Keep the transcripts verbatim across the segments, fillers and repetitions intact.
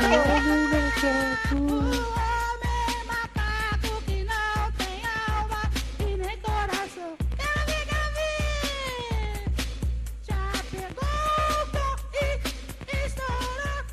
Homem macaco. Homem macaco que não tem alma e nem coração. Gabi, Gabi, já pegou e estourou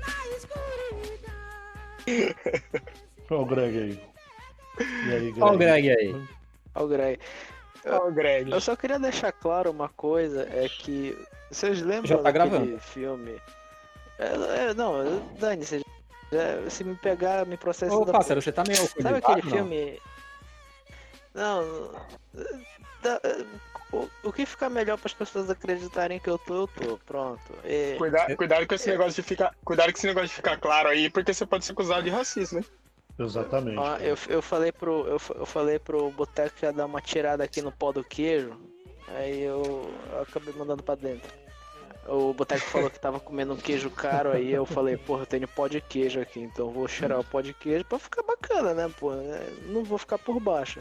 na escuridão. Olha o Greg aí. E aí, Greg? Olha o Greg aí. Olha o Greg. Ó, o Greg. Eu só queria deixar claro uma coisa, é que vocês lembram Já tá daquele gravando. filme? É, é, não, Dani, se, se me pegar, me processa. Ô, da- pássaro, você tá meio Sabe alcoolizado, aquele não? filme? Não. da- o, o que fica melhor para as pessoas acreditarem que eu tô, eu tô. Pronto. E- Cuidado, cuidado com esse negócio de ficar. Cuidado com esse negócio de ficar claro aí, porque você pode ser acusado de racismo, né? Exatamente. ó, eu, eu falei pro. Eu, fa- eu falei pro Boteco que ia dar uma tirada aqui no pó do queijo. Aí eu, eu acabei mandando pra dentro. O Boteco falou que tava comendo um queijo caro, aí eu falei, porra, eu tenho pó de queijo aqui, então eu vou cheirar o pó de queijo pra ficar bacana, né, pô? né? Não vou ficar por baixo.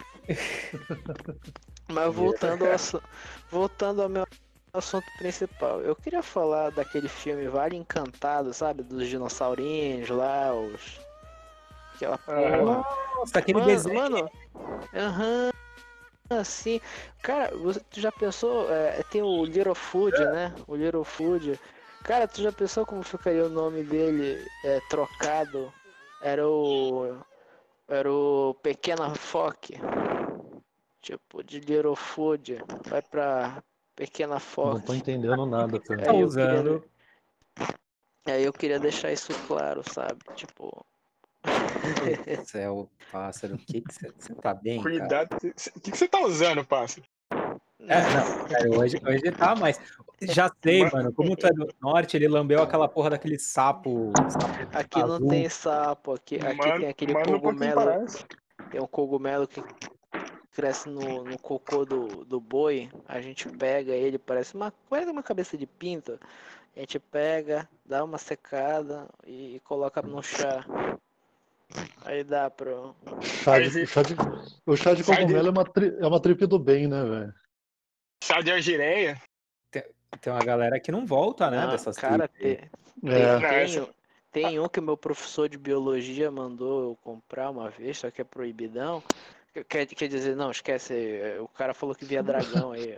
Mas voltando ao, assu- voltando ao meu assunto principal, eu queria falar daquele filme Vale Encantado, sabe? Dos dinossaurinhos lá, os. Aquela porra. Nossa, aquele Mano, desenho. mano, aham, assim, cara, você, tu já pensou, é, tem o Little Food, né, o Little Food, cara, tu já pensou como ficaria o nome dele é, trocado, era o, era o Pequena Foque, tipo, de Little Food, vai pra Pequena Não Foque, tô entendendo nada, cara. Tá aí eu usando. queria, aí eu queria deixar isso claro, sabe, tipo, Meu céu, pássaro, o que que você você tá bem, cara? Cuidado. O que, que você tá usando, parça? É, não, cara, hoje, hoje tá, mas já sei, Mano. mano, como tu é do norte, ele lambeu aquela porra daquele sapo, sapo aqui não azul. tem sapo, aqui, aqui Mano, tem aquele manda um pouquinho cogumelo. para Tem um cogumelo que cresce no, no cocô do, do boi. A gente pega ele, parece uma, parece uma cabeça de pinto. A gente pega, dá uma secada e, e coloca no chá. Aí dá pro. Chá Aí, de, chá de, o chá de Chá de- cogumelo é uma, tri, é uma trip do bem, né, velho? chá de argireia. Tem uma galera que não volta, né, Não, dessas cara, tripes aí. tem, É. Não, tem, essa- tem um que o meu professor de biologia mandou eu comprar uma vez, só que é proibidão. Quer, quer dizer, não, esquece. O cara falou que via dragão aí.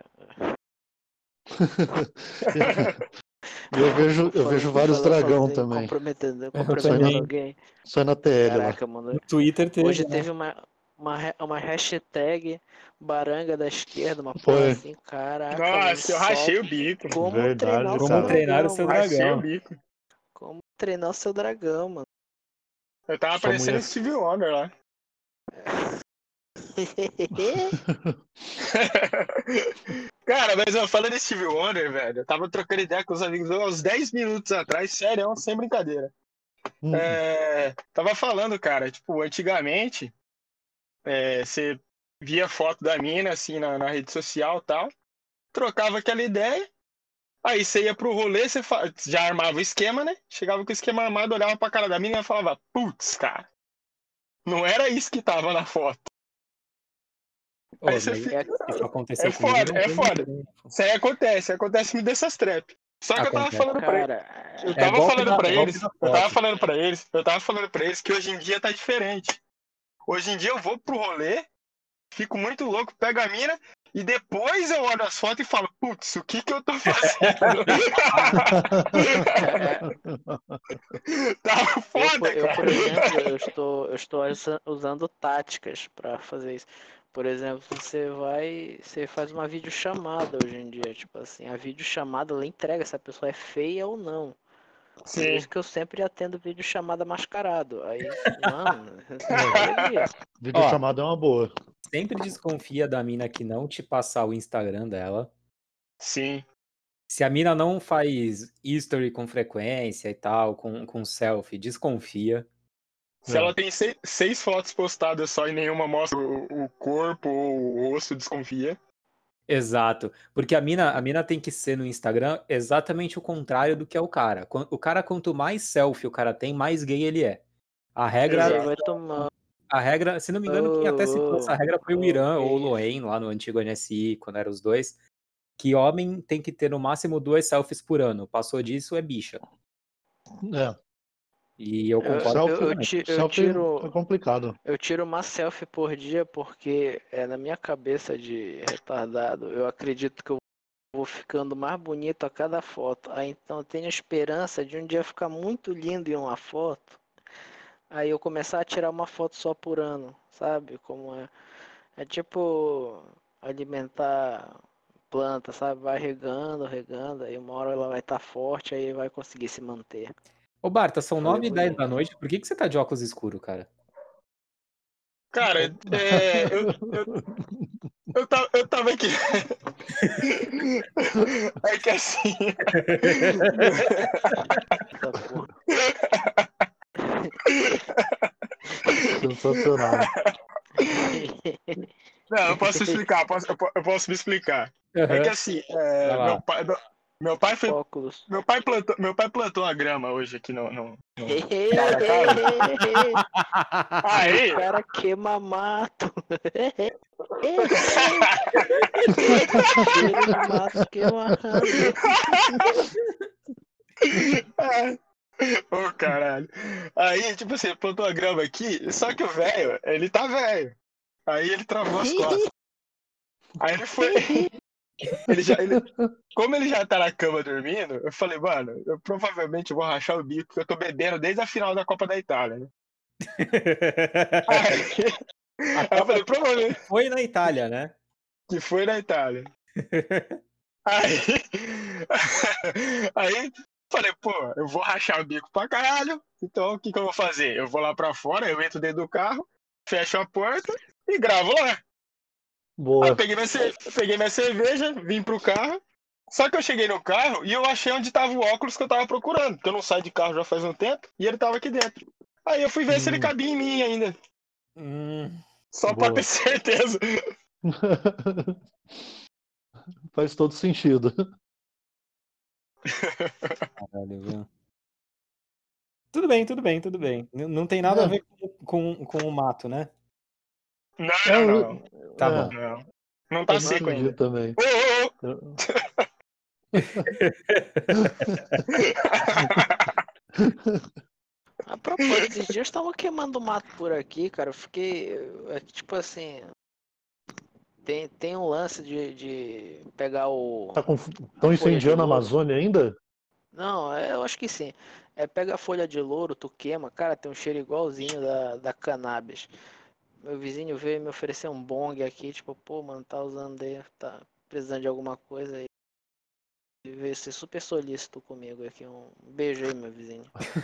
Eu vejo, eu Falou- vejo vários falou- dragão falou em também. Comprometendo, também. comprometendo alguém. Só na T L lá. Caraca, mano. No Twitter teve, Hoje né? teve uma, uma, ha- uma hashtag baranga da esquerda, uma Foi. porra assim, caraca. mano, Nossa, eu só rachei o bico. Como Verdade, treinar o cara. seu Como treinar o dragão, seu mano. Rachei dragão. o bico. Como treinar o seu dragão, mano. Eu tava Sua parecendo mulher- Steve Wonder lá. Cara, mas eu falando de Steve Wonder, velho, eu tava trocando ideia com os amigos há uns dez minutos atrás, sério, sem brincadeira. Hum. É, tava falando, cara, tipo, antigamente, é, você via foto da mina, assim, na, na rede social e tal, trocava aquela ideia, aí você ia pro rolê, você fa- já armava o esquema, né? Chegava com o esquema armado, olhava pra cara da mina e falava, putz, cara, não era isso que tava na foto. Ô, Aí mas você fica- isso aconteceu É comigo, foda, não é tem foda. muito tempo. Isso aí acontece, acontece me dessas trap. Só que eu tava Acontece. falando pra eles. Cara, Eu É tava golpe falando da- pra golpe eles, da eu tava foto. falando pra eles, eu tava falando pra eles que hoje em dia tá diferente. Hoje em dia eu vou pro rolê, fico muito louco, pego a mina e depois eu olho as fotos e falo, putz, o que que eu tô fazendo? Tá eu, foda, por- eu, cara. por exemplo, eu estou, eu estou usa- usando táticas pra fazer isso. Por exemplo, você vai, você faz uma videochamada hoje em dia, tipo assim, a videochamada ela entrega se a pessoa é feia ou não. Por Sim. isso que eu sempre atendo videochamada mascarado. Aí, mano, beleza. Vídeo chamado é uma boa. Sempre desconfia da mina que não te passar o Instagram dela. Sim. Se a mina não faz history com frequência e tal, com, com selfie, desconfia. Se É. ela tem seis, seis fotos postadas só e nenhuma mostra o, o corpo ou o osso, desconfia. Exato. Porque a mina, a mina tem que ser no Instagram exatamente o contrário do que é o cara. Quan- O cara, quanto mais selfie o cara tem, mais gay ele é. A regra, Exato. Vai tomar. a regra, se não me engano, quem até citou essa regra foi o Oh, Irã ou o isso. Loen, lá no antigo N S I, quando eram os dois, que homem tem que ter no máximo duas selfies por ano. Passou disso, é bicha. É. E eu Eu, concordo. eu, Selfie, eu, ti- eu selfie tiro. é complicado. Eu tiro uma selfie por dia porque é na minha cabeça de retardado. Eu acredito que eu vou ficando mais bonito a cada foto. Aí então eu tenho a esperança de um dia ficar muito lindo em uma foto. Aí eu começar a tirar uma foto só por ano, sabe? Como é. É tipo alimentar planta, sabe? Vai regando, regando. Aí uma hora ela vai estar forte, aí vai conseguir se manter. Ô, Barta, são Falei nove e dez bonito. da noite. Por que, que você tá de óculos escuro, cara? Cara, é, eu, eu, eu, tava, eu tava aqui. É que assim. Essa porra. Sensacional. Não, eu posso explicar, posso, eu, po- eu posso me explicar. É que assim, é, Vai lá. meu pai, meu, meu pai foi, Óculos. meu pai plantou, meu pai plantou uma grama hoje aqui no, no, no aí, O cara queima mato. Cheiro de mato queimado. Ô caralho. Aí, tipo assim, plantou a grama aqui, só que o velho, ele tá velho. Aí ele travou as costas. Aí ele foi. Ele já, ele, como ele já tá na cama dormindo, eu falei, mano, eu provavelmente vou rachar o bico, porque eu tô bebendo desde a final da Copa da Itália, né? Aí, A aí eu Copa falei, provavelmente foi na Itália, né? que foi na Itália. Aí, aí falei, pô, eu vou rachar o bico pra caralho, então o que que eu vou fazer? Eu vou lá pra fora, eu entro dentro do carro, fecho a porta e gravo lá. Aí Boa. eu peguei minha, ce- peguei minha cerveja, vim pro carro, só que eu cheguei no carro e eu achei onde tava o óculos que eu tava procurando, porque eu não saio de carro já faz um tempo, e ele tava aqui dentro. Aí eu fui ver se ele Hum. cabia em mim ainda, Hum, só pra Boa. ter certeza. Faz todo sentido. caralho, viu? Tudo bem, tudo bem, tudo bem. N- Não tem nada a É. ver com, com, com o mato, né? Não, É, não, não. Tá é, bom. Não, não tá eu seco entendi ainda. também. Ô, ô, ô. Eu- A propósito, esses dias estavam queimando mato por aqui, cara. Eu fiquei. É, tipo assim. Tem, tem um lance de, de pegar o. Tá com... a Estão folha de incendiando a louro. Amazônia ainda? Não, é, eu acho que sim. É, pega a folha de louro, tu queima, cara, tem um cheiro igualzinho da, da cannabis. Meu vizinho veio me oferecer um bong aqui, tipo, pô, mano, tá usando aí, tá precisando de alguma coisa aí. E veio ser super solícito comigo aqui. Um beijo aí, meu vizinho.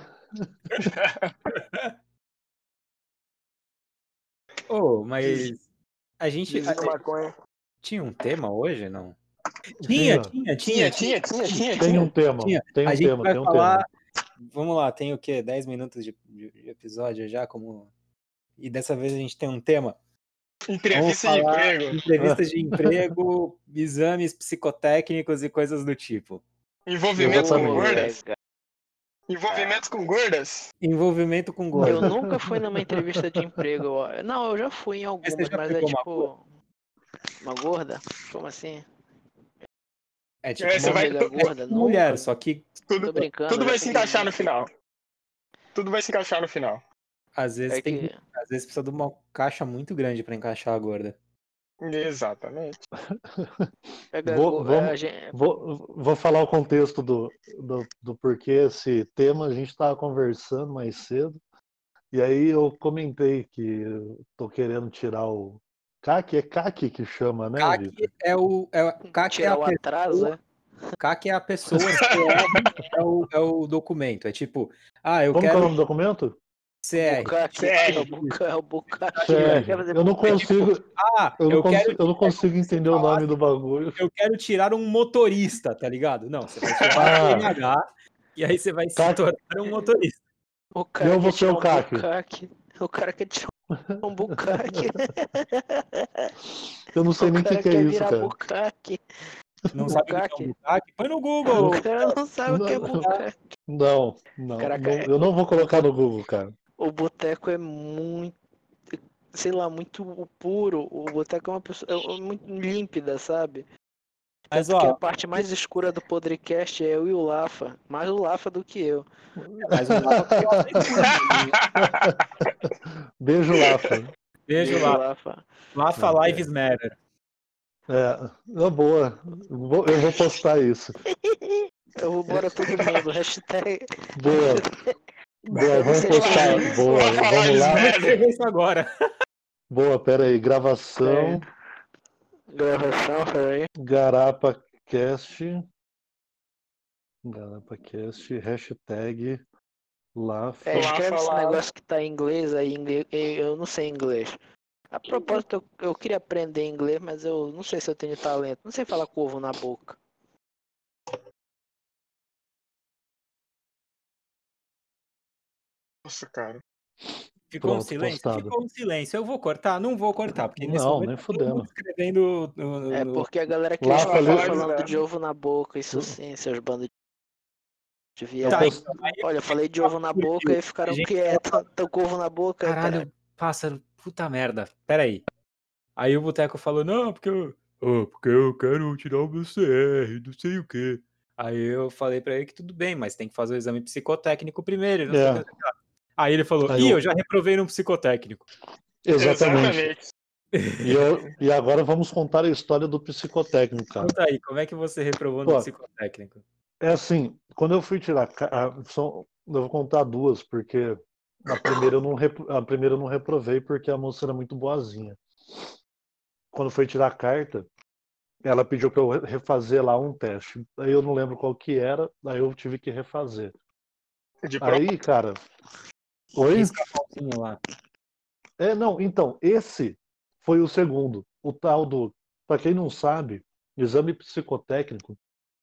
Ô, mas a gente Vizinho a- maconha. tinha um tema hoje, não? Tinha. Tinha, tinha, tinha, Tinha, tinha. tinha, tinha, tinha, Tem um tinha. tema. tinha. Tem A um gente tema, vai tem um falar. tema. Vamos lá, tem o quê? dez minutos de, de- de episódio já, como. E dessa vez a gente tem um tema. Vamos Entrevista de falar emprego. entrevistas de emprego, exames psicotécnicos e coisas do tipo. Envolvimentos com Exatamente. gordas. legal. Envolvimentos com gordas. Envolvimento com Eu gordo. nunca fui numa entrevista de emprego. ó. Não, eu já fui em Mas algumas, você já mas é pegou uma tipo. Uma gorda? Como assim? É tipo É, você uma vai- Nega gorda? mulher, Nunca. só que Tudo, Tô brincando. tudo já vai se peguei encaixar no muito. final. Tudo vai se encaixar no final. às vezes É tem que. que- às vezes precisa de uma caixa muito grande pra encaixar a gorda. Exatamente. Pega Vou, go- é, vamos, a gente- vou, vou falar o contexto do, do, do porquê esse tema. A gente estava conversando mais cedo. E aí eu comentei que eu tô querendo tirar o C A C. É C A C que chama, né, C A C Vitor? é o é, C A C é tirar a o atraso, pessoa, é? C A C é a pessoa, C R é o, é o documento. É tipo, ah, eu Como que é o quero nome do documento? C R. Bucaque, C R. é o buca, é o bucaque. C R. Quer fazer Eu não bucaque? consigo, Ah, eu não eu quero consigo, eu não é consigo como se entender o falasse, nome do bagulho. eu quero tirar um motorista, tá ligado? Não, você vai tirar o Ah. C N H e aí você vai se C A C. tornar um motorista. O cara Eu vou quer ser tirar o um C A C. bucaque. O cara quer tirar um bucaque. Eu não sei O nem o que, cara que é quer isso, virar cara. bucaque. Não sabe o que é um Bucaque? bucaque? Põe no O Google. cara não sabe o que é Não. bucaque. Não, não, Caraca, não, eu não vou colocar no Google, cara. O boteco é muito, sei lá, muito puro. O boteco é uma pessoa é muito límpida, sabe? Mas, Tanto que a ó, parte mais escura do podcast é eu e o Lafa. Mais o Lafa do que eu. mais um lado que eu aprendi, né? Beijo, Lafa. Beijo lá. Lafa. Lafa É. Lives Matter. É, não, boa. Vou- Eu vou postar isso. Eu vou bora todo mundo. Hashtag. Boa. Boa, vamos Vocês postar. fazem Boa, Lafa vamos Lives lá. Vamos Matter. escrever isso agora. Boa, pera aí. Gravação. Gravação, peraí. GarapaCast. GarapaCast. Hashtag Lafa. É, escreve Lafa esse lá. negócio que tá em inglês aí. inglês- Eu não sei inglês. A propósito, eu, eu queria aprender inglês, mas eu não sei se eu tenho talento. Não sei falar com ovo na boca. Nossa, cara. Ficou um Pronto, silêncio? postado. Ficou um silêncio. Eu vou cortar? Não vou cortar, porque nesse Não, momento nem tá todo mundo fudendo. escrevendo no, no- É no- porque a galera que Lá estava falei- falando de ovo na boca, isso sim, seus bandos de viado. Tá, posso- então, aí Olha, eu falei de ovo na boca e ficaram Gente, quietos. Tão com ovo na boca, cara. Caralho, pássaro, puta merda. Pera aí. Aí o Boteco falou, não, porque eu, oh, porque eu quero tirar o meu C R, não sei o quê. Aí eu falei pra ele que tudo bem, mas tem que fazer o exame psicotécnico primeiro. e Não sei o É. que, não sei o que lá. Aí ele falou, Aí ih, eu- eu já reprovei num psicotécnico. Exatamente. E, eu- e agora vamos contar a história do psicotécnico, cara. Conta aí, como é que você reprovou no Pô. psicotécnico? É assim, quando eu fui tirar. ca- a- são- eu vou contar duas, porque a primeira, eu não rep- a primeira eu não reprovei porque a moça era muito boazinha. Quando foi tirar a carta, ela pediu para eu re- refazer lá um teste. Aí eu não lembro qual que era, aí eu tive que refazer. De prova. Aí, cara. Oi? Risca a mãozinha lá. É, não, então, esse foi o segundo. O tal do. Para quem não sabe, exame psicotécnico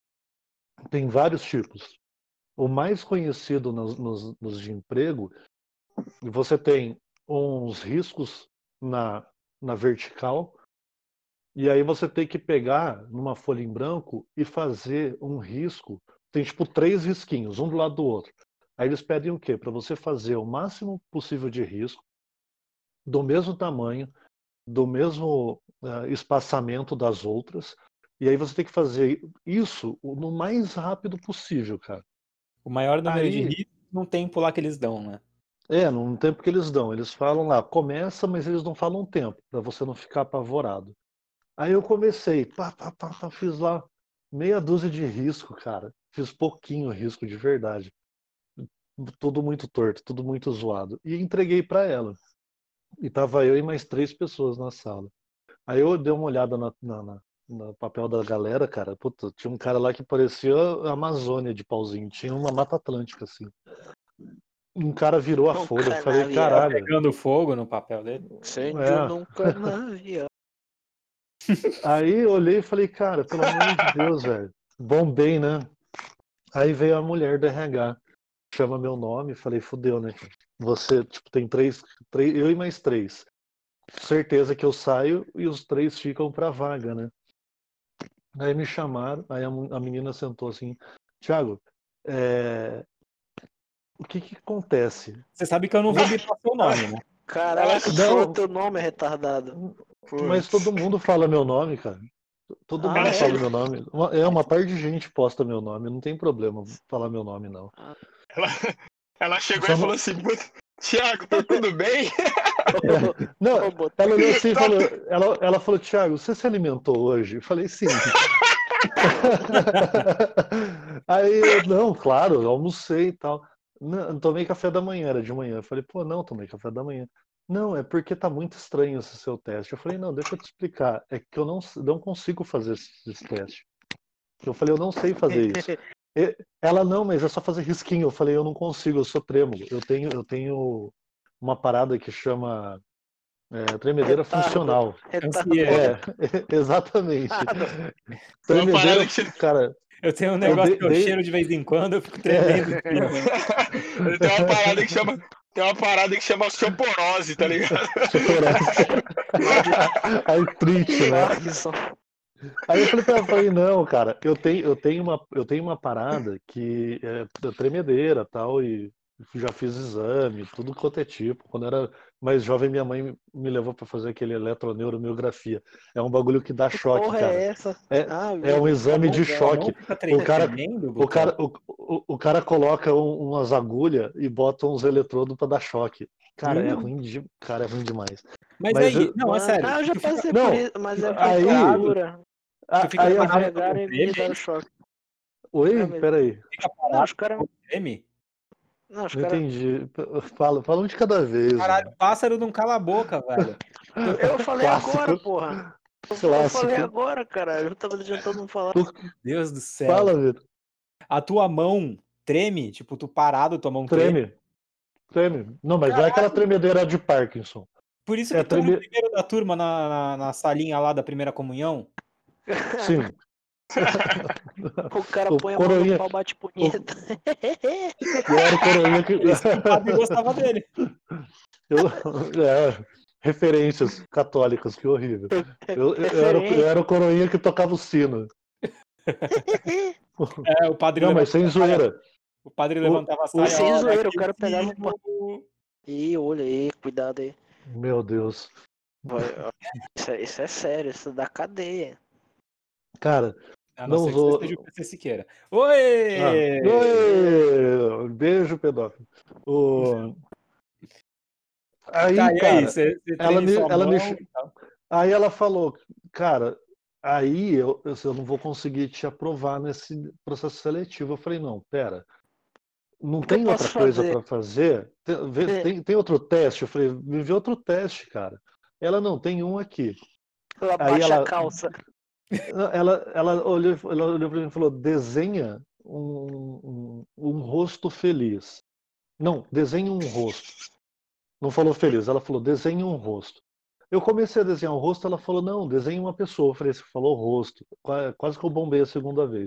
tem vários tipos. O mais conhecido nos, nos, nos de emprego, você tem uns riscos na, na vertical, e aí você tem que pegar numa folha em branco e fazer um risco. Tem tipo três risquinhos, um do lado do outro. Aí eles pedem o quê? Para você fazer o máximo possível de risco, do mesmo tamanho, do mesmo uh, espaçamento das outras, e aí você tem que fazer isso no mais rápido possível, cara. O maior número Aí- de riscos no tempo lá que eles dão, né? É, no tempo que eles dão. Eles falam lá, começa, mas eles não falam tempo, para você não ficar apavorado. Aí eu comecei, pá, pá, pá, pá, fiz lá meia dúzia de risco, cara. Fiz pouquinho risco de verdade. Tudo muito torto, tudo muito zoado. E entreguei para ela. E tava eu e mais três pessoas na sala. Aí eu dei uma olhada na, na, na- no papel da galera, cara. Puta, tinha um cara lá que parecia a Amazônia de pauzinho. Tinha uma Mata Atlântica, assim. Um cara virou a Um folha. Eu falei, canavial. caralho. Pegando fogo no papel dele. Incêndio É. num canavial. Aí eu olhei e falei, cara, pelo amor de Deus, velho. Bombei, né? Aí veio a mulher do R H, chama meu nome, falei, fudeu, né? cara? Você, tipo, tem três, três, eu e mais três. Certeza que eu saio e os três ficam pra vaga, né? Aí me chamaram, aí a, mu- a menina sentou assim, Thiago, é, o que que acontece? Você sabe que eu não vou bitar seu nome, né? Caraca, Não. falou teu nome, retardado. Mas todo mundo fala meu nome, cara. Todo Ah, mundo é? fala meu nome. Uma- É, uma parte de gente posta meu nome. Não tem problema falar meu nome, não. Ela, ela chegou Só e não- falou assim, "Puta, Thiago, tá tudo bem?" Não, Ô, Boteco, ela olhou assim e falou, ela, ela falou, Thiago, você se alimentou hoje? Eu falei, sim. Aí, eu, não, claro, eu almocei e tal. Não, tomei café da manhã, era de manhã. Eu falei, pô, não, tomei café da manhã. Não, é porque tá muito estranho esse seu teste. Eu falei, não, deixa eu te explicar. É que eu não, não consigo fazer esse, esse teste. Eu falei, eu não sei fazer isso. E- Ela, não, mas é só fazer risquinho. Eu falei, eu não consigo, eu sou trêmulo. Eu tenho, eu tenho uma parada que chama é, tremedeira Retardo. funcional. Retardado. É, exatamente. Uma parada Tremedeira, que você- cara, Eu tenho um negócio de- que eu de- cheiro de vez em quando, eu fico tremendo. Ele tem uma parada que chama. Tem uma parada que chama osteoporose, tá ligado? artrite, né? Parkinson. Aí eu falei pra ela, falei, não, cara, eu tenho, eu tenho, uma, eu tenho uma parada que é tremedeira tal, e já fiz exame, tudo quanto é tipo. Quando eu era mais jovem, minha mãe me levou pra fazer aquele eletroneuromiografia. É um bagulho que dá Que choque, porra cara. é essa? É, Ah, é um viu? exame Tá de bom, tua choque. mão fica O cara, tremendo, o cara, Buteco. o, o, o cara coloca um- umas agulhas e bota uns eletrodos pra dar choque. Cara, é Hum. ruim de, cara, é ruim demais. Mas Mas aí, eu- não, é Mano, sério. ah, eu já tu fica, passei Não, por isso, mas é aí- prefeitura. a- tu fica aí a Me parado gente- pegaram e com me treme, deram choque. Oi, É, mas- peraí, fica Não, parado os caras. com treme. Não, os não caras. entendi. Fala, fala um de cada vez. Caralho, mano. pássaro não cala a boca, velho. Eu falei Clássico. agora, porra. Eu, eu Clássico. falei agora, cara. Eu não tava adiantando não falar. Deus do céu. Fala, Vitor. A tua mão treme, tipo, tu parado, tua mão treme. Treme. Treme. Não, mas não é aquela tremedeira de Parkinson. Por isso É, que tu era treme- o primeiro da turma na, na, na salinha lá da primeira comunhão. Sim. O cara O põe a mão coroinha- no pau, bate punheta. Eu era o coroinha que. Esse o padre gostava dele. Eu- é, referências católicas, que horrível. Eu, eu, eu era, o- eu era o coroinha que tocava o sino. É, o padre Não, mas sem levantava a saia. zoeira. O padre O- levantava a saia. sem olha, zoeira, aqui o cara pegava sino. Ih, olha aí, cuidado aí. Meu Deus. Vai, ó. Isso, é, isso é sério, isso dá cadeia. Cara, A não Não ser que usou- você seja o P C Siqueira. Oi! ah, oi, beijo, pedófilo. O... Aí, Tá, e aí, cara, você, você ela treme me- sua ela me mão ch- e tal. aí ela falou, cara, aí eu, eu eu não vou conseguir te aprovar nesse processo seletivo. Eu falei, não, pera, não que eu tem outra posso coisa fazer? para fazer? Tem, vê- É. tem, tem outro teste? Eu falei, me vê outro teste, cara. Ela, não, tem um aqui. Ela Aí baixa ela- a calça. Ela, ela olhou, ela olhou para mim e falou, desenha um, um, um rosto feliz. Não, desenha um rosto. Não falou feliz, ela falou, desenha um rosto. Eu comecei a desenhar um rosto, ela falou, não, desenha uma pessoa. Eu falei, você falou rosto. Qua- Quase que eu bombei a segunda vez.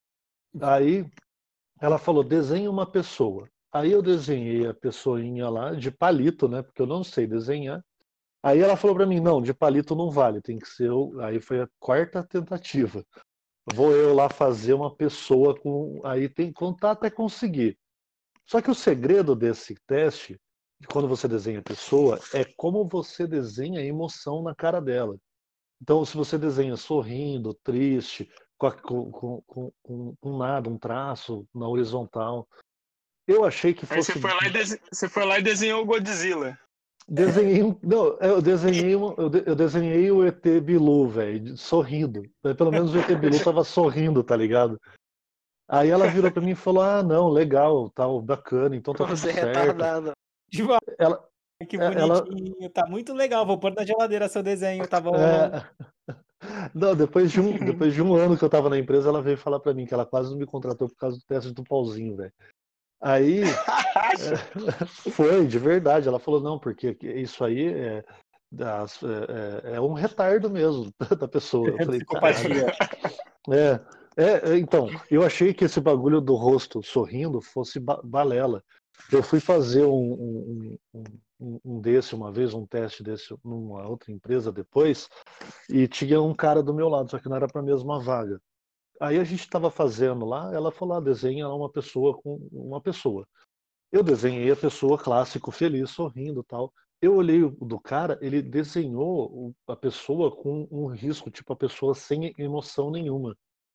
Aí ela falou, desenha uma pessoa. Aí eu desenhei a pessoinha lá de palito, né? Porque eu não sei desenhar. Aí ela falou pra mim, não, de palito não vale, tem que ser. o- Aí foi a quarta tentativa. Vou eu lá fazer uma pessoa com. Aí tem que contar até conseguir. Só que o segredo desse teste, de quando você desenha a pessoa, é como você desenha a emoção na cara dela. Então, se você desenha sorrindo, triste, com, a- com, com, com, com- com nada, um traço na horizontal. Eu achei que Aí fosse. você foi, lá e dese- você foi lá e desenhou o Godzilla. Desenhei um. Não, eu desenhei, um, eu, de- eu desenhei o E T Bilu, velho, sorrindo. Pelo menos o E T Bilu tava sorrindo, tá ligado? Aí ela virou pra mim e falou: ah, não, legal, tal, bacana, então tá tudo Você é certo. retardado. Tipo, Ela, que é, ela- bonitinho, tá muito legal. Vou pôr na geladeira seu desenho, tá bom? é, Não, depois de, um, depois de um ano que eu tava na empresa, ela veio falar pra mim que ela quase não me contratou por causa do teste do pauzinho, velho. Aí. Foi, de verdade. Ela falou, não, porque isso aí é, das- é, é- é um retardo mesmo da pessoa. Eu falei, Psicopatia. É, é, é, então, eu achei que esse bagulho do rosto sorrindo fosse ba- balela. Eu fui fazer um, um, um, um- um desse uma vez, um teste desse numa outra empresa depois, e tinha um cara do meu lado, só que não era para a mesma vaga. Aí a gente estava fazendo lá, ela falou, ah, desenha lá uma pessoa com uma pessoa. Eu desenhei a pessoa clássico, feliz, sorrindo e tal. Eu olhei o do cara, ele desenhou o- a pessoa com um risco, tipo a pessoa sem emoção nenhuma.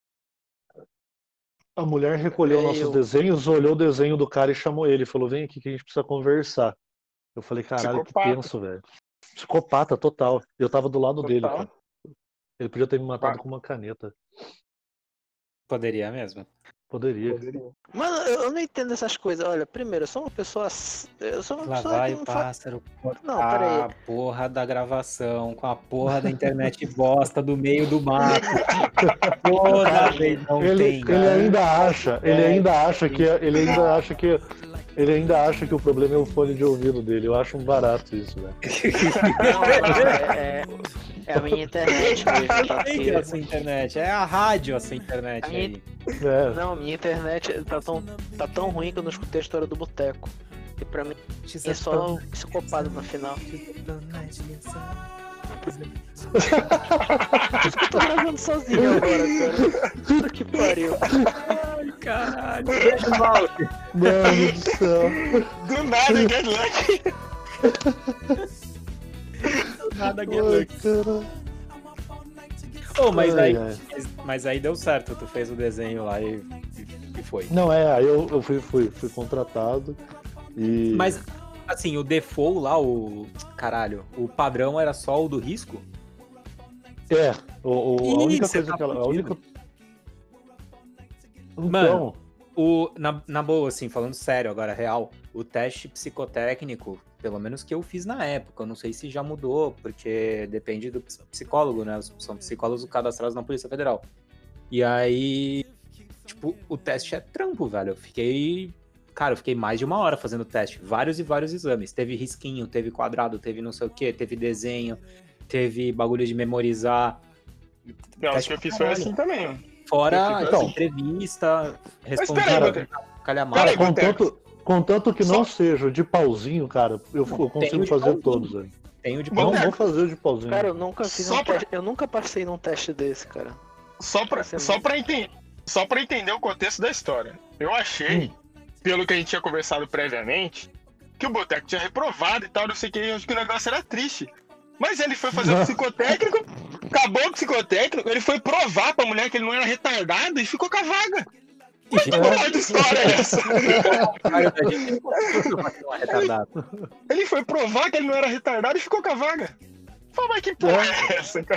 A mulher recolheu É nossos eu. desenhos, olhou o desenho do cara e chamou ele. Falou, vem aqui que a gente precisa conversar. Eu falei, caralho, que Psicopata. tenso, velho. Psicopata total. Eu tava do lado dele, Total. cara. Ele podia ter me matado Ah. com uma caneta. Poderia mesmo. Poderia. Mano, eu, eu não entendo essas coisas. Olha, primeiro, eu sou uma pessoa. s- Eu sou uma Lá pessoa vai que o não fa... pássaro Não, cortar peraí. a porra da gravação com a porra da internet bosta do meio do mato. Toda vez não Ele, tem. ele ainda acha, ele É. ainda acha que ele ainda acha que ele ainda acha que o problema é o fone de ouvido dele. Eu acho um barato isso, velho. Não, não, é, é, é a minha internet mesmo. Tá? Não tem Porque- a sua internet, é a rádio a sua internet A minha- aí. É. Não, minha internet tá tão, tá tão ruim que eu não escutei a história do boteco. E pra mim é só um psicopata no final. Eu tô gravando sozinho agora, cara. Puta que pariu. Caralho, beijo, Mauro. Mano do céu. Do nada, good luck. Nada que Ai, cara. Ô, mas Ai, aí, ai. mas, mas aí deu certo, tu fez o desenho lá e, e foi. Não, é, aí eu, eu fui, fui, fui contratado e. Mas, assim, o default lá, o. Caralho, o padrão era só o do risco? É, o, o- a Ih, única cê coisa tá que ela. A fudido. única. Então, Mano, O, na, na boa, assim, falando sério agora, real, o teste psicotécnico, pelo menos que eu fiz na época, eu não sei se já mudou, porque depende do ps- psicólogo, né? São psicólogos cadastrados na Polícia Federal. E aí, tipo, o teste é trampo, velho. Eu fiquei. Cara, eu fiquei mais de uma hora fazendo teste. Vários e vários exames. Teve risquinho, teve quadrado, teve não sei o quê, teve desenho, teve bagulho de memorizar. Não, o Teste que eu pra fiz foi caralho. assim também, mano. Fora Então. essa entrevista, responder peraí, cara, Boteco. calhamaço. Peraí, cara, Boteco. contanto, contanto que Só- não seja de pauzinho, cara, eu, eu Tem consigo de fazer pauzinho. todos, velho. Tem o de Bom, Não pau. vou fazer o de pauzinho. Cara, eu nunca fiz Só um pra- teste. Eu nunca passei num teste desse, cara. Só pra, Essa é só, muito- pra enten- só pra entender o contexto da história. Eu achei, pelo que a gente tinha conversado previamente, que o Boteco tinha reprovado e tal, não sei o que, eu acho que o negócio era triste. Mas ele foi fazer o psicotécnico, acabou o psicotécnico, ele foi provar pra mulher que ele não era retardado e ficou com a vaga. Mas que porra de história é essa? Cara, a gente não conseguiu fazer uma retardada. Ele foi provar que ele não era retardado e ficou com a vaga. Fala, mas que porra é essa, cara?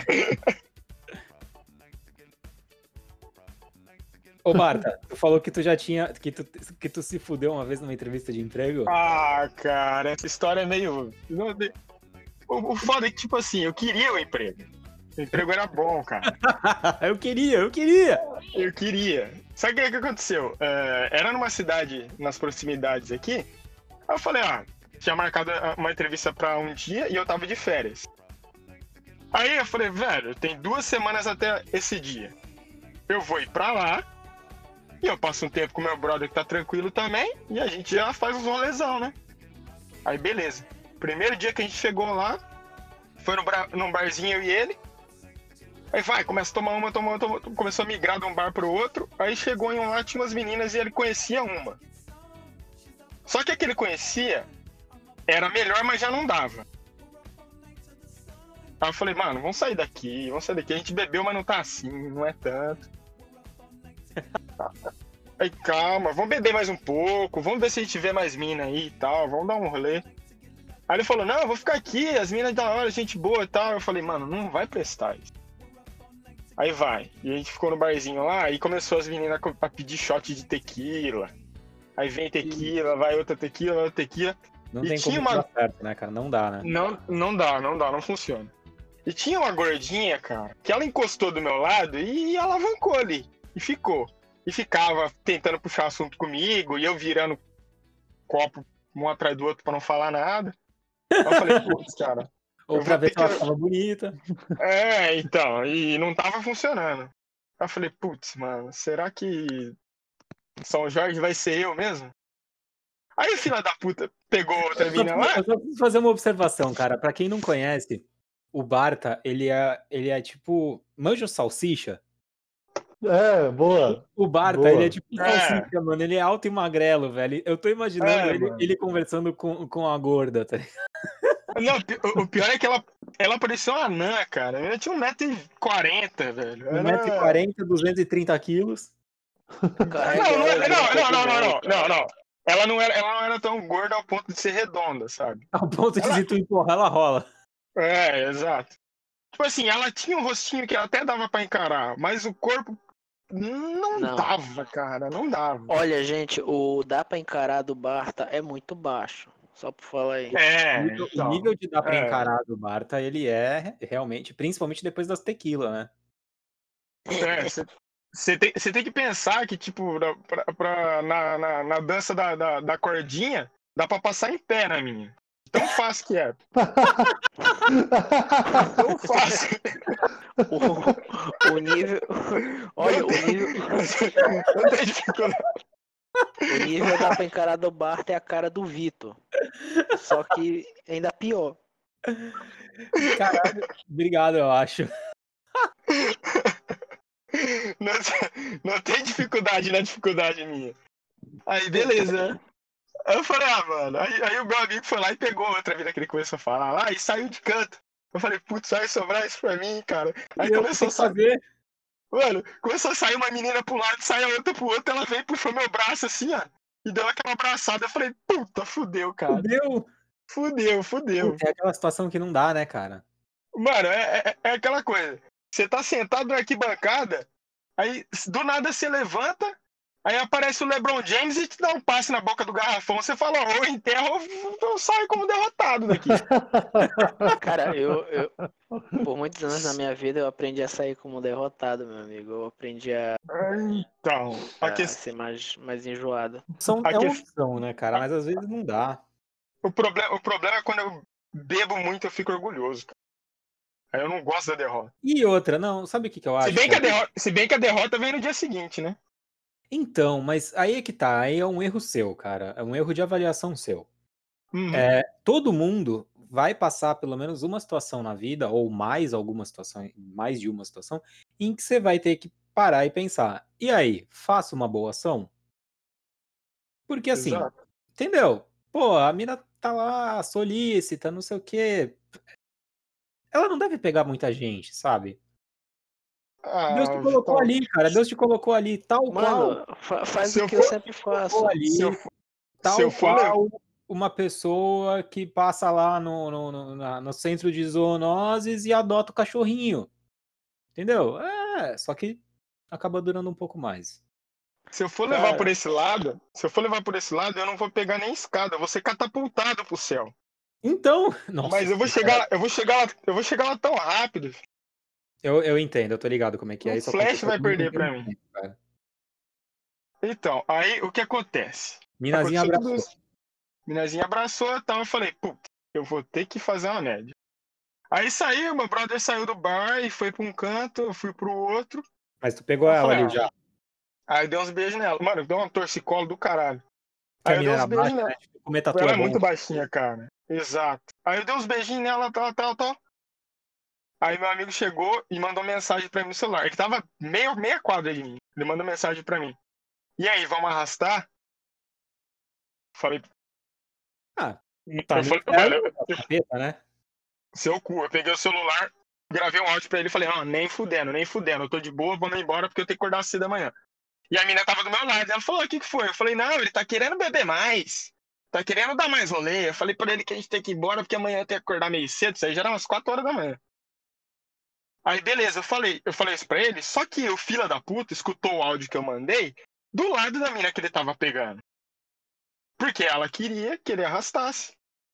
Ô, Marta, tu falou que tu já tinha. Que tu, que tu se fudeu uma vez numa entrevista de emprego? Ah, cara, essa história é meio. não de- O, o foda é que, tipo assim, eu queria o emprego. O emprego era bom, cara. eu queria, eu queria! Eu queria. Sabe o que, que aconteceu? É, era numa cidade nas proximidades aqui. Aí eu falei, ah, tinha marcado uma entrevista pra um dia e eu tava de férias. Aí eu falei, velho, tem duas semanas até esse dia. Eu vou ir pra lá e eu passo um tempo com meu brother que tá tranquilo também e a gente já faz uns rolezão, né? Aí beleza. Primeiro dia que a gente chegou lá, foi no bra- num barzinho eu e ele. Aí vai, começa a tomar uma, tomar uma, tomar uma, começou a migrar de um bar pro outro. Aí chegou em um lá, tinha umas meninas e ele conhecia uma. Só que a que ele conhecia era melhor, mas já não dava. Aí eu falei, mano, vamos sair daqui, vamos sair daqui. A gente bebeu, mas não tá assim, não é tanto. Aí calma, vamos beber mais um pouco, vamos ver se a gente vê mais mina aí e tal, vamos dar um rolê. Aí ele falou, não, eu vou ficar aqui, as minas da hora, gente boa e tal. Eu falei, mano, não vai prestar isso. Aí vai. E a gente ficou no barzinho lá e começou as meninas a pedir shot de tequila. Aí vem tequila, vai outra tequila, outra tequila. Não E tem como tinha uma- dar certo, né, cara? Não dá, né? Não, não dá, não dá, não funciona. E tinha uma gordinha, cara, que ela encostou do meu lado e alavancou ali. E ficou. E ficava tentando puxar assunto comigo, e eu virando copo um atrás do outro pra não falar nada. Aí eu falei, putz, cara. Ou Eu pra vou ver ter se ela que- ficava bonita. É, então, e não tava funcionando. Aí eu falei, putz, mano, será que São Jorge vai ser eu mesmo? Aí o filho da puta pegou outra Eu só, mina lá. eu só preciso fazer uma observação, cara. Pra quem não conhece, o Barta, ele é, ele é tipo. Manja o salsicha? É, boa. O Barta, Boa. ele é tipo um É. salsicha, mano. Ele é alto e magrelo, velho. Eu tô imaginando É, ele, mano. ele conversando com, com a gorda, tá ligado? Não, pi- o o pior é que ela, ela parecia uma anã, cara. Ela tinha um metro e quarenta, velho. um Era- metro e quarenta, duzentos e trinta quilos. Carrega Não, não, ela, é- não, vira não, não, não, não, cogumelo, não, não. Ela não, era, ela não era tão gorda ao ponto de ser redonda, sabe? Ao ponto de Ela- se tu empurrar, ela rola. É, exato. Tipo assim, ela tinha um rostinho que até dava pra encarar, mas o corpo não, Não. dava, cara, não dava. Olha, gente, o dá pra encarar do Barta é muito baixo. Só pra falar aí. É, O nível, então, o nível de dar pra é. encarar do Barta, ele é realmente, principalmente depois das tequila, né? Você tem, cê tem que pensar que, tipo, na- pra, pra- na, na, na dança da, da, da cordinha, dá pra passar em pé na minha. Tão fácil que é. Tão fácil. O, o nível. Olha, o nível. Não tem dificuldade. O nível dá pra encarar do Barta é a cara do Vitor. Só que ainda pior. Caralho, obrigado, eu acho. Não, não tem dificuldade na dificuldade minha. Aí, beleza. Aí eu falei, ah, mano. Aí, aí o meu amigo foi lá e pegou outra vida que ele começou a falar lá e saiu de canto. Eu falei, putz, vai sobrar isso pra mim, cara. Aí E eu começou a tenho que sair. fazer. Mano, começou a sair uma menina pro lado, saiu outra pro outro, ela veio e puxou meu braço assim, ó. E deu aquela abraçada. Eu falei, puta, fudeu, cara. Fudeu. Fudeu, fudeu. É aquela situação que não dá, né, cara? Mano, é, é, é aquela coisa. Você tá sentado na arquibancada, aí do nada você levanta, aí aparece o LeBron James e te dá um passe na boca do garrafão. Você fala, ou eu enterro ou eu saio como derrotado daqui. Cara, eu, eu. Por muitos anos na minha vida eu aprendi a sair como derrotado, meu amigo. Eu aprendi a, Então, a a questão. ser mais, mais enjoado. São, A é uma que- opção, né, cara? Mas às vezes não dá. O problema, o problema é quando eu bebo muito, eu fico orgulhoso, cara. Aí eu não gosto da derrota. E outra, não, sabe o que, que eu acho? Se bem, que a também? derrota se bem que a derrota vem no dia seguinte, né? Então, mas aí é que tá, aí é um erro seu, cara. É um erro de avaliação seu. Uhum. É, todo mundo vai passar pelo menos uma situação na vida, ou mais alguma situação, mais de uma situação, em que você vai ter que parar e pensar. E aí, faço uma boa ação? Porque assim, Exato. entendeu? Pô, a mina tá lá, solícita, não sei o quê. Ela não deve pegar muita gente, sabe? Deus te Ah, colocou Vitão, ali, cara. Deus te colocou ali, tal qual. Mano, fa- faz Se o eu que eu for- sempre faço. Colocou ali, se eu, for- tal se eu for levar- qual uma pessoa que passa lá no, no, no, na- no centro de zoonoses e adota o cachorrinho. Entendeu? É, só que acaba durando um pouco mais. Se eu for levar Cara. por esse lado, se eu for levar por esse lado, eu não vou pegar nem escada, eu vou ser catapultado pro céu. Então, nossa, Mas eu vou chegar, eu vou chegar lá, eu vou chegar lá tão rápido. eu, eu entendo, eu tô ligado como é que é. O Isso Flash aconteceu vai comigo perder tem um pra mim. tempo, cara. Então, aí o que acontece? Minazinha Aconteceu tudo abraçou. isso. Minazinha abraçou e tal, eu falei, putz, eu vou ter que fazer uma média. Aí saiu, meu brother saiu do bar e foi pra um canto, eu fui pro outro. Mas tu pegou Eu ela falei, ali ah, já. Aí eu dei uns beijos nela. Mano, deu um torcicolo do caralho. Que a Aí eu dei mina uns era beijos baixa, nela. né? Tipo, comer tatu Ela é é bom. muito baixinha, cara. Exato. Aí eu dei uns beijinhos nela, tal, tal, tal. Aí meu amigo chegou e mandou mensagem pra mim no celular. Ele tava meio, meia quadra de mim. Ele mandou mensagem pra mim. E aí, vamos arrastar? Falei, Ah, tá eu no falei, inferno, mano, eu- capeta, né? seu cu. Eu peguei o celular, gravei um áudio pra ele e falei, ó, nem fudendo, nem fudendo. Eu tô de boa, vamos embora porque eu tenho que acordar cedo amanhã. E a mina tava do meu lado. Ela falou, o que que foi? Eu falei, não, ele tá querendo beber mais. Tá querendo dar mais rolê. Eu falei pra ele que a gente tem que ir embora porque amanhã eu tenho que acordar meio cedo. Isso aí já era umas quatro horas da manhã. Aí, beleza, eu falei, eu falei isso pra ele, só que o fila da puta escutou o áudio que eu mandei do lado da mina que ele tava pegando. Porque ela queria que ele arrastasse.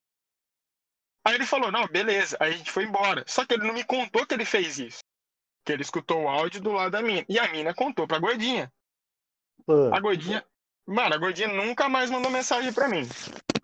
Aí ele falou, não, beleza. Aí a gente foi embora. Só que ele não me contou que ele fez isso. Que ele escutou o áudio do lado da mina. E a mina contou pra gordinha. A gordinha... Mano, a gordinha nunca mais mandou mensagem pra mim.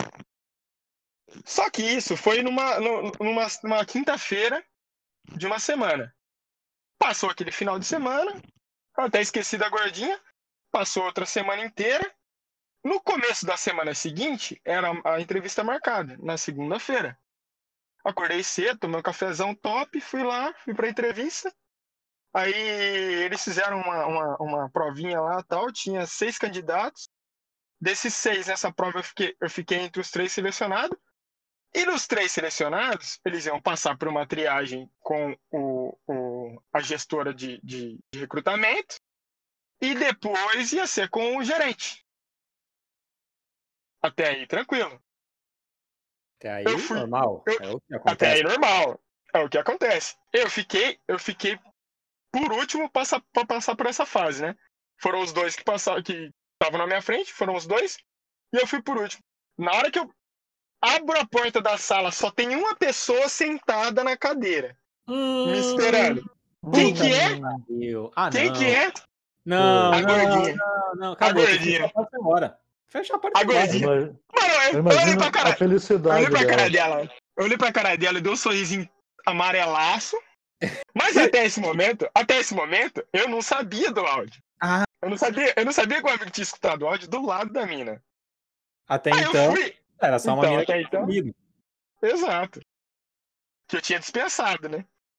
Só que isso foi numa, nu- numa, numa quinta-feira de uma semana. Passou aquele final de semana. Eu até esqueci da gordinha. Passou outra semana inteira. No começo da semana seguinte, era a entrevista marcada, na segunda-feira. Acordei cedo, tomei um cafezão top, fui lá, fui pra entrevista. Aí eles fizeram uma, uma, uma provinha lá e tal, tinha seis candidatos. Desses seis, nessa prova, eu fiquei, eu fiquei entre os três selecionados. E nos três selecionados, eles iam passar por uma triagem com o, o, a gestora de, de, de recrutamento. E depois ia ser com o gerente. Até aí, tranquilo. Até aí, Eu fui- normal. eu- É o que Até acontece. aí, normal. É o que acontece. Eu fiquei, eu fiquei por último para passar por essa fase, né? Foram os dois que passaram, que estavam na minha frente, foram os dois. E eu fui por último. Na hora que eu abro a porta da sala, só tem uma pessoa sentada na cadeira, Hum, me esperando. Quem puta que é? pariu. Ah, Quem não. que é? Não, A não, gordinha. não, não. Acabou. A tem que gordinha. fechar a porta e ir embora. Fecha a porta A e vai. gordinha. Ima- Mano, eu, eu olhei Imagina pra a cara, eu felicidade olhei pra cara dela. dela. Eu olhei pra cara dela e dei um sorrisinho amarelaço. Mas até esse momento, até esse momento, eu não sabia do áudio. Ah. Eu não sabia, eu não sabia que o amigo tinha escutado o áudio do lado da mina. Até Aí então, eu fui. era só uma Então, mina até que então- tinha comido. Exato. Que eu tinha dispensado, né?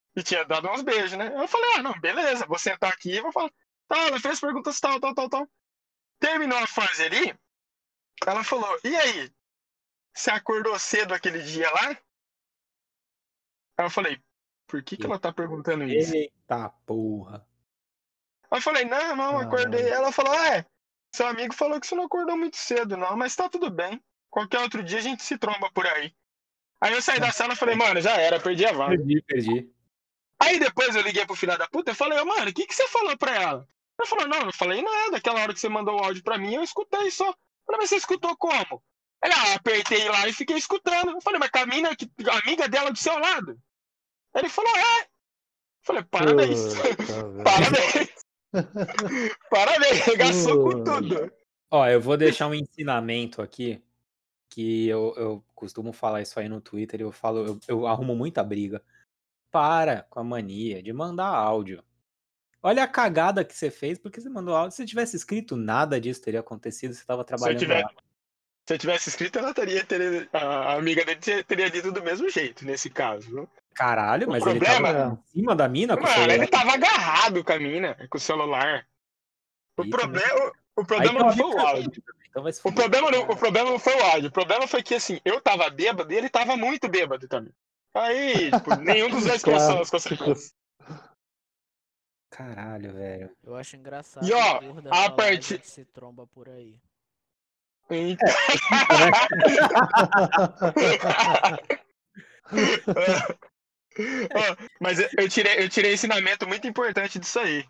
E tinha dado uns beijos, né? Eu falei, ah, não, beleza, vou sentar aqui e vou falar. Tá, ela fez perguntas tal, tal, tal, tal. Terminou a fase ali, ela falou, e aí? Você acordou cedo aquele dia lá? Aí eu falei, por que, que ela tá perguntando isso? Eita porra. Aí eu falei, não, não, acordei. Caralho. Ela falou, é, seu amigo falou que você não acordou muito cedo, não, mas tá tudo bem. Qualquer outro dia a gente se tromba por aí. Aí eu saí da sala e falei, mano, já era, perdi a vaga. Perdi, perdi. Aí depois eu liguei pro filho da puta e falei, ô, mano, o que, que você falou pra ela? Ela falou, não, não falei nada. Aquela hora que você mandou o áudio pra mim, eu escutei só. Eu falei, mas você escutou como? Ela, ah, apertei lá e fiquei escutando. Eu falei, mas Camina, que a amiga dela do seu lado. Ele falou, é. Eu falei, parabéns. Puta, velho. Parabéns. Parabéns, regaçou com tudo. Ó, eu vou deixar um ensinamento aqui, que eu, eu costumo falar isso aí no Twitter, eu falo, eu, eu arrumo muita briga. Para com a mania de mandar áudio. Olha a cagada que você fez, porque você mandou áudio. Se você tivesse escrito, nada disso teria acontecido, você tava Se eu, trabalhando tiver, lá. se eu tivesse escrito, ela teria, teria, a amiga dele teria dito do mesmo jeito, nesse caso. Viu? Caralho, O mas problema- ele tava em cima da mina com o Mano, celular. ele tava agarrado com a mina, com o celular. O Aí também- problema, o Aí problema tem não uma foi o amiga áudio. dele também, então vai se O fuder. problema, não, o problema não foi o áudio. O problema foi que, assim, eu tava bêbado e ele tava muito bêbado também. Aí, tipo, nenhum dos dois começou as consequências. Caralho, velho. Eu acho engraçado E, ó, o Gorda a falar partir- a gente se tromba por aí. Então... Ó, mas eu- eu tirei, eu tirei ensinamento muito importante disso aí.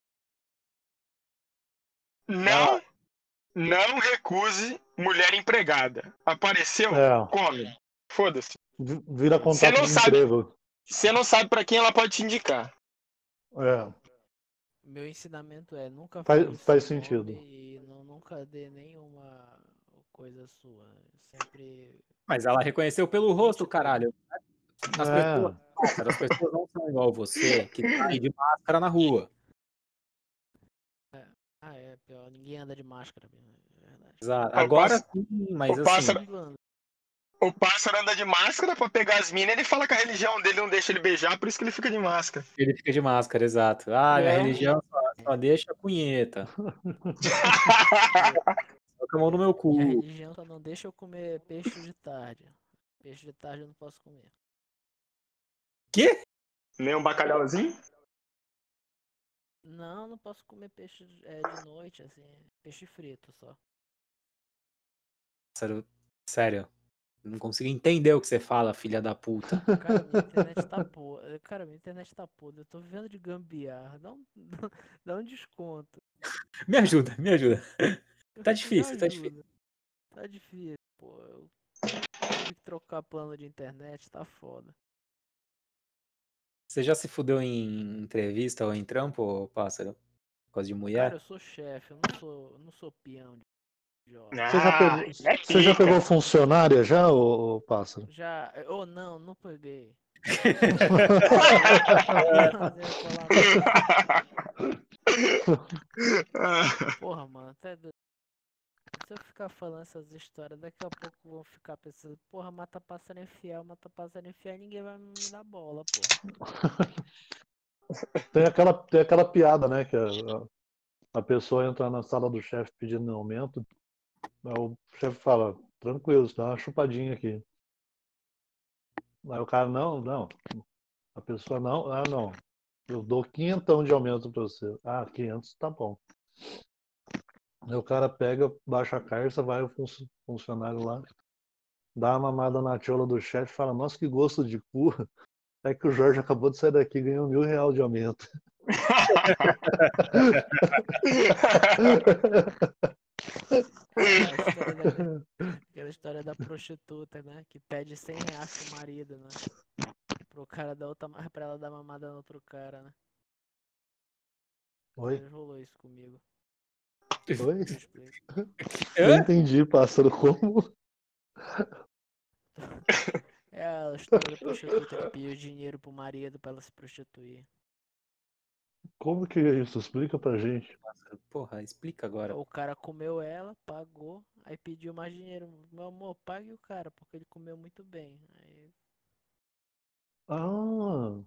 Não, não recuse mulher empregada. Apareceu, É. come. Foda-se. Vi- Vira Você contato não de sabe- emprego. Você não sabe pra quem ela pode te indicar. É. Meu ensinamento é nunca Faz- fale faz seu sentido. nome e não, nunca dê nenhuma coisa sua. Sempre. Mas ela reconheceu pelo rosto, caralho. As É. pessoas, pássaro, as pessoas não são igual você, que tá aí de máscara na rua. Ah, é pior. Ninguém anda de máscara mesmo. É verdade. Exato. O Agora pássaro- sim, mas o assim. pássaro- O pássaro anda de máscara pra pegar as minas, ele fala que a religião dele não deixa ele beijar, por isso que ele fica de máscara. Ele fica de máscara, exato. Ah, minha É. religião só, só deixa a punheta. Coloca a mão no meu cu. Minha religião só não deixa eu comer peixe de tarde. Peixe de tarde eu não posso comer. Quê? Nem um bacalhauzinho? Não, não posso comer peixe é, de noite, assim. Peixe frito só. Pássaro, sério. Não consigo entender o que você fala, filha da puta. Cara, minha internet tá podre. Cara, minha internet tá podre. Eu tô vivendo de gambiarra. Dá um, dá um desconto. Me ajuda, me ajuda. Tá Me difícil, tá ajuda. difícil. Tá difícil, pô. Eu tive que trocar plano de internet, tá foda. Você já se fudeu em entrevista ou em trampo, ô pássaro? Por causa de Cara, mulher? eu sou chefe, eu não sou, eu não sou peão de idiota. Você já pegou, é você já pica. pegou funcionária já, ô, ô pássaro? Já. Oh, não, não peguei. Porra, mano, até do... se eu ficar falando essas histórias, daqui a pouco vão ficar pensando, porra, mata pássaro infiel, mata pássaro infiel, ninguém vai me dar bola, porra. Tem aquela, tem aquela piada, né? Que a, a pessoa entra na sala do chefe pedindo aumento, aí o chefe fala, tranquilo, você dá uma chupadinha aqui. Aí o cara, não, não. A pessoa, não, ah, não. Eu dou quinhentão de aumento pra você. Ah, quinhentos tá bom. Aí o cara pega, baixa a carça, vai o fun- funcionário lá, dá uma mamada na tiola do chefe e fala, nossa, que gosto de cu. É que o Jorge acabou de sair daqui e ganhou mil reais de aumento. Aquela história da, aquela história da prostituta, né? Que pede cem reais pro marido, né? Pro cara dar outra, pra ela dar mamada no outro cara, né? Oi? Já rolou isso comigo. Oi? Eu explico. Não entendi, pássaro, como? É a história da prostituta que pediu dinheiro pro marido pra ela se prostituir. Como que é isso? Explica pra gente. Pássaro, porra, explica agora. O cara comeu ela, pagou, aí pediu mais dinheiro. Meu amor, pague o cara, porque ele comeu muito bem. Aí, Ah,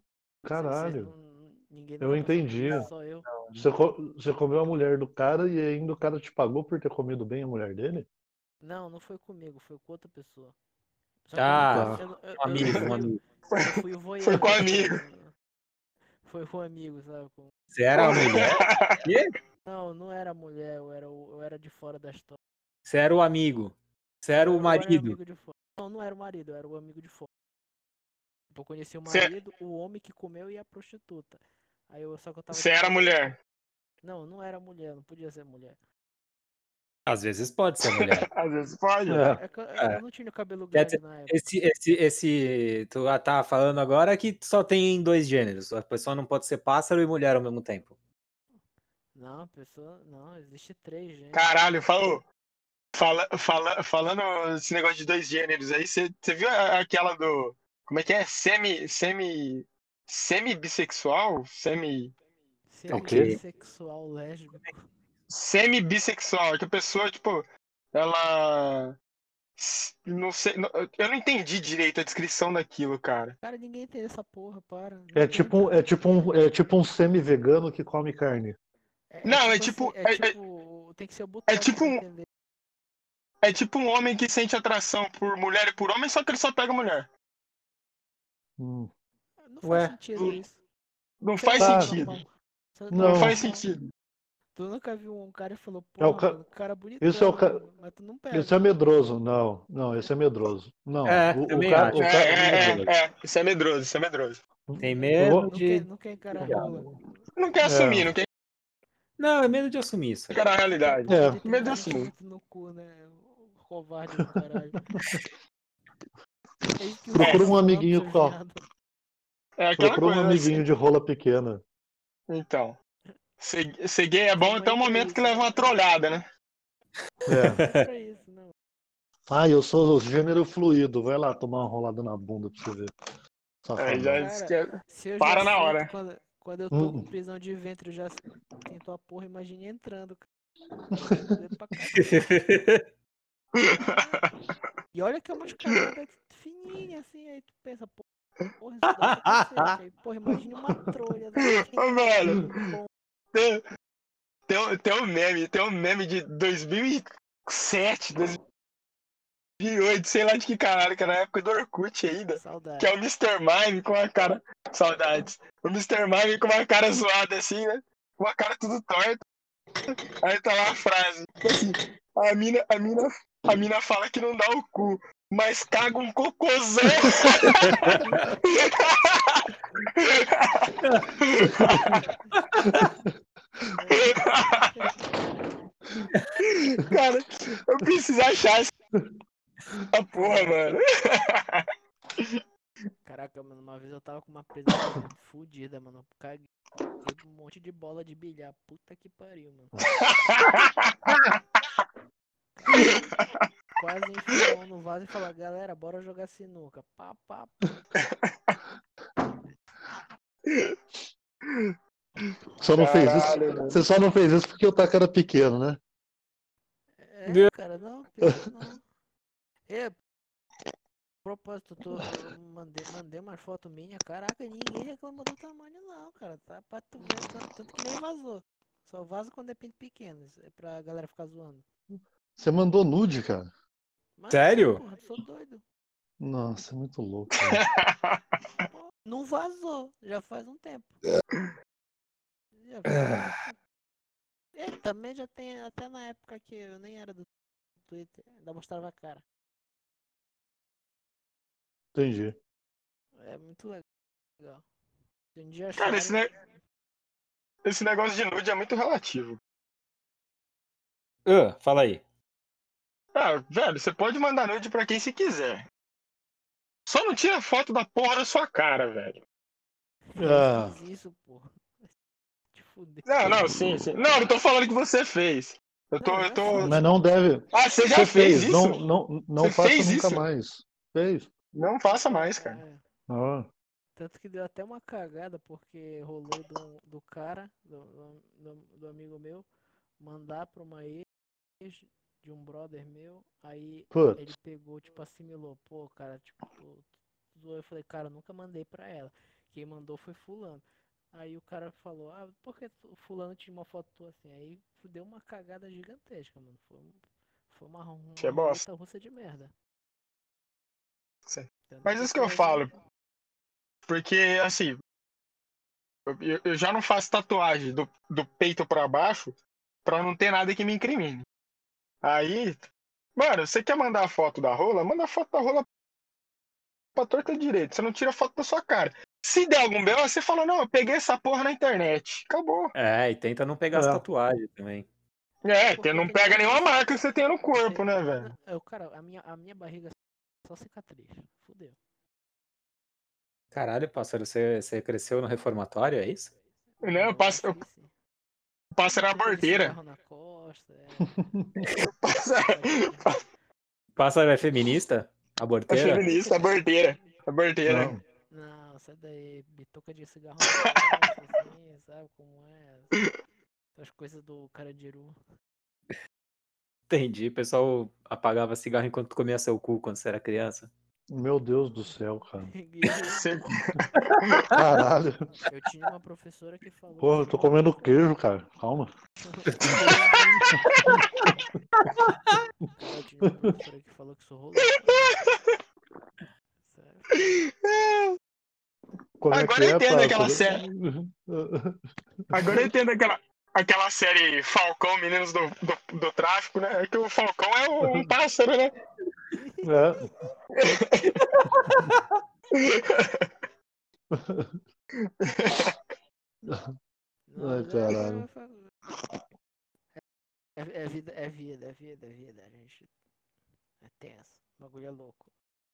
Caralho. não- ninguém Eu nunca passou por entendi. isso, só eu. Você, co- você comeu a mulher do cara e ainda o cara te pagou por ter comido bem a mulher dele? Não, não foi comigo, foi com outra pessoa. Só que Ah, eu, não- eu, não- eu, um eu, amigo, eu um fui, amigo. eu fui o Foi voyeur. com né? amigo. Foi com amigo, sabe? Com- Você era a mulher? Quê? Não, não era mulher, eu era, o- eu era de fora da história. Você era o amigo. Você era Eu o era, eu era o marido. amigo de fora. Não, não era o marido, eu era o amigo de fora. Tipo, eu conheci o Cê- marido, o homem que comeu e a prostituta. Aí eu só que eu tava. Você era mulher. Não, não era mulher, não podia ser mulher. Às vezes pode ser mulher. Às vezes pode. É. É que eu, É. eu não tinha o cabelo Quer grande dizer, na época. Esse, esse, esse, tu tá falando agora que só tem dois gêneros. A pessoa não pode ser pássaro e mulher ao mesmo tempo. Não, pessoa. Não, existe três, gente. Caralho, falou. Fala, fala, falando esse negócio de dois gêneros aí, você viu a- aquela do. Como é que é? Semi. Semi. Semi-bissexual? Semi. É o quê? Semi-bissexual lésbico. Semi-bissexual, que a pessoa, tipo, ela. Não sei. não- Eu não entendi direito a descrição daquilo, cara. Cara, ninguém tem essa porra, para. Não É tem, tipo, cara. é tipo um, é tipo um semi-vegano que come carne. É, Não, é assim, tipo- é, é- é- tipo. Tem que ser o boteco tipo pra um- entender. É tipo um homem que sente atração por mulher e por homem, só que ele só pega mulher. Hum. Não Ué. faz sentido isso. Não Você é faz Tá. sentido. normal. Você Não. Não faz normal. sentido. Tu nunca viu um cara e falou, É o porra, ca- mano, cara bonitão, Esse é o ca- mas tu não pega. Esse é medroso. Não, não, esse é medroso. Não, É, o, o também cara, acho. o É, cara, é, é, é. Isso é medroso, isso é medroso. Tem eu medo vou- Não de. quer, não quer encarar Obrigado. rola. Não quer É. assumir, não quer Não, é medo de assumir isso. aí. encarar a realidade. É. Ele tem Medo nariz assim. muito no cu, né? O covarde do caralho. É isso que o Procura Zé um falou, amiguinho seu com- viado. É aquela procura um coisa amiguinho assim. de rola pequena. Então. Ser, ser gay é bom Tem até o mãe pra momento isso, que leva né? uma trolhada, né? É. É pra isso, não. Ah, eu sou gênero fluido. Vai lá tomar uma rolada na bunda pra você ver. Aí Safadão. já Cara, esque- Se eu Para já na sinto hora. Quando, quando eu tô Hum. com prisão de ventre, eu já sinto a porra, imagine entrando. Cara. Doido pra caralho. E olha que é umas cagadas fininhas assim, aí tu pensa, pô, porra, isso dói pra cacete. Aí, porra, imagine uma trolha daquele. Ô, velho, Bom, tem, tem, um- tem um meme, tem um meme de dois mil e sete, dois mil e oito, sei lá de que caralho, que era na época do Orkut ainda. Que saudade. é o mister Mime com a cara. Saudades. O mister Mime com uma cara zoada assim, né? Com a cara tudo torta. Aí tá lá a frase. Tipo assim, a mina, a mina, a mina fala que não dá o cu, mas caga um cocôzão. Cara, eu preciso achar essa porra, mano. Caraca, mano, uma vez eu tava com uma prisão de ventre fudida, mano. Eu caguei um monte de bola de bilhar. Puta que pariu, mano. Quase enfiei a mão no vaso e falei, galera, bora jogar sinuca. Pá, pá, Só não fez isso. Caralho, mano. Você só não fez isso porque o taco era pequeno, né? É, cara, não, pior que não. É, propósito, tô, eu mandei, mandei umas fotos minhas, caraca, ninguém reclamou do tamanho não, cara, tá pra tu ver, tanto, tanto que nem vazou. Só vaza quando é pinto pequeno, isso é pra galera ficar zoando. Você mandou nude, cara. Mas, Sério? Porra, eu sou doido. Nossa, é muito louco. Cara. Pô, não vazou, já faz um tempo. Já faz um tempo. É, também já tem, até na época que eu nem era do Twitter, ainda mostrava a cara. Entendi. É muito legal. Se um dia Cara, esse, acharem- ne- esse negócio de nude é muito relativo. Ah, fala aí. Ah, velho, você pode mandar nude pra quem se quiser. Só não tira foto da porra da sua cara, velho. Ah. Eu fiz isso, porra. Te fuder. Não, não, sim, sim. Não, não tô falando que você fez. Eu tô, Não, eu já tô. fiz. Mas não deve. Ah, você já Você fez, fez. isso? Não, não, não Você faça fez nunca isso? mais. Fez. Não faça mais, cara. É, Ah. tanto que deu até uma cagada, porque rolou do, do cara, do, do, do amigo meu, mandar pra uma ex de um brother meu, aí Putz. ele pegou, tipo, assimilou, pô, cara, tipo, tu, tu, eu falei, cara, eu nunca mandei pra ela. quem mandou foi fulano. Aí o cara falou, ah, por que o fulano tinha uma foto tua assim? Aí deu uma cagada gigantesca, mano. Foi, um- foi uma, uma Que é bosta. roleta russa de merda. Sim. Tanto Mas isso que eu depois falo. Porque, assim, eu, eu já não faço tatuagem do, do peito pra baixo pra não ter nada que me incrimine. Aí, mano, você quer mandar a foto da rola? Manda a foto da rola pra torta direito. Você não tira foto da sua cara. Se der algum B O, você fala, não, eu peguei essa porra na internet. Acabou. É, e tenta não pegar as É. tatuagens também. É, Porque que não tem pega muita nenhuma gente- marca que você tem no corpo, tem- né, velho? Eu, cara, a minha, a minha barriga é só cicatriz. Fudeu. Caralho, pássaro, você, você cresceu no reformatório, é isso? Não, É, eu passo, acho eu que sim. passo na Bituca de bordeira. cigarro na costa, é. Passa- Pássaro é feminista? É Aborteira? feminista, a bordeira. A bordeira. Não. Não, sai daí, bituca de cigarro na costa, assim, sabe como é? As coisas do Carandiru. Entendi. O pessoal apagava cigarro enquanto comia seu cu quando você era criança. Meu Deus do céu, cara. Você- Caralho. Eu tinha uma professora que falou. Porra, eu que tô isso comendo rolava, queijo, cara. Calma. Cara, eu tinha uma professora que falou que isso rolava. Sério. Como é Agora que eu é, entendo aquela pássaro? série. Agora eu entendo aquela, aquela série Falcão, Meninos do, do, do Tráfico, né? É que o Falcão é um, um pássaro, né? É. Não, Ai, mas é- caralho. É, é vida, é vida, é vida, é vida. A gente. É tenso. O bagulho é louco.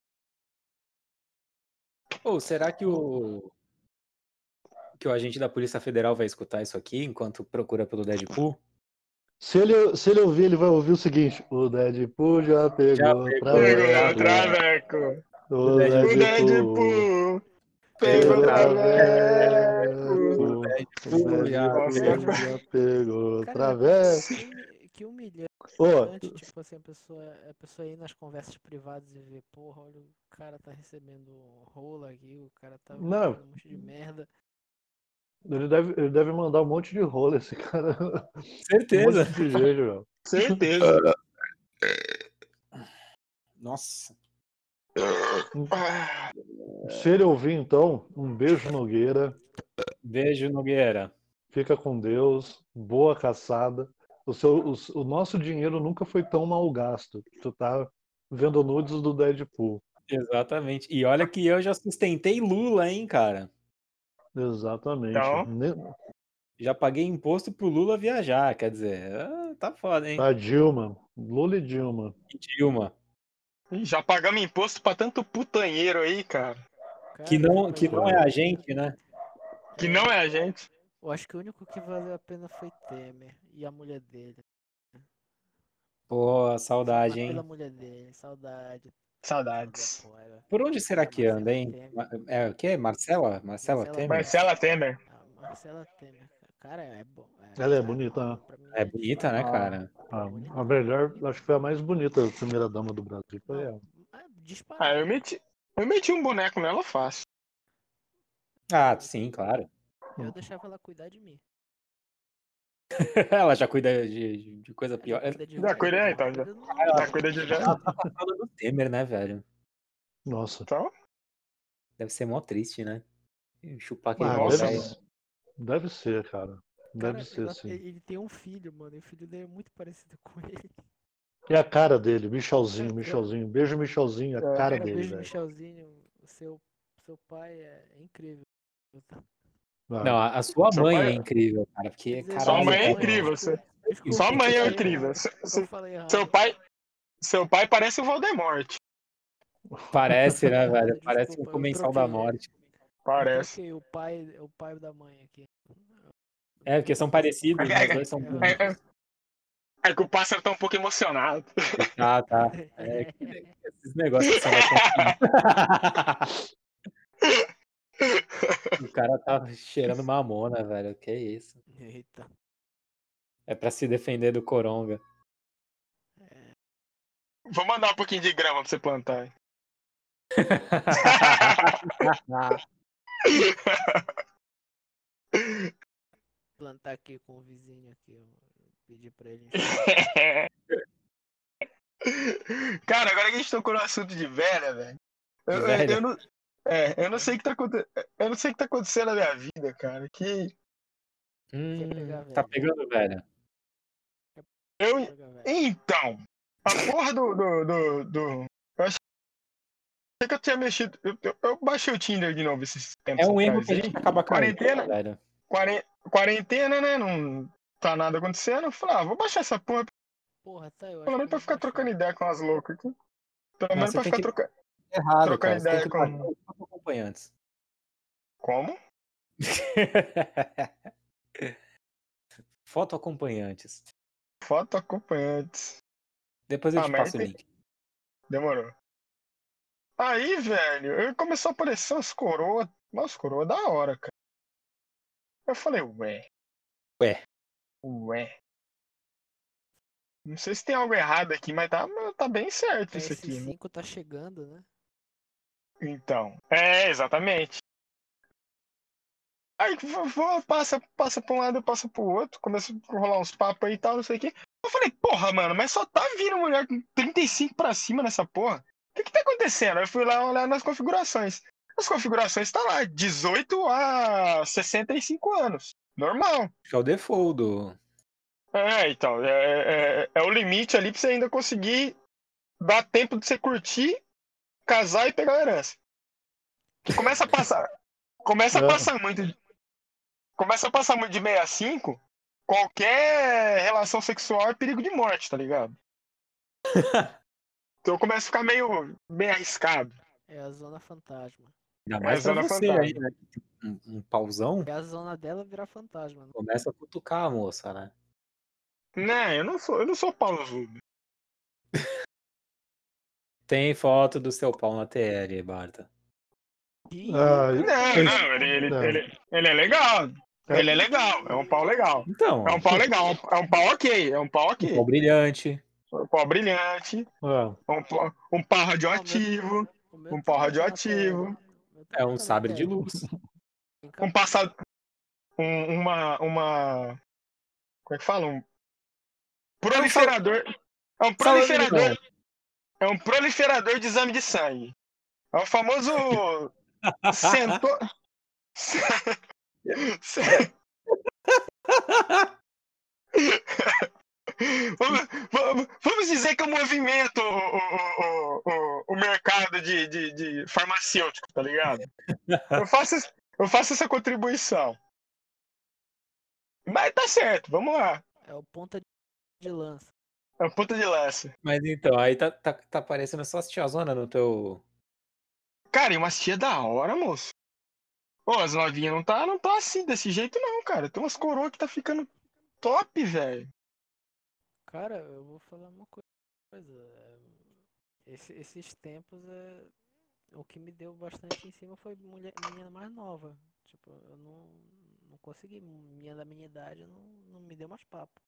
Ou será que o que o agente da Polícia Federal vai escutar isso aqui enquanto procura pelo Deadpool? Se ele, se ele ouvir, ele vai ouvir o seguinte: o Deadpool já pegou, Já pegou, traveco. Traveco. O O Deadpool. O Deadpool Deadpool pegou pegou traveco. Traveco. O Deadpool já Deadpool pegou. já pegou Cara, traveco. que, humi- que humilhante, Ô, tipo assim, a pessoa, a pessoa ir nas conversas privadas e ver, porra, olha, o cara tá recebendo rola aqui, o cara tá Não. recebendo um monte de merda. ele deve, ele deve mandar um monte de rola, esse cara. Um Certeza. monte de gente, meu. Certeza. Nossa. Ah, Se ele ouvir, então, um beijo, Nogueira. Beijo, Nogueira. Fica com Deus. Boa caçada. O, seu, o, o nosso dinheiro nunca foi tão mal gasto. Tu tá vendo nudes do Deadpool. Exatamente. E olha que eu já sustentei Lula, hein, cara. Exatamente. Então. Ne- Já paguei imposto pro Lula viajar, quer dizer, ah, tá foda, hein? A Dilma. Lula e Dilma. E Dilma. já pagamos imposto pra tanto putanheiro aí, cara. Que Cara, não, já que pagou- não é a gente, né? Que não é a gente. Eu acho que o único que valeu a pena foi Temer e a mulher dele. Pô, Mas saudade, pela hein? mulher dele, saudade. Saudades. Pô, era- Por onde será que Marcela anda, hein? Temer. Ma- É o quê? Marcela? Marcela Marcela Temer? Marcela Temer. A Marcela Temer, cara, é bom. Ela é cara, bonita, né? pra mim É bonita, né, Ah, cara? A, bonita. a melhor, acho que foi a mais bonita primeira dama do Brasil. Foi Não, ela. é Ah, disparado. eu meti, eu meti um boneco nela fácil. Ah, Eu- sim, claro. Eu deixava ela cuidar de mim. Ela já cuida de, de coisa pior. Ela cuida de Já velho, cuida, ela então, já. cuida do Ela Já normal. cuida de velho. Ela tá passando do Temer, né, velho? Nossa. Então, Deve ser mó triste, né? Chupar aquele Ah, pau Nossa, deve, velho. deve ser, cara. Deve Cara, ser, ela- sim. ele tem um filho, mano, e o filho dele é muito parecido com ele. É a cara dele, Michelzinho, É, Michelzinho. Beijo, Michelzinho, a É. cara Cara, dele, beijo, velho. Michelzinho. Seu, seu pai é, é incrível. Ah, Não, a a sua Seu mãe pai é é- incrível, cara. Porque, Quer dizer, caralho. Sua mãe é cara, incrível. desculpa, desculpa, Sua mãe é eu falei incrível. errado, Seu- eu seu- falei errado. Seu pai, seu pai parece o Voldemort. Parece, né, Errado, velho? Parece um desculpa, eu comensal da troquei. morte. Eu Parece. troquei o pai, o pai da mãe aqui. É, porque são parecidos, né? Os dois são É, bonitos. É que o pássaro tá um pouco emocionado. Tá, tá. É, esses negócios que você vai conseguir. O cara tá cheirando mamona, velho. Que isso? Eita. É pra se defender do coronga. É, Vou mandar um pouquinho de grama pra você plantar. aí. Plantar aqui com o vizinho aqui. Eu pedi pra ele encher. Cara, agora que a gente tocou no assunto de velha, velho. Eu, De eu- velha? eu não, é, eu não sei o que tá acontecendo. Eu não sei o que tá acontecendo na minha vida, cara. Que Hum, pegar tá velho. pegando velha. eu. Pega, velho. Então, a porra do. do, do, do- eu achei que eu tinha mexido. Eu, eu- eu baixei o Tinder de novo esses tempos É um erro atrás que a aí. gente acaba caindo, Quarentena, velho. quaren- quarentena, né? Não tá nada acontecendo. Eu falei, ah, vou baixar essa porra, Porra, tá, eu acho pelo que menos eu pra vou ficar baixar. trocando ideia com as loucas aqui. Pelo Não, menos você pra tem ficar que. troca- Errado, trocando cara. Você tem ideia que com. baixar os foto acompanhantes. Como? Foto acompanhantes. Foto acompanhantes. Depois eu Ah, te mas passo o tem- link. demorou. Aí, velho, eu começou a aparecer umas coroas, umas coroas da hora, cara. Eu falei, ué. Ué. Ué. Não sei se tem algo errado aqui, mas tá, tá bem certo isso aqui, né? P S cinco tá chegando, né? Então. É, exatamente. Aí vou, vou- passa, passa pra um lado, passa pro outro, começa a rolar uns papos aí e tal, não sei o quê. Eu falei, porra, mano, mas só tá vindo mulher com trinta e cinco pra cima nessa porra. O que que tá acontecendo? Eu fui lá olhar nas configurações. As configurações tá lá, dezoito a sessenta e cinco anos. Normal. Acho que é o default do. É, então, é, é, é o limite ali pra você ainda conseguir dar tempo de você curtir, casar e pegar a herança. Que começa a passar. Começa a É. passar muito. de- Começa a passar muito de sessenta e cinco, qualquer relação sexual é perigo de morte, tá ligado? Então começa a ficar meio, meio arriscado. É a zona fantasma. Ainda É a mais pra zona você fantasma. aí, né? Um, um pauzão. É a zona dela virar fantasma. Né? Começa a cutucar a moça, né? Né, eu não sou, eu não sou pausudo. Tem foto do seu pau na T L, Barta. Ih, Ah, Não, Esse- não, ele, ele, não. ele, ele é legal. É. Ele é legal, é um pau legal. Então, É um pau legal, é um pau ok, é um pau um ok. pau brilhante. Um pau brilhante, Ah, um pau, um pau radioativo, O meu um tá pau na zona radioativo, T L. O meu É também um tá na sabre de T L. luz. Tem um cap- passado, um, uma, uma, como é que fala? Um proliferador, é um proliferador, é um proliferador de exame de sangue. É o famoso sentou, vamos, vamos- vamos dizer que eu movimento o, o, o, o, o mercado de, de, de farmacêutico, tá ligado? Eu faço, es- eu faço essa contribuição. Mas tá certo, vamos lá. É o ponta de lança. É a ponta de lança. Mas então, aí tá, tá, tá aparecendo só as tiazona no teu. Cara, e umas tia da hora, moço. Pô, as novinhas não tá, não tá assim, desse jeito não, cara. Tem umas coroas que tá ficando top, velho. Cara, eu vou falar uma coi- coisa. é, esse- esses tempos, é, o que me deu bastante em cima foi mulher, menina mais nova. Tipo, eu não, não consegui. Menina da minha idade não, não me deu mais papo.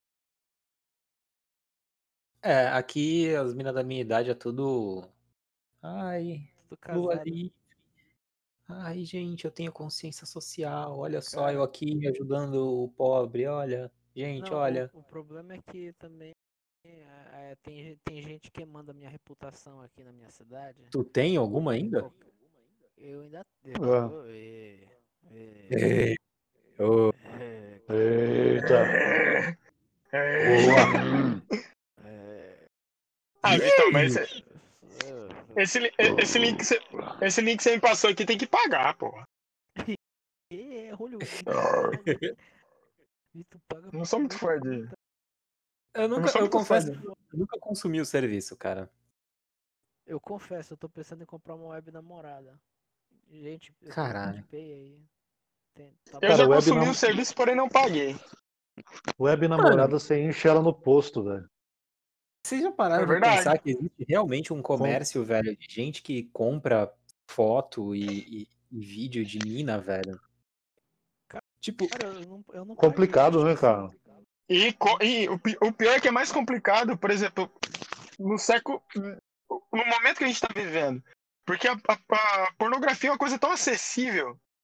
É, aqui as minas da minha idade é tudo. Ai, Tudo lua casado. livre. Ai, gente, eu tenho consciência social. Olha só, Cara, eu aqui ajudando o pobre. Olha, gente, não, olha. o, o problema é que também é, é, tem, ge- tem gente queimando a minha reputação aqui na minha cidade. Tu tem alguma ainda? Qual- Eu ainda. Ah. Eu, é, é, É. Ô, é, Eita. É. Boa. é, Ah, Vitão, mas esse, é, esse, li- esse link que você, esse link que você me passou aqui tem que pagar, porra. é, é, olha o Vitor paga. Vitor paga Não sou muito fã de. comentário. eu Eu não nunca, sou eu muito fã confesso de. que eu nunca consumi o serviço, cara. Eu confesso, eu tô pensando em comprar uma web namorada. Gente, eu tenho Caralho. PicPay aí. Tem, tá Eu Cara, já web consumi nam- o serviço, porém não paguei. Web namorada, você enche ela no posto, velho. Vocês já pararam É pra verdade. pensar que existe realmente um comércio, velho, de gente que compra foto e, e- e vídeo de mina, velho? Tipo, Cara, eu não, eu não Complicado, paguei, né, tipo assim, cara? E, co- e o, pi- o pior é que é mais complicado, por exemplo, no século. No momento que a gente tá vivendo. Porque a, a- a pornografia é uma coisa tão acessível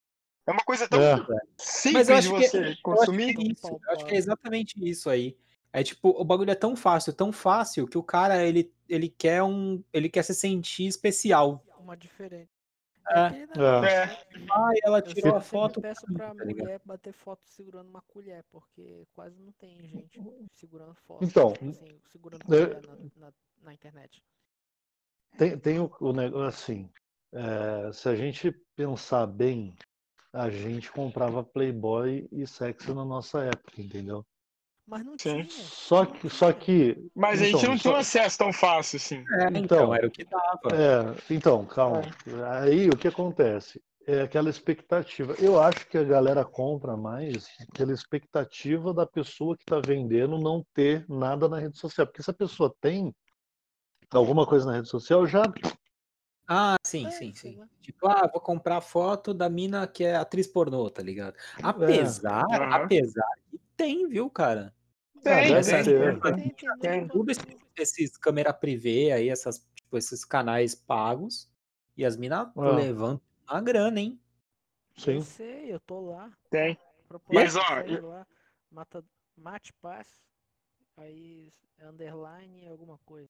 É uma coisa tão É. Mas eu simples de acho que, você eu acho que consumir. é isso. Eu acho que é exatamente isso aí. É tipo, o bagulho é tão fácil, tão fácil, que o cara, ele, ele quer um. Ele quer se sentir especial. Uma diferente. É. É aquele negócio, É. né? Ah, ela Eu tirou a sempre foto. peço pra mim, pra tá ligado? mulher bater foto segurando uma colher, porque quase não tem gente segurando foto. Então, tipo assim, segurando eu- colher na, na, na internet. Tem, tem o, o negócio assim, é, se a gente pensar bem, a gente comprava Playboy e sexo na nossa época, entendeu? Mas não Sim. tinha. Só que, só que, Mas a gente então, não tinha um só, acesso tão fácil assim. É, então, então, era o que dava. é, então, calma. Aí o que acontece? É aquela expectativa. Eu acho que a galera compra mais pela expectativa da pessoa que está vendendo não ter nada na rede social. Porque se a pessoa tem alguma coisa na rede social, já. Ah, sim, É, sim, sei sim. lá. Tipo, ah, vou comprar foto da mina que é atriz pornô, tá ligado? É, Apesar, Aham. apesar que tem, viu, cara? ah, Tem, deve Essas, tem. ter. essas Tem, tem Tem. muito tudo esses, bagulho. esses câmera privê aí, essas, tipo, esses canais pagos, e as minas Ah, levantam uma grana, hein? Eu sim. sei, eu tô lá. Tem. Propósito, Mas, ó, segue lá. Mata, mate pass. Aí underline alguma coisa.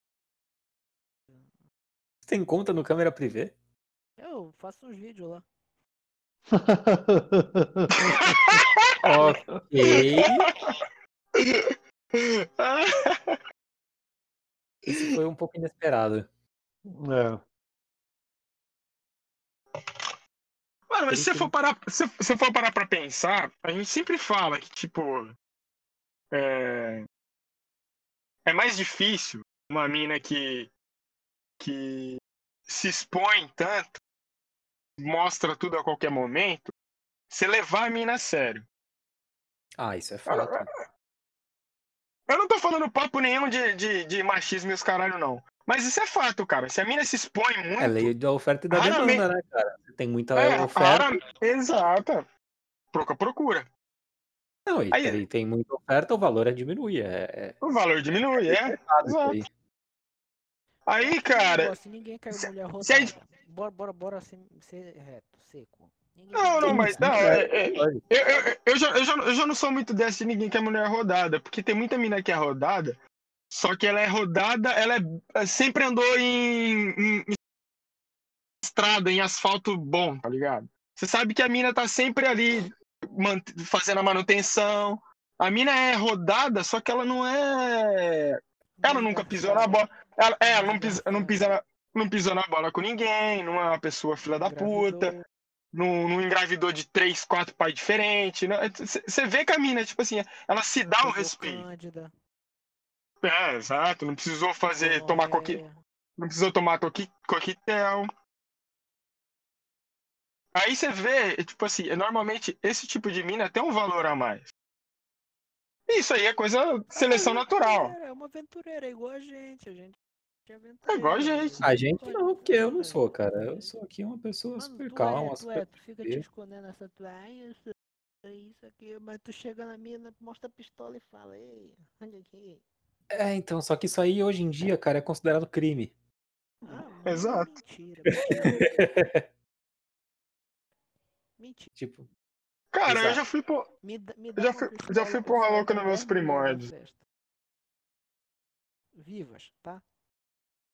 Você tem conta no câmera privê? Eu faço uns vídeos lá. Ok. Esse foi um pouco inesperado. É. Mano, mas se você Triste, for né? parar, se você for parar pra pensar, a gente sempre fala que, tipo, é, é mais difícil uma mina que, que se expõe tanto, mostra tudo a qualquer momento, você levar a mina a sério. Ah, isso é fato. Eu não tô falando papo nenhum de, de, de machismo e os caralho, não. Mas isso é fato, cara. Se a mina se expõe É muito, lei da oferta e da raramente. demanda, né, cara? Você tem muita É, oferta. rara, exata. Pouca procura. Não, e Aí tem, tem muita oferta, o valor é diminui. É, o valor diminui, é é. verdade isso Exato. aí. É Aí, aquele cara. negócio, ninguém quer se- mulher se a gente- rodada. Bora, bora, bora ser, ser reto, seco. Ninguém Não, quer não, mulher mas Sim, não, sim, é, é, é- lógico. eu, eu, eu, já, eu, já, eu já não sou muito dessa de ninguém que é mulher rodada, porque tem muita mina que é rodada, só que ela é rodada, ela é, sempre andou em, em estrada, em asfalto bom, tá ligado? Você sabe que a mina tá sempre ali man- fazendo a manutenção. A mina é rodada, só que ela não é. Ela nunca pisou na bola. Ela, é, ela não, pisa, não, pisa na, não pisou na bola com ninguém, não é uma pessoa filha da puta. Engravidou. Não, não engravidou de três, quatro pais diferentes. Você vê que a mina, tipo assim, ela se dá o Pegou respeito. Cândida. É, exato. Não precisou fazer, tomar coqui, Gonorreia. não precisou tomar coqui, coquetel. Aí você vê, tipo assim, normalmente esse tipo de mina tem um valor a mais. Isso aí é coisa É uma seleção natural. aventureira, é uma aventureira, é igual a gente. A gente é É igual a aventureiro. gente. A gente gosta de não, porque eu não aventura. sou, cara. Eu sou aqui uma pessoa Mano, super tu é, calma, tu é, super tu fica te tranquila. escondendo essa tua. Ai, eu sou isso aqui, mas tu chega na mina, mostra a pistola e fala, ei, olha aqui. É, então, só que isso aí hoje em dia, cara, é considerado crime. Ah, Exato. mentira, mentira. Mentira. Tipo, Cara, eu exato. já fui pro. Me, dá- me Eu dá já uma fui, pistola já fui pra eu porra louca salvar nos meus dez mulheres na primórdios. festa. Vivas, tá?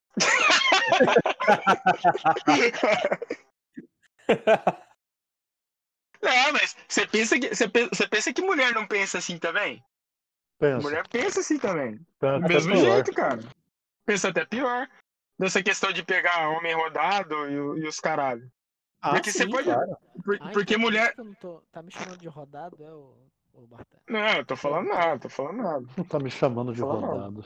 Não, mas você pensa que você pensa, você pensa que mulher não pensa assim também? Pensa. Mulher pensa assim também. Pensa Do até mesmo pior. jeito, cara. Pensa até pior. Nessa questão de pegar homem rodado e, o- e os caralho. Ah, Porque você sim, pode. claro. por- Ah, porque então por mulher. isso que eu não tô. Tá me chamando de rodado, é o, o Bartan. Não, eu tô Tô- falando tô- nada, tô falando nada. Não tá me chamando de Fala mal. rodado.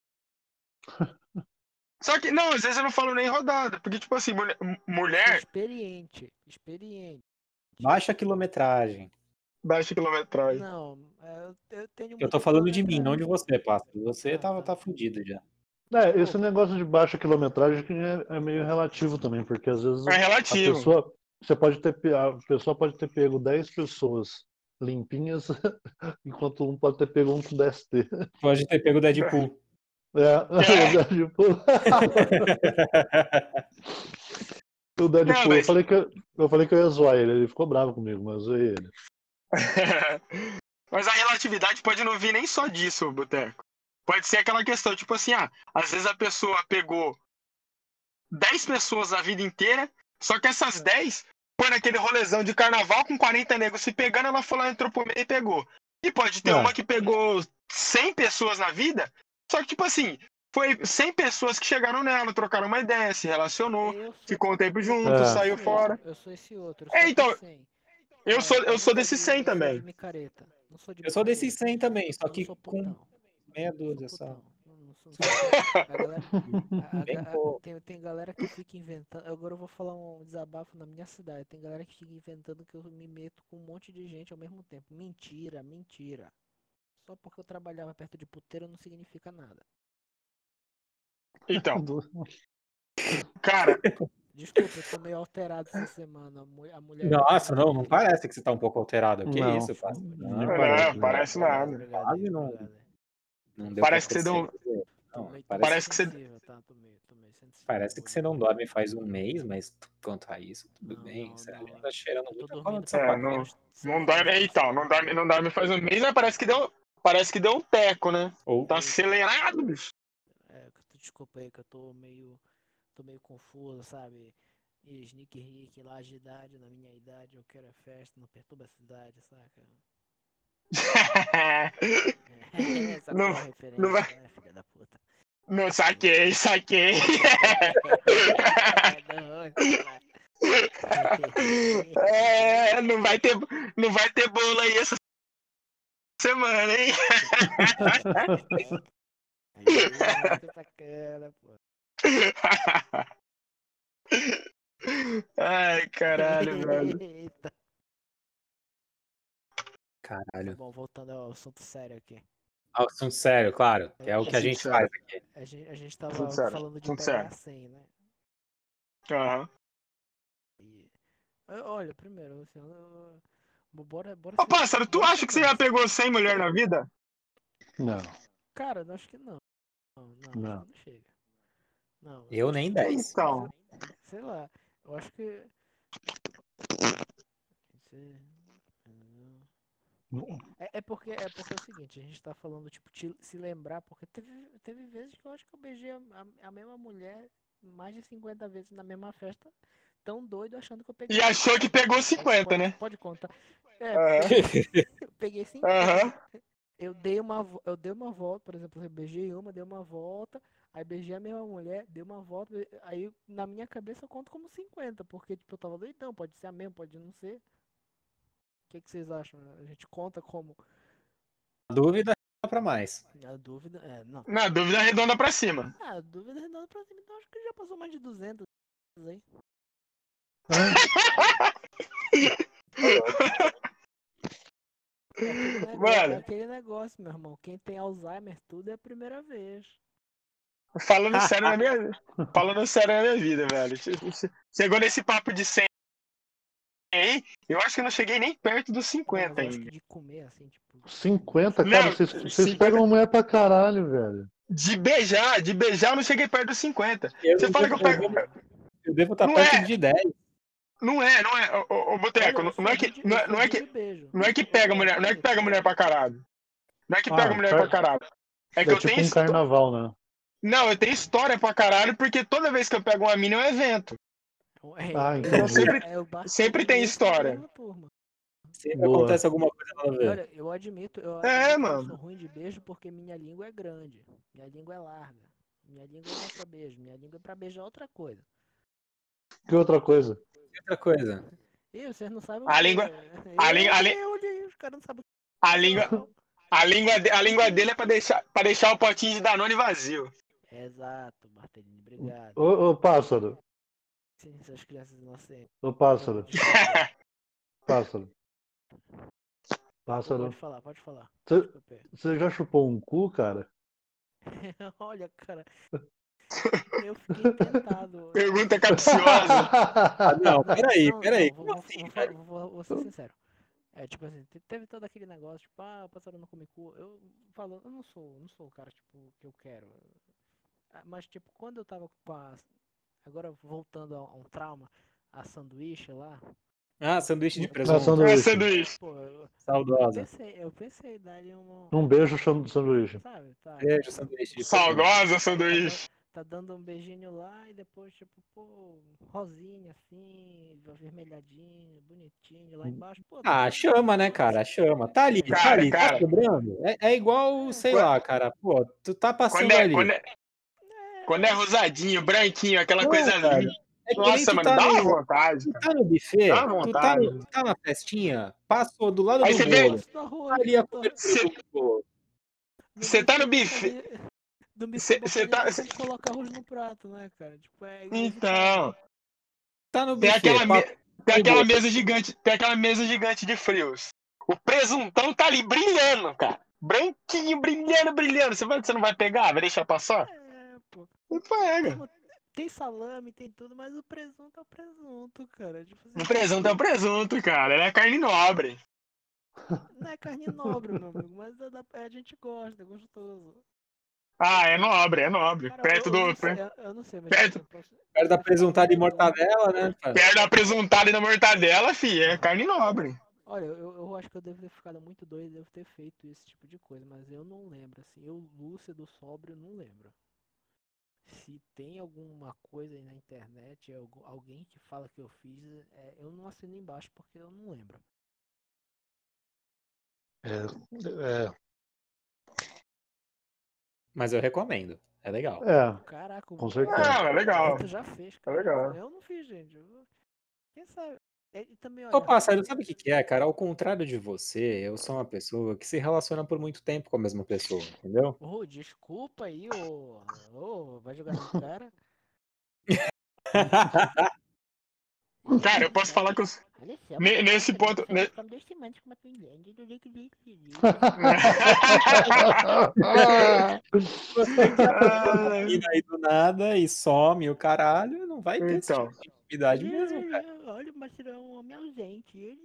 Só que, não, às vezes eu não falo nem rodada. Porque, tipo assim, mulher. Sou mulher experiente. Experiente. Baixa quilometragem. baixa quilometragem. Não, é, eu, eu tenho Eu muita tô falando de mim, não quilometragem. de você, Pássaro. Você Ah, tava, tá. tá fudido já. É, esse Pô, negócio de baixa quilometragem que é, é meio relativo também, porque às vezes É a relativo. pessoa, você pode ter, pe- a pessoa pode ter pego dez pessoas limpinhas, enquanto um pode ter pego um com D S T. Pode ter pego o Deadpool. É, É. tipo, O Deadpool, Não, eu, mas- falei que eu, eu falei que eu ia zoar ele, ele ficou bravo comigo, mas eu zoei ele. Mas a relatividade pode não vir nem só disso, Boteco. Pode ser aquela questão, tipo assim, ah, às vezes a pessoa pegou dez pessoas a vida inteira, só que essas dez foi naquele rolezão de carnaval com quarenta negros se pegando, ela foi lá, entrou pro meio e pegou. E pode ter Ah. uma que pegou cem pessoas na vida, só que, tipo assim, foi cem pessoas que chegaram nela, trocaram uma ideia, se relacionou, Eu sou, ficou um tempo eu junto, É. sou saiu esse fora. outro, eu sou esse outro. É, só que então, sem. Eu É, sou, eu não sou desse de- cem não sou também. de micareta. Não sou de Eu sou desses micareta. cem também, só Eu não que sou com putão. meia Não sou dúzia só. putão. Não, não sou, não sou- a galera, a- a Bem ga- a- pouco. tem, tem galera que fica inventando. Agora eu vou falar um desabafo na minha cidade. Tem galera que fica inventando que eu me meto com um monte de gente ao mesmo tempo. Mentira, mentira. Só porque eu trabalhava perto de puteiro não significa nada. Então, cara, Desculpa, eu tô meio alterado essa semana. A mu- a mulher Nossa, me não, não fez- parece que você tá um pouco alterado. Que Não. isso, parça? Não Não, parece. não, parece nada. Obrigado, Quase não. obrigado. Não deu Parece pra que você deu um- perceber. Tô Não, meio, tô parece, Parece que você- sensível, tá? Tô meio, tô meio sensível. parece que você não dorme faz um mês, mas quanto a isso, tudo Não, bem. não, Você não. anda cheirando Eu tô muito dormindo pano de pra É, sapato. não- caralho, seis não dorme. vezes por Então, semana. não dorme, não dorme faz um mês, mas parece que deu. Parece que deu um teco, né? Ou Tá acelerado, bicho. É, que eu tô- desculpa aí que eu tô meio. tô meio confuso, sabe? E Sneak Rick, laje de idade, na minha idade, eu quero é festa, não perturba a cidade, saca? É, essa Não- porra é referência, não vai- né, filha da puta? Não saquei, saquei. Não, caralho. É, não vai ter, não vai ter bolo aí essa semana, hein? Aí, muito sacana, pô. Ai, caralho, velho. Eita. Tá caralho. bom, voltando ao assunto sério aqui. Ah, assunto sério, claro. Que é o que a Assunto gente sério. faz aqui. A gente, a gente tava Assunto sério, falando de assunto pegar sério. cem, né? Aham. E, eu- olha, primeiro, assim, eu, eu- bora, bora Ô, ser- pássaro, tu bora acha ser que você já honesto. pegou cem mulher na vida? Não. Cara, eu acho que não. Não, não, Não. acho que não chega. Não, Eu acho nem que- dez. Então. Sei lá, eu acho que. Sei- É, é porque é porque é o seguinte, a gente tá falando, tipo, te- se lembrar, porque teve, teve vezes que eu acho que eu beijei a, a- a mesma mulher mais de cinquenta vezes na mesma festa, tão doido achando que eu peguei. E achou que pegou Pode- cinquenta, pode, né? Pode contar. É, Aham. peguei, eu peguei cinquenta. Aham. Eu dei uma, vo- eu dei uma volta, por exemplo, eu beijei uma, dei uma volta, aí beijei a mesma mulher, dei uma volta, be- aí na minha cabeça eu conto como cinquenta, porque tipo, eu tava doidão, pode ser a mesma, pode não ser. O que, que vocês acham? A gente conta como Dúvida dá pra mais. a dúvida, é, não. Na dúvida redonda pra cima. Ah, a dúvida redonda pra cima, então acho que já passou mais de duzentos aí. É aquele, negócio, Mano. é aquele negócio, meu irmão, quem tem Alzheimer tudo é a primeira vez. Falando sério na minha Falando sério na minha vida, velho. Chegou nesse papo de cem aí, eu acho que eu não cheguei nem perto dos Não, cinquenta mas eu acho que ainda. de comer, assim, tipo... cinquenta, Não, cara, vocês, vocês cinquenta. pegam mulher pra caralho, velho. De beijar, de beijar eu não cheguei perto dos cinquenta. Eu Você não fala que eu devo- pego. Eu devo estar Não perto é. de dez. Não é, não é. Ô, ô, ô, Boteco, Olha, eu não é sou que. ruim de- Não eu é, sou não é ruim que. de beijo. Não é que Eu- pega eu mulher, não é que admito, pega eu mulher pra admito. caralho. Não é que Ah, pega mulher per- pra caralho. É que É eu tipo tenho um histó- carnaval, né? Não, eu tenho história pra caralho, porque toda vez que eu pego uma mina é um evento. É, Ah, é, entendi. sempre- é, eu bato sempre com tem esse história. da mesma turma. Sempre Boa. acontece alguma coisa nada a E ver. olha, eu admito, eu É, admito que eu mano. sou ruim de beijo porque minha língua é grande. Minha língua é larga. Minha língua não é pra beijo, minha língua é pra beijar outra coisa. Que outra coisa? E outra coisa. Ih, vocês não sabem o A que língua- é. a Eu língua- a olhei, lí- eu olhei, os caras não sabem o A que é. língua, não. a língua, de- a língua dele é pra deixar, pra deixar o potinho de Danone vazio. Exato, Martelinho, obrigado. Ô, ô, pássaro, Sim, essas crianças inocentes. ô, pássaro, Desculpa. pássaro. Pássaro. Pode falar, pode falar. Cê- Desculpa. Você já chupou um cu, cara? Olha, cara. Eu fiquei tentado. Pergunta capciosa. Ah, não, peraí, não, peraí. não, Como vou, assim, vou, velho? vou, vou, vou ser sincero. É, tipo assim, te- teve todo aquele negócio, tipo, ah, o pássaro não come cu. Eu falo, eu não sou, não sou o cara, tipo, que eu quero. Ah, mas, tipo, quando eu tava com a, Agora, voltando a a um trauma, a sanduíche lá, Ah, sanduíche de Não, presunto. É sanduíche. sanduíche. pô, eu, eu Saudosa. pensei, eu pensei em dar-lhe um, Um beijo, chan- sanduíche. sabe, tá, Beijo, tá, sanduíche de presunto. Saudosa tá, dan- sanduíche. tá dando um beijinho lá e depois, tipo, pô, rosinha assim, avermelhadinho, bonitinho, lá embaixo, pô, tá Ah, chama, né, cara? Chama. Tá ali, tá Cara, ali, tá cara. sobrando. É, é igual, É. sei lá, cara. Pô, tu tá Quando passando é, ali. quando, é, quando é rosadinho, branquinho, aquela Não, coisa cara. linda. É que nem Nossa, tu mano, tá dá uma no, vontade, tu cara. tá no buffet, Dá uma tu tá, vontade. no, tu tá na festinha, passou do lado Aí do você vê- bolo. Nossa, no Tá arroz, ali a no cobertura Cê- do bolo. No Você tá no buffet buffet. botaria- No buffet Cê- cê botaria tá- até cê- pra colocar arroz no prato, né, cara? Tipo, é inevitável. Então, Tá no tem buffet, aquela, passou me- tem do aquela bolo. mesa gigante, tem aquela mesa gigante de frios. O presuntão tá ali brilhando, cara. Branquinho, brilhando, brilhando. Você vai, você não vai pegar? Vai deixar passar? É, pô. Não pega. Tem, tem salame, tem tudo, mas o presunto é o presunto, cara. Tipo assim, O presunto é o presunto, cara. Ele é carne nobre. não é carne nobre, meu amigo, mas é da- a gente gosta, é gostoso. Ah, é nobre, é nobre. Cara, perto eu, do. eu não sei, per- eu, eu não sei, mas perto- eu posso, Perto da posso presuntada e falar uma coisa. mortadela, né, cara? Perto da presuntada e da mortadela, fi, é carne nobre. Olha, eu, eu acho que eu devo ter ficado muito doido, devo ter feito esse tipo de coisa, mas eu não lembro, assim, eu lúcido, sóbrio, não lembro. Se tem alguma coisa aí na internet, algu- alguém que fala que eu fiz, é, eu não assino embaixo porque eu não lembro. É, Mas eu recomendo. É legal. é, é, Caraca, com o certeza. Ah, é o legal. Beto já fez, É cara. legal. Eu não fiz, gente. eu- Quem sabe? É, E também, Ô, olha, parceiro, sabe o que que é, cara? Ao contrário de você, eu sou uma pessoa que se relaciona por muito tempo com a mesma pessoa, entendeu? ô, desculpa aí, ô, ô, vai jogar na minha cara. Cara, eu posso falar que eu. Olha só, Ne- você nesse tá ponto- sabendo, ne- você come dois semanas com uma pinguém, do jeito que Você que arrumou essa Ah, mina aí do nada e some o caralho, não vai ter esse Então. tipo de intimidade mesmo, cara. Olha, mas é um homem ausente. Ele...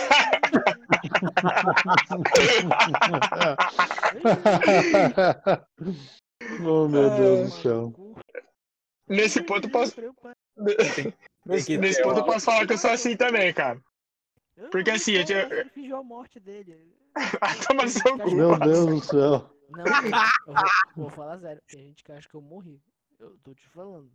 Oh, meu Deus do céu. Nesse ponto eu posso. Nesse, que nesse ter ponto eu uma- posso falar que eu sou assim também, cara. Porque assim, eu tinha- Ele fingiu a morte dele. Ah, toma no seu cu. Meu Deus do céu. Não, eu, eu vou, vou falar sério. Tem gente que acha que eu morri. Eu tô te falando.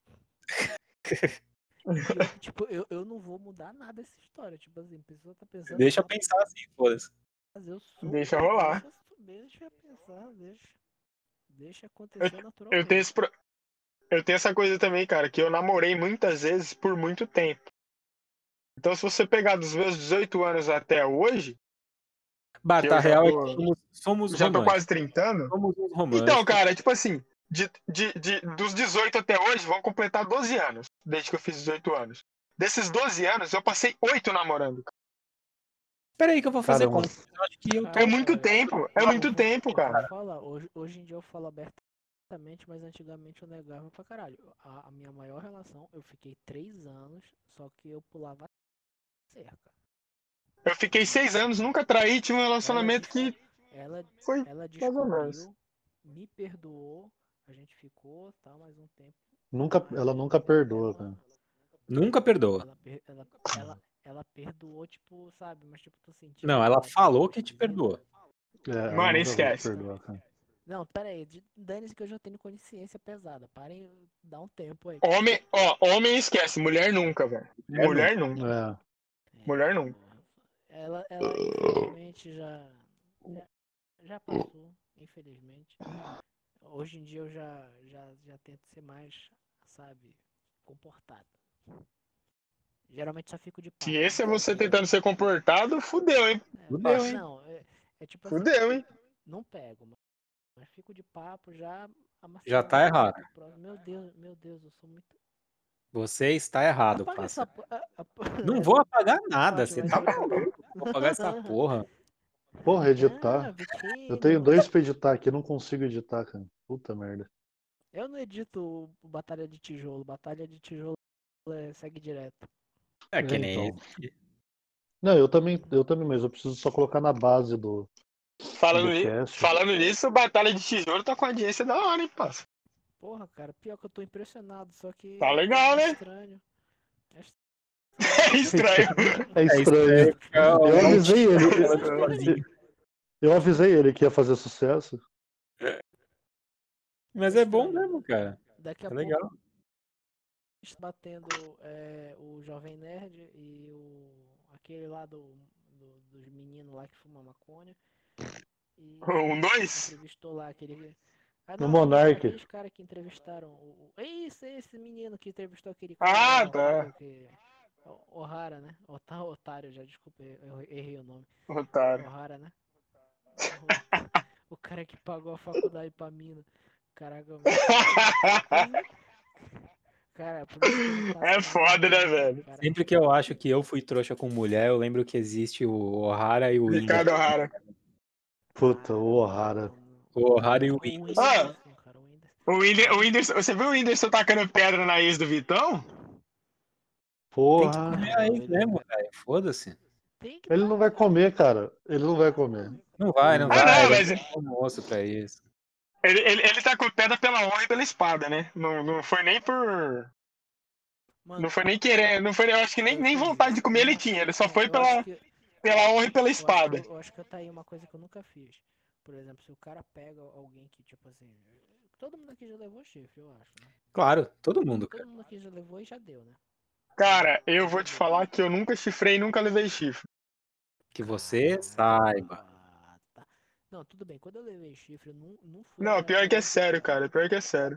E eu, tipo, eu, eu não vou mudar nada essa história. Tipo assim, a pessoa tá pensando. Deixa eu "Ah, pensar assim, foda-se. mas eu sou, Deixa cara, rolar. Deixa, deixa eu pensar, deixa. Deixa acontecer Eu naturalmente. tenho, esse pro- eu tenho essa coisa também, cara, que eu namorei muitas vezes por muito tempo. Então, se você pegar dos meus dezoito anos até hoje, Bata, eu a já real é tô- que somos, somos já tô românticos. quase trinta. Somos uns românticos. Então, cara, tipo assim, de, de, de- dos dezoito até hoje, vão completar doze anos, desde que eu fiz dezoito anos. Desses doze anos, eu passei oito namorando. Peraí que eu vou fazer Caramba. conta. Eu acho que eu tô... É muito tempo, é Eu muito vou- tempo, eu cara. vou falar, hoje, hoje em dia eu falo abertamente, mas antigamente eu negava pra caralho. A, a minha maior relação, eu fiquei três anos, só que eu pulava cerca. Eu fiquei seis anos, nunca traí, tive um relacionamento que Ela, foi ela mais ou menos. descobriu, me perdoou, a gente ficou, tal, mais um tempo. Nunca, mas ela nunca perdoa, ela- cara. Nunca perdoa. Ela, per- ela, ela, ela perdoou, tipo, sabe, mas tipo, tô sentindo. Não, ela falou que te perdoa. É, ela Mano, nunca esquece. perdoa, cara. Não, pera aí, de- dane-se que eu já tenho consciência pesada. Parem, dá um tempo aí. Homem, ó, homem esquece, mulher nunca, velho. Mulher Mulher nunca. É. Mulher não. Ela, ela infelizmente já, já, já passou, infelizmente. Hoje em dia eu já, já, já tento ser mais, sabe, comportado. Geralmente só fico de papo. Se esse é não você pego. tentando ser comportado, fudeu, hein? É, Fudeu, hein? Não, é, é tipo assim, Fudeu, hein? não pego, mas, mas fico de papo já. amassando Já tá a errado. cabeça do próximo. Meu Deus, meu Deus, eu sou muito. Você está errado, Apaga passa. essa. po- a- a- Não vou apagar nada, parte você vai tá ser- maluco? Vou apagar essa porra. Porra, Ah, editar. Vitinho. Eu tenho dois pra editar aqui, não consigo editar, cara. Puta merda. Eu não edito o Batalha de Tijolo. Batalha de Tijolo é, segue direto. É que É, nem então. Não, eu também, eu também, mas eu preciso só colocar na base do. Falando, Do ni- cast. falando nisso, Batalha de Tijolo tá com audiência da hora, hein, parça? Porra, cara, pior que eu tô impressionado, só que. Tá legal, é né? Estranho. É É estranho. É É estranho. estranho. ficar Eu um avisei monte ele. falando sozinho. Eu avisei ele que ia fazer sucesso. Mas É é bom estranho. mesmo, cara. Daqui a É pouco legal. está batendo é, o Jovem Nerd e o aquele lá do, do- dos meninos lá que fuma maconha. E Um, dois? entrevistou lá aquele. Ah, O não, aqueles, Monark. aqueles caras que entrevistaram. O, o- é isso, é esse menino que entrevistou aquele Ah, cara lá, tá. otário, que. O- Ohara, né? Ota- Otário, já, desculpa, eu errei o nome. Otário. Ohara, né? O, o cara que pagou a faculdade pra mina. Caraca, mano. Cara, por isso que eu não faço É nada foda, né, direito, velho? cara. Sempre que eu acho que eu fui trouxa com mulher, eu lembro que existe o O'Hara e o Ricardo Whindersson. O'Hara. Puta, o Ah, O'Hara. mano. O O'Hara e o O Whindersson. Ah, Whindersson, cara, o Whindersson. o Whindersson, o Whindersson, você viu o Whindersson tacando pedra na ex do Vitão? Tem que Porra. comer aí Não, ele mesmo, velho. Foda-se. tem que Ele não vai tacar. comer, cara. Ele não vai comer. Não vai, não Ele- Ah, vai. não, Ele mas é um moço pra isso. ele, ele, ele tá com pedra pela honra e pela espada, né? Não, não foi nem por. Mano, Não foi nem querer. Não foi, eu acho que nem, eu nem fiz vontade isso. de comer ele Não, tinha. Ele só não, foi eu acho pela, que. pela honra e pela Eu acho que espada. eu, eu acho que tá aí uma coisa que eu nunca fiz. Por exemplo, se o cara pega alguém que, tipo assim. Todo mundo aqui já levou chifre, eu acho, né? Claro, todo mundo, Todo cara. mundo aqui já levou e já deu, né? Cara, eu vou te falar que eu nunca chifrei e nunca levei chifre. Que você saiba. Ah, tá. Não, tudo bem. Quando eu levei chifre, eu não, não fui Não, atrás pior que é de sério, cara. Pior que é sério.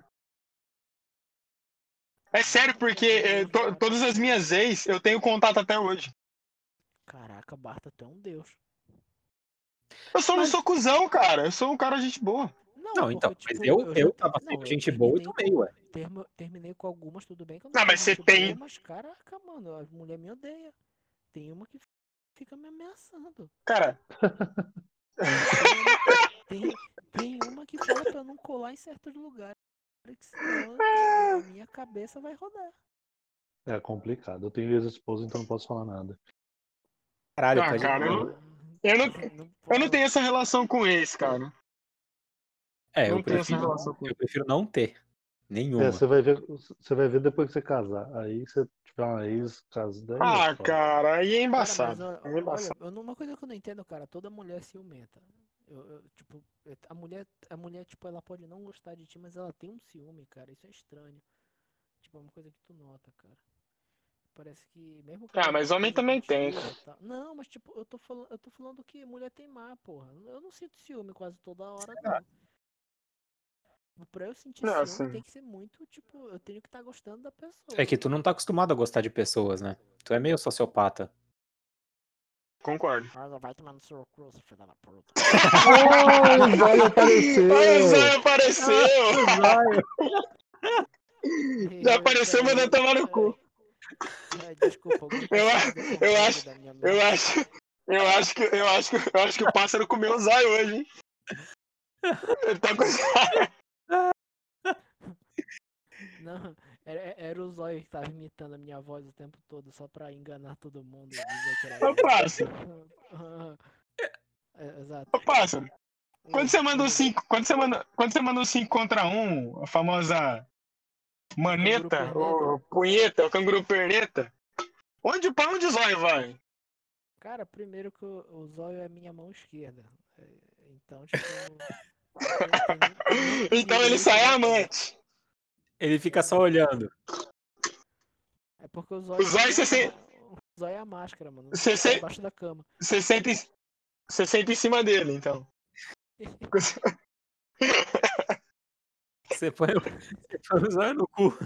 É sério porque eh, to- todas as minhas ex eu tenho contato até hoje. Caraca, Barta, tu é um deus. Eu só não Mas- sou cuzão, cara. Eu sou um cara gente boa. Não, então, porque, mas tipo, eu, já eu te- tava não, sendo eu gente boa e terminei tomei, com- ué. termo- terminei com algumas, tudo bem que eu não Não, sou mas você gente tem- boa, mas caraca, mano, a mulher me odeia. Tem uma que fica me ameaçando. Cara, Tem uma, tem, tem uma que fala pra eu não colar em certos lugares, que senão a, a minha cabeça vai rodar. É complicado. Eu tenho ex-esposa, então não posso falar nada. Caralho, Ah, pode cara, eu crer. não, eu não, Não eu não pode. tenho essa relação com ex, cara. É, eu Não tenho essa prefiro, relação com eu ele. prefiro não ter É, nenhuma. você vai ver, você vai ver depois que você casar. Aí você tiver uma ex, casa daí é Ah, foda. cara, aí é Cara, mas embaçado. olha, É olha, embaçado. eu não- uma coisa que eu não entendo, cara, toda mulher é ciumenta. Eu, eu, tipo, é- a mulher, a mulher, tipo, ela pode não gostar de ti, mas ela tem um ciúme, cara. Isso é estranho. Tipo, é uma coisa que tu nota, cara. Parece que mesmo quando Ah, é mas uma homem coisa também tem. mentira e tal. Não, mas tipo, eu tô falando, eu tô falando que mulher tem má, porra. Eu não sinto ciúme quase toda hora, não. Pra eu sentir Não, ciúme assim. tem que ser muito, tipo, eu tenho que estar gostando da pessoa. É que tu não tá acostumado a gostar de pessoas, né? Tu é meio sociopata. Concordo. Ah, vai tomar no seu cu, seu filho da puta. Oh, o Zóio apareceu! Olha, o Zóio apareceu! Já apareceu, Peraí, mandando tomar no cu. ai, desculpa, alguém tá Eu, saindo a- do eu controle acho, da minha eu mente. acho, eu acho que, eu acho que, eu acho que o pássaro comeu o Zóio hoje, hein? Ele tá com... Não, era, era o Zóio que tava imitando a minha voz o tempo todo, só pra enganar todo mundo e dizer que era Ô, eu. pássaro, É, exato. ô, pássaro. Quando Oi, você manda um oi. cinco, quando você manda, quando você manda um cinco contra um, a famosa maneta, perneta. ou punheta, o canguru perneta, onde, pra onde o Zóio vai? Cara, primeiro que o, o Zóio é minha mão esquerda. É, então, tipo. Tem, tem, nem- tem nenhum Então perigo ele dele sai chegar perto. amante. Ele fica só olhando. É porque o Zóio. O Zóio, não você é se- a- O Zóio é a máscara, mano. Você Tá se- debaixo da cama. Você senta, em- você senta em cima dele, então. Você põe, o- você põe o zóio no cu.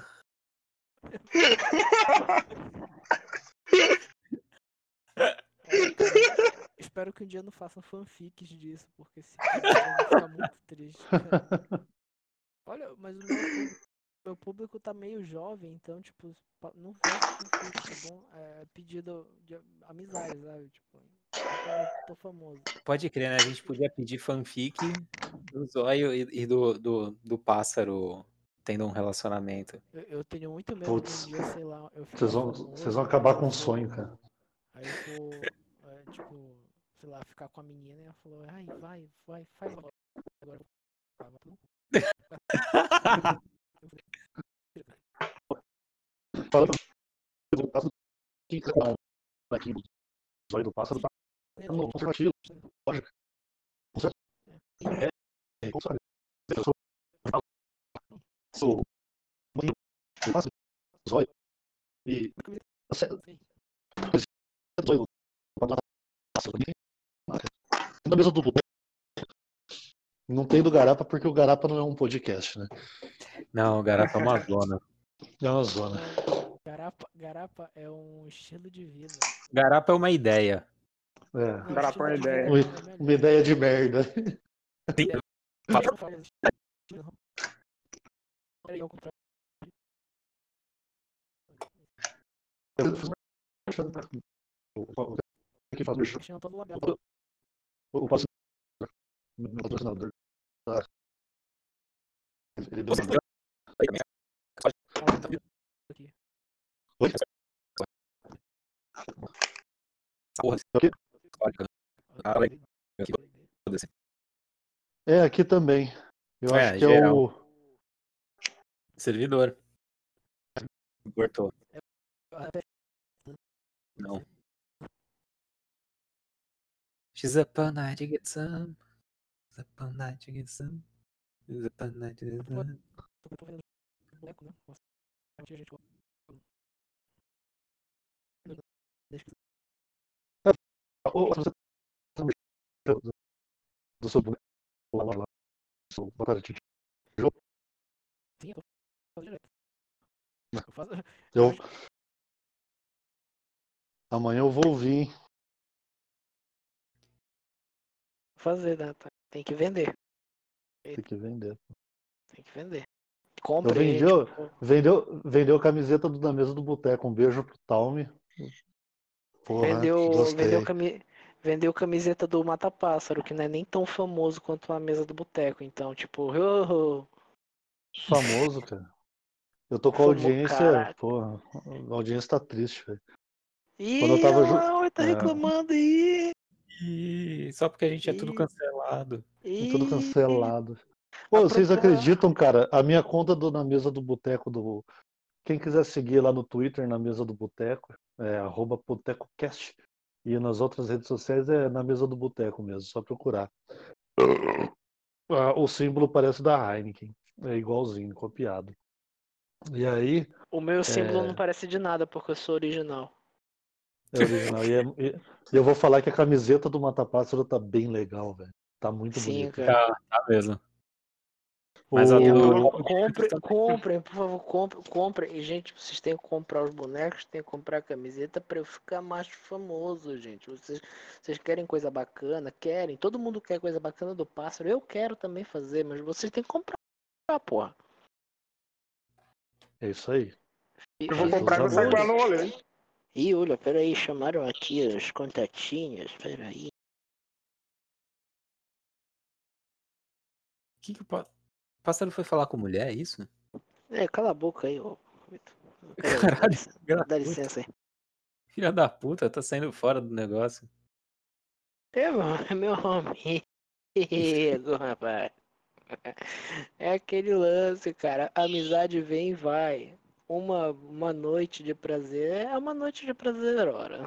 É, cara, espero que um dia não façam fanfics disso, porque se fizer, eu vou ficar muito triste, cara. Olha, mas o meu, pu- meu público tá meio jovem, então, tipo, pa- não faz fanfic, tá bom? É pedido de amizade, sabe? Tipo, então eu tô famoso. Pode crer, né? A gente podia pedir fanfic do zóio e, e do, do, do pássaro tendo um relacionamento. Eu, eu tenho muito medo de um Putz, dia, sei lá, eu ficar vocês vão, famoso. vocês vão acabar aí com eu um for- sonho, cara. Aí eu for, é, tipo, sei lá, ficar com a menina e ela falou, ai, vai, vai, faz logo. Agora vai tomar no cu. falando do pássaro, quem quiser dar um aqui do zóio do pássaro tá no conservativo, lógico. Com certeza. É, é, como sabe? Eu sou, sou mãe do pássaro, zóio. E você, o zóio do pássaro também tem na mesa do boteco. Não tem do Garapa porque o Garapa não é um podcast, né? Não, Garapa é uma zona. É uma zona. Garapa, garapa é um estilo de vida. Garapa é uma ideia. É. Não, Garapa é uma estilo de ideia. vida Uma, é melhor. uma ideia de merda. Não faz isso, não. Peraí, eu comprar. Eu fiz merchan. O que faz merchan? Deixando todo labial. O o pássaro, meu patrocinador, tá? Ele deu uma... Aqui. Oi? Porra, O quê? Ah, legal. É, aqui também. Eu É, acho que é geral. o. Servidor. Cortou. Não. She's up all night to get some. She's up all night to get some. She's up all night to get some. Eu tô vendo boneco, né? Nossa, a gente coloca- Deixa que- o- você tá mexendo do- do seu boneco lá, lá, lá. Seu batatinha. Sim, eu tô fazendo direto. Eu faço... Eu... Amanhã eu vou vir, hein? Fazer, né? Tá? Tem que vender. Tem que vender. Tem que vender. Eu Compre, vendi, gente. ó, vendeu, vendeu a camiseta do Da Mesa do Boteco. Um beijo pro Talme. Porra, Vendeu, gostei. vendeu, cami... vendeu camiseta do Mata Pássaro, que não é nem tão famoso quanto a mesa do boteco. Então, tipo, oh, Famoso, cara. Eu tô com a Famo- audiência, caraca. porra, a audiência tá triste, velho. Ih, Quando eu tava olha ju- lá, olha, tá é. reclamando aí. Ih, só porque a gente é tudo Ih. cancelado. Tudo Ih, cancelado. Pô, A vocês propa- acreditam, cara? A minha conta do Na Mesa do Boteco do. Quem quiser seguir lá no Twitter, Na Mesa do Boteco, é arroba BotecoCast. E nas outras redes sociais é Na Mesa do Boteco mesmo, só procurar. Ah, o símbolo parece da Heineken. É igualzinho, copiado. E aí, o meu símbolo É. não parece de nada, porque eu sou original. é original. E, é- e- e eu vou falar que a camiseta do Mata Pássaro tá bem legal, velho. Tá muito Sim, bonita. cara. Tá, tá mesmo. Mas a O- do- Co- Compre, comprem, por favor, comprem, comprem. E, gente, vocês têm que comprar os bonecos, têm que comprar a camiseta pra eu ficar mais famoso, gente. Vocês, vocês querem coisa bacana? Querem. Todo mundo quer coisa bacana do pássaro. Eu quero também fazer, mas vocês têm que comprar, porra. É isso aí. Eu vou Faz comprar e vou os sair com amores. ela no rolê. Ih, olha, peraí, chamaram aqui os contatinhos, peraí. O que, que o pá- o pássaro foi falar com mulher, é isso? É, cala a boca aí, ô. Vitor. Peraí, dá Caralho, licença, gratuito. dá licença aí. Filha da puta, tá saindo fora do negócio. É, mano, é meu amigo, rapaz. É aquele lance, cara. A amizade vem e vai. Uma, uma noite de prazer é uma noite de prazer, ora.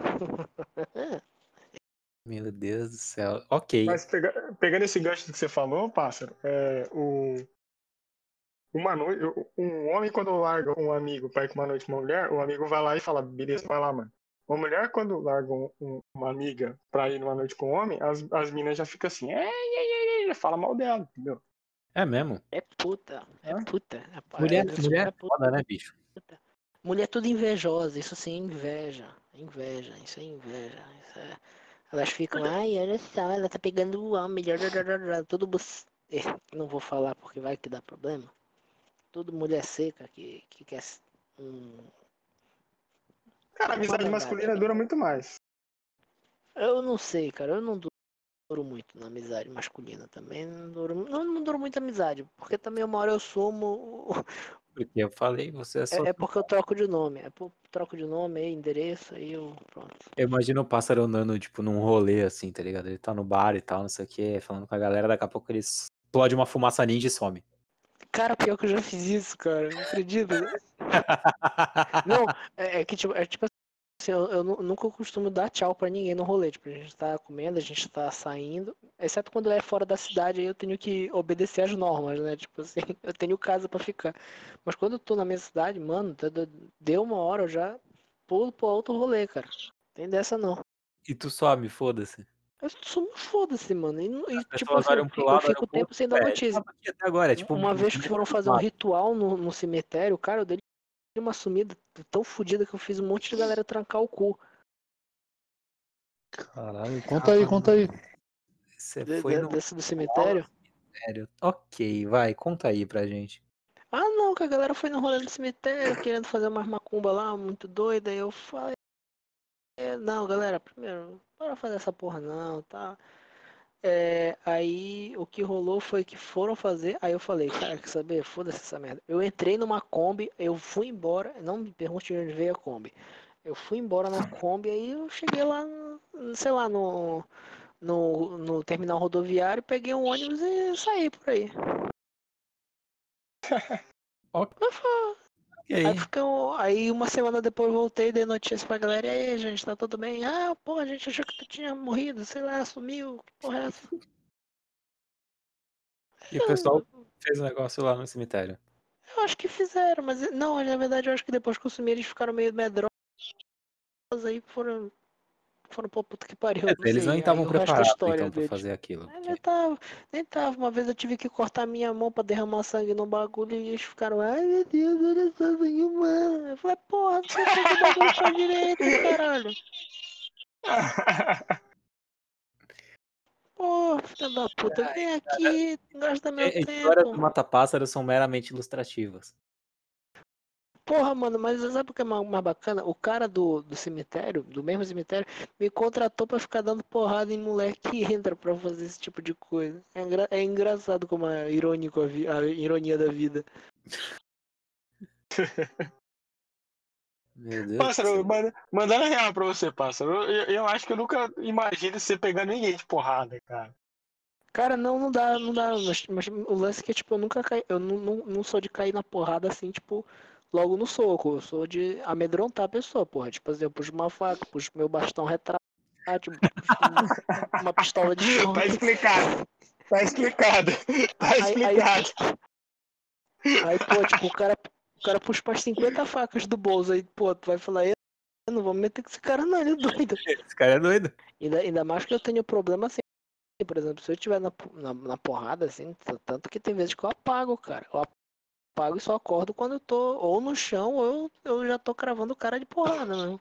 Meu Deus do céu. Ok. Mas pega- pegando esse gancho que você falou, pássaro, é, o, uma noite, um homem quando larga um amigo pra ir com uma noite com uma mulher, o amigo vai lá e fala, beleza, vai lá, mano. Uma mulher quando larga um- um- uma amiga pra ir numa noite com um homem, as, as minas já ficam assim, é, é, é, é, fala mal dela, entendeu? É mesmo. É puta, é Hã? puta. Rapaz, Mulher, isso mulher é é puta. foda, né, bicho? Mulher é tudo invejosa, isso sim é inveja. Inveja, isso é inveja. Isso é... Elas ficam, ai, olha só, ela tá pegando o homem, tudo. bus- É, não vou falar porque vai que dá problema. Tudo mulher seca que, que quer um. Cara, a amizade Uma masculina verdade. dura muito mais. Eu não sei, cara, eu não duro muito na amizade masculina também. Não duro, não, não duro muito amizade, porque também uma hora eu sumo. Porque eu falei, você é só. É, é porque eu troco de nome. É por troco de nome, aí, endereço, aí eu. Pronto. Eu imagino o pássaro andando, tipo, num rolê assim, tá ligado? Ele tá no bar e tal, não sei o que, falando com a galera, daqui a pouco ele explode uma fumaça ninja e some. Cara, pior que eu já fiz isso, cara. Não acredito. Não, é, é que tipo, é tipo assim, eu, eu nu- nunca costumo dar tchau pra ninguém no rolê. Tipo, a gente tá comendo, a gente tá saindo. Exceto quando é fora da cidade, aí eu tenho que obedecer às normas, né? Tipo assim, eu tenho casa pra ficar. Mas quando eu tô na minha cidade, mano, tá- tá- deu uma hora, eu já pulo pro outro rolê, cara. Tem dessa não. E tu some, foda-se. Eu sou um foda-se, mano. E, não- e, As tipo pessoas assim, eu, olham pro fi- eu lado, olham fico pro tempo outro. sem dar Ué, notícia. tava aqui até agora, é tipo... Uma um vez que foram fazer um mato. ritual no, no cemitério, cara, eu dei uma sumida tão fodida que eu fiz um monte de galera trancar o cu. Caralho, conta aí, conta aí. Você De- foi de- no desse do cemitério. cemitério. Ok, vai, conta aí pra gente. Ah, não, que a galera foi no rolê do cemitério querendo fazer umas macumba lá, muito doida. Aí eu falei, é, não, galera, primeiro, bora fazer essa porra não, tá? É, aí o que rolou foi que foram fazer. Aí eu falei, cara, quer saber? Foda-se essa merda. Eu entrei numa Kombi, eu fui embora. Não me pergunte de onde veio a Kombi. Eu fui embora na Kombi, aí eu cheguei lá, no- sei lá, no, no, no terminal rodoviário, peguei um ônibus e saí por aí. Ok. Mas foi- Aí, fiquei, um- aí uma semana depois eu voltei e dei notícia pra galera, e aí, gente, tá tudo bem? Ah, pô, a gente achou que tu tinha morrido, sei lá, sumiu, que porra é essa? E o pessoal fez um negócio lá no cemitério. Eu acho que fizeram, mas não, na verdade eu acho que depois que eu sumi eles ficaram meio medrosos aí foram, foram pra puta que pariu, É, não eles nem sei. Aí estavam o resto é preparados, história então, pra deles. fazer aquilo. É, nem tava, nem tava. Uma vez eu tive que cortar minha mão pra derramar sangue no bagulho e eles ficaram, ai meu Deus, olha só, sangue humano. Eu falei, porra, você fez o bagulho pra direito, caralho. Pô, filha da puta, vem aqui, gasta meu É, histórias do tempo. Mata-Pássaro são meramente ilustrativas. Porra, mano, mas sabe o que é mais mais bacana? O cara do, do cemitério, do mesmo cemitério, me contratou pra ficar dando porrada em moleque que entra pra fazer esse tipo de coisa. É, engra- é engraçado como é irônico a, vi- a ironia da vida. Meu Deus do Pássaro, céu. manda- mandando real pra você, pássaro. Eu, eu- eu acho que eu nunca imagino você pegando ninguém de porrada, cara. Cara, não, não dá, não dá. Mas, mas o lance é que, tipo, eu nunca caí. Eu não, não, não sou de cair na porrada assim, tipo, logo no soco. Eu sou de amedrontar a pessoa, porra. Tipo assim, eu puxo uma faca, puxo meu bastão retrátil, puxo um- uma pistola de choque. Tá explicado. Tá explicado. Tá Aí, aí, explicado. aí, pô, tipo, o cara, o cara puxa umas cinquenta facas do bolso. Aí, pô, tu vai falar, eu não vou me meter com esse cara, não, ele é doido. Esse cara é doido. Ainda, ainda mais que eu tenho problema assim. Por exemplo, se eu estiver na, na, na porrada, assim, t- tanto que tem vezes que eu apago, cara. Eu apago e só acordo quando eu tô ou no chão ou eu, eu já tô cravando o cara de porrada, né?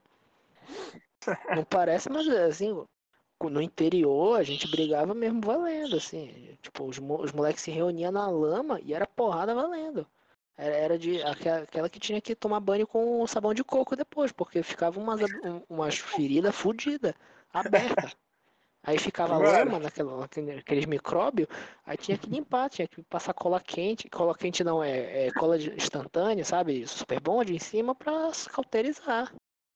Não parece, mas é assim, no interior a gente brigava mesmo valendo, assim. Tipo, os, mo- os moleques se reuniam na lama e era porrada valendo. Era, era de aquela, aquela que tinha que tomar banho com sabão de coco depois, porque ficava umas, ab- um- umas feridas fodidas, abertas. Aí ficava Mano. lama naquela, naquele- aqueles micróbios, aí tinha que limpar, tinha que passar cola quente. Cola quente não, é, é cola de- instantânea, sabe? Super bond em cima pra cauterizar.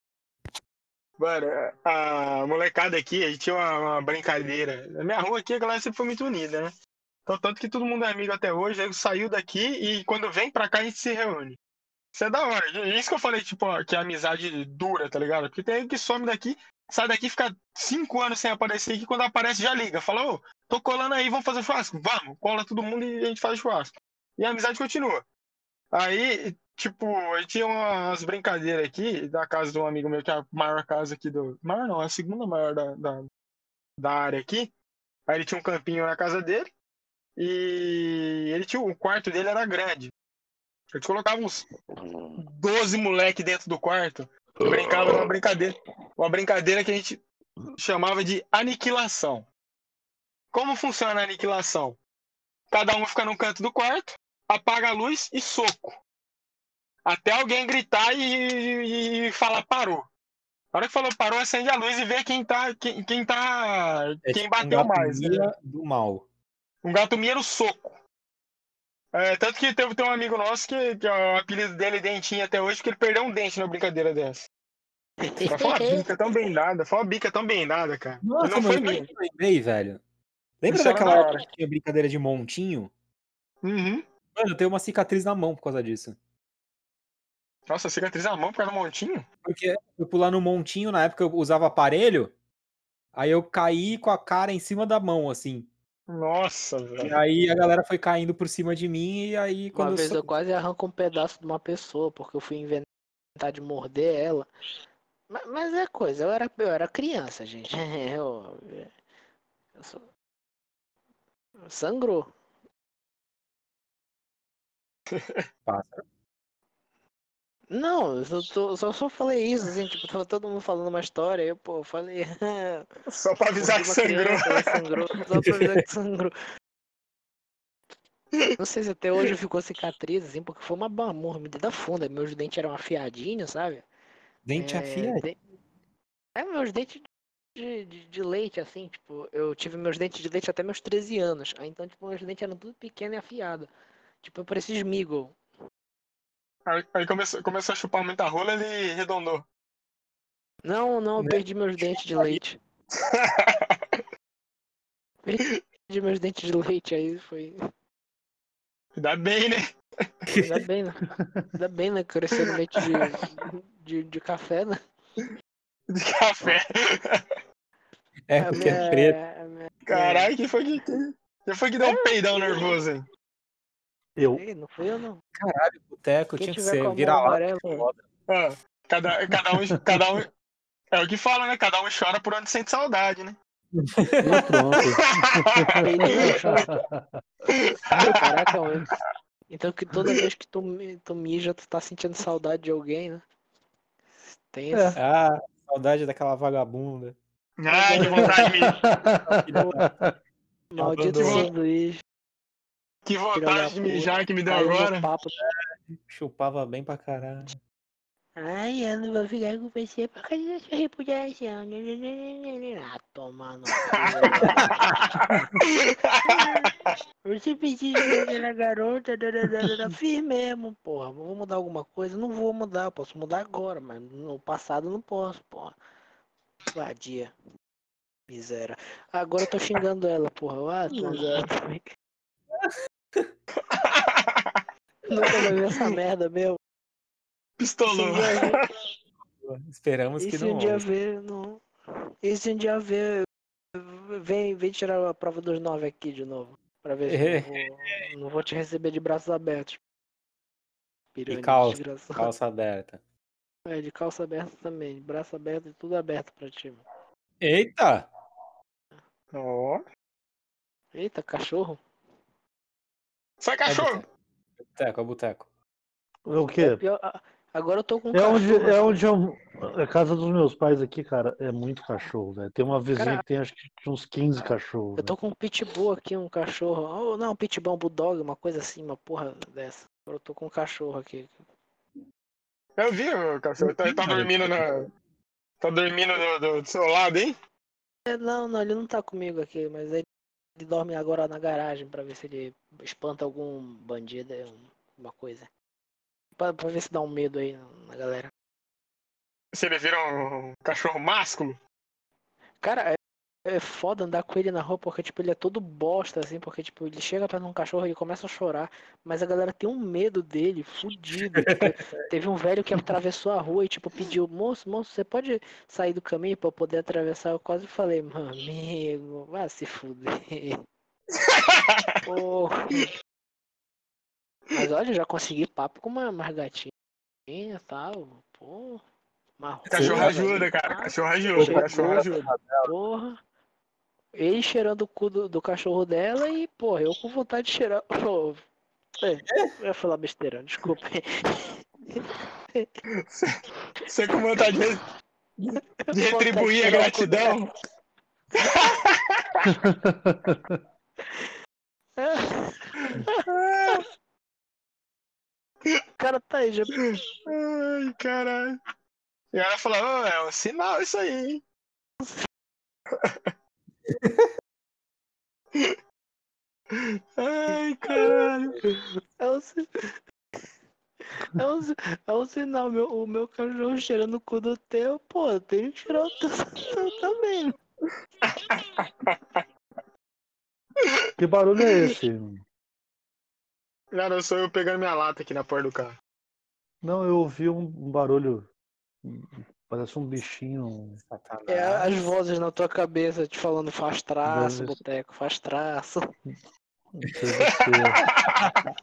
Mano, a molecada aqui, a gente tinha uma, uma brincadeira. Na minha rua aqui, a galera sempre foi muito unida, né? Então, tanto que todo mundo é amigo até hoje, aí saiu daqui e quando vem pra cá a gente se reúne. Isso é da hora. E isso que eu falei, tipo, ó, que a amizade dura, tá ligado? Porque tem que some daqui, sai daqui, fica cinco anos sem aparecer aqui, quando aparece já liga. Fala, ô, tô colando aí, vamos fazer churrasco? Vamos, cola todo mundo e a gente faz churrasco. E a amizade continua. Aí, tipo, a gente tinha umas brincadeiras aqui da casa de um amigo meu, que é a maior casa aqui do. Maior não, é a segunda maior da, da, da área aqui. Aí ele tinha um campinho na casa dele. E ele tinha. O quarto dele era grande. A gente colocava uns doze moleque dentro do quarto e brincava numa brincadeira. Uma brincadeira que a gente chamava de aniquilação. Como funciona a aniquilação? Cada um fica num canto do quarto, apaga a luz e soco. Até alguém gritar e, e falar parou. Na hora que falou parou, acende a luz e vê quem tá. Quem, quem tá. É Quem tipo um bateu gato mais. Né? mia do mal. Um gato mia no soco. É, tanto que teve tem um amigo nosso que, que o apelido dele é Dentinho até hoje, porque ele perdeu um dente numa brincadeira dessa. Mas foi uma bica tão bem dada, foi uma bica tão bem dada, cara. Nossa, e não mano, foi sabe minha. o que eu lembrei, velho? Lembra Isso era daquela da época hora. que tinha brincadeira de montinho? Uhum. Mano, eu tenho uma cicatriz na mão por causa disso. Nossa, cicatriz na mão por causa do montinho? Porque eu pular no montinho, na época eu usava aparelho, aí eu caí com a cara em cima da mão, assim. Nossa, E velho. aí a galera foi caindo por cima de mim, e aí Uma quando eu vez sou... eu quase arranco um pedaço de uma pessoa, porque eu fui inventar de morder ela. Mas, mas é coisa, eu era, eu era criança, gente. Eu, eu sou... Sangrou. Pássaro. Não, eu só, tô- só, só falei isso, assim, tipo, tava todo mundo falando uma história, eu, pô, eu falei, Só pra avisar que mordi uma sangrou. criança, ela sangrou, só pra avisar que sangrou. Não sei se até hoje ficou cicatriz, assim, porque foi uma ba- mordida funda, meus dentes eram afiadinhos, sabe? Dente É, afiado. de- é, meus dentes de, de, de leite, assim, tipo, eu tive meus dentes de leite até meus treze anos, aí então, tipo, meus dentes eram tudo pequeno e afiado. Tipo, eu parecia Smeagol. Aí, aí começou, começou a chupar muita rola, ele arredondou. Não, não, eu Né? perdi meus dentes de leite. Perdi meus dentes de leite, aí foi... Ainda bem, né? Ainda bem, né? Ainda bem, né? Crescendo leite de, de, de café, né? De café. É, A porque é minha- preto. a minha- Caralho, quem foi que. Quem foi que deu um peidão nervoso, hein? Eu. Ei, não fui eu, não. Caralho, boteco Quem tinha que tiver com ser a mão vira-lata. amarela, Ah, cada, cada um. Cada um. É o que fala, né? Cada um chora por onde sente saudade, né? E pronto. peidei no chão. Caraca, mano. Então que toda vez que tu, mi- tu mija, tu tá sentindo saudade de alguém, né? Tem É. esse. Ah, saudade daquela vagabunda. Ai, que vontade de mijar. Filha da- Maldito abandonou. sanduíche, Que filha da vontade de puta. mijar que me deu Caiu agora. no papo. Chupava bem pra caralho. Ai, eu não vou ficar com você por causa da sua reputação. Ah, toma no cu. Você precisa daquela garota, dadadadada. Fiz mesmo, porra. Vou mudar alguma coisa? Não vou mudar, posso mudar agora, mas no passado não posso, porra. Vadia. Miséria. Agora eu tô xingando ela, porra. Ah, tomando ela também. Nunca vai ver essa merda, meu. Se Pistolou. um dia ver, Esperamos e que se um não dia ouça. ver, não. E se um dia ver, vem, vem tirar a prova dos nove aqui de novo. Pra ver se eu não vou, não vou te receber de braços abertos. E Piranha calça, desgraçada. calça aberta. É, de calça aberta também, de braço aberto e tudo aberto pra ti. Mano. Eita! Ó. Eita, cachorro. Sai, É cachorro! boteco. É boteco, é boteco. É o quê? Pior- a- agora eu tô com um É onde, cachorro. é assim. onde eu. A casa dos meus pais aqui, cara, é muito cachorro, velho. Tem uma vizinha Cara, que tem acho que uns quinze cachorros. Eu tô velho. com um pitbull aqui, um cachorro. Oh, não, um pitbull, um bulldog, uma coisa assim, uma porra dessa. Agora eu tô com um cachorro aqui. Eu vi o cachorro. Tá, tá dormindo na. Tá dormindo do, do, do seu lado, hein? É, não, não, ele não tá comigo aqui, mas ele, ele dorme agora na garagem pra ver se ele espanta algum bandido, alguma coisa. Pra, pra ver se dá um medo aí na galera. Se ele vira um cachorro másculo. Cara, é, é foda andar com ele na rua porque, tipo, ele é todo bosta, assim, porque, tipo, ele chega perto de um cachorro e ele começa a chorar, mas a galera tem um medo dele, fudido. Tipo, teve um velho que atravessou a rua e, tipo, pediu, moço, moço, você pode sair do caminho pra eu poder atravessar? Eu quase falei, meu amigo, vai se fuder. Porra. Mas olha, já consegui papo com uma, uma gatinha e tal, pô. Uma Cachorro rosa ajuda, aí, cara. tá? Cachorro ajuda, Chegou. cachorro ajuda. Porra. Ele cheirando o cu do, do cachorro dela e, porra, eu com vontade de cheirar. Pô, é, eu ia falar besteira, desculpa. Você com vontade de, de retribuir a Vontade de cheirar o cu gratidão. O cara tá aí, já. Ai, caralho. E ela falou, oh, é um sinal isso aí, hein? Ai, caralho. É um, si- é um, si- é um sinal, meu, o meu cachorro cheirando o cu do teu, pô, eu tenho que cheirar o teu também. Que barulho é esse? Nada, sou eu pegando minha lata aqui na porta do carro. Não, eu ouvi um, um barulho. Parece um bichinho. um- Satanás. É as vozes na tua cabeça te falando faz traço, Deve- boteco, faz traço. Deve ser.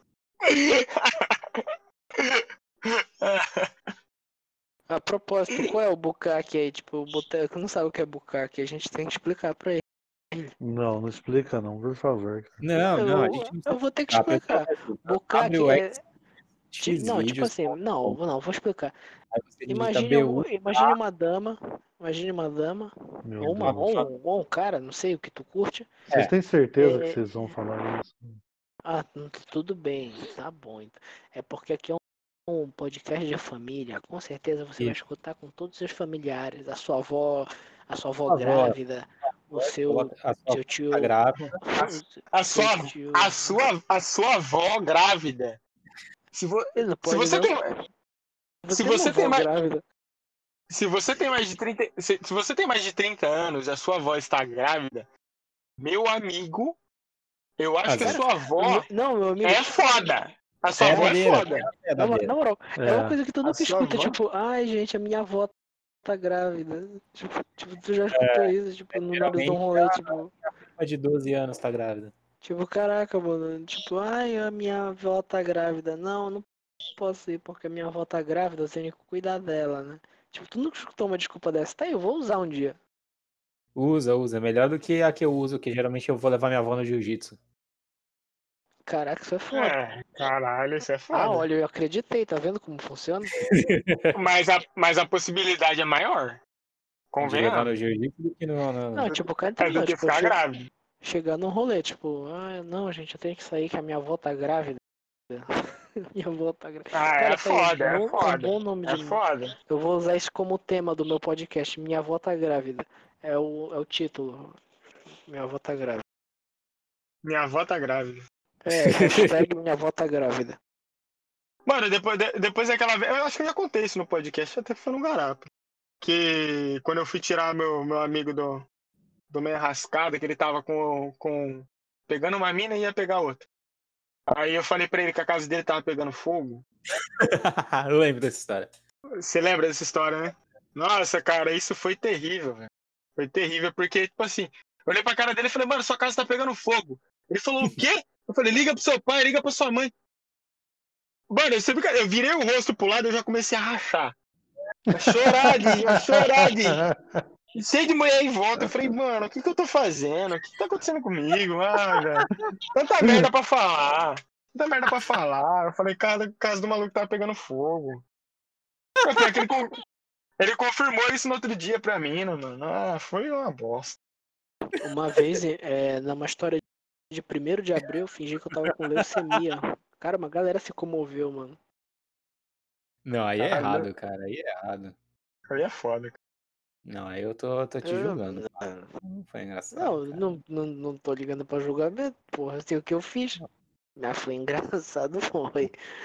A propósito, qual é o bucaque aí? Tipo, o boteco não sabe o que é bucaque, a gente tem que explicar pra ele. Não, não explica não, por favor. Não, eu, não, a gente não eu vou ter que A pessoa explicar. vai escutar, Bucaque abre o é. X Ti- Não, tipo vídeos, assim, não, não, vou explicar. aí você digita Imagine, B U, um- imagine uma dama, imagine uma dama, Meu ou, uma, Deus. ou, um, ou um cara, não sei o que tu curte. Vocês É. têm certeza É. que vocês vão falar isso? Ah, tu- tudo bem, tá bom. Então. É porque aqui é um, um podcast de família, com certeza você vai Isso. escutar com todos os seus familiares, a sua avó, a sua avó Avó, grávida, o seu, Coloca a sua seu tio, tá grávida. A seu sua, tio. a sua, a sua avó grávida. Se, vo, Ele não se pode você não. tem, Você se tem uma você tem avó mais- grávida. se você tem mais de trinta, se, se você tem mais de trinta anos, e a sua avó está grávida, meu amigo, eu acho Ah, que a sério? sua avó Não, meu amigo. é foda. A sua É avó é madeira, foda. É Na, mo- madeira. na moral, é uma É. coisa que tu A nunca sua escuta, avó? tipo, ai gente, a minha avó tá grávida. Tipo, tipo, tu já escutou isso, tipo, no meio de um geralmente rolê, tipo, Uma de doze anos tá grávida. tipo, caraca, mano, tipo, ai, a minha avó tá grávida. Não, não posso ir porque a minha avó tá grávida, eu tenho que cuidar dela, né? Tipo, tu nunca escutou uma desculpa dessa? Tá aí, eu vou usar um dia. Usa, usa. Melhor do que a que eu uso, que geralmente eu vou levar minha avó no jiu-jitsu. Caraca, isso é foda. É, caralho, isso é foda. Ah, olha, eu acreditei, tá vendo como funciona? Mas, a, mas a possibilidade é maior. De levar no Convenhamos. jiu-jitsu do que no. no- Não, tipo, cá É entre do nós, que tipo, eu ficar chego- grávida. chegar num rolê, tipo, ah, não, gente, eu tenho que sair que a minha avó tá grávida. Minha avó tá grávida. Ah, Cara, é tá aí, um foda, é bom- um foda. bom nome É de- foda. Eu vou usar isso como tema do meu podcast. Minha avó tá grávida. É o, é o título. Minha avó tá grávida. Minha avó tá grávida. É, hashtag minha avó tá grávida. Mano, depois, de- depois daquela vez. Eu acho que eu já contei isso no podcast, até que foi no Garapa. Que quando eu fui tirar meu, meu amigo do, do meio rascada, que ele tava com, com. pegando uma mina e ia pegar outra. Aí eu falei pra ele que a casa dele tava pegando fogo. Eu lembro dessa história. Você lembra dessa história, né? Nossa, cara, isso foi terrível, velho. Foi terrível, porque, tipo assim, eu olhei pra cara dele e falei, mano, sua casa tá pegando fogo. Ele falou, o quê? Eu falei, liga pro seu pai, liga pra sua mãe. Mano, eu, sempre, eu virei o rosto pro lado e eu já comecei a rachar. A chorar de, a chorar de. Cheio de mulher em volta. Eu falei, mano, o que que eu tô fazendo? O que que tá acontecendo comigo? Ah, velho. Tanta merda pra falar. Tanta merda pra falar. Eu falei, cara, a casa do maluco tava pegando fogo. Eu falei, que ele, con- ele confirmou isso no outro dia pra mim, né, mano. Ah, foi uma bosta. Uma vez, é, numa história de primeiro de abril, eu fingi que eu tava com leucemia. Cara, uma galera se comoveu, mano. Não, aí é Caralho. errado, cara. Aí é errado. Aí é foda, cara. Não, aí eu tô, tô te Eu- julgando. cara. Não foi engraçado. Não, cara. não, não, não tô ligando pra julgamento, porra. Assim, o que eu fiz. Mas foi engraçado, foi.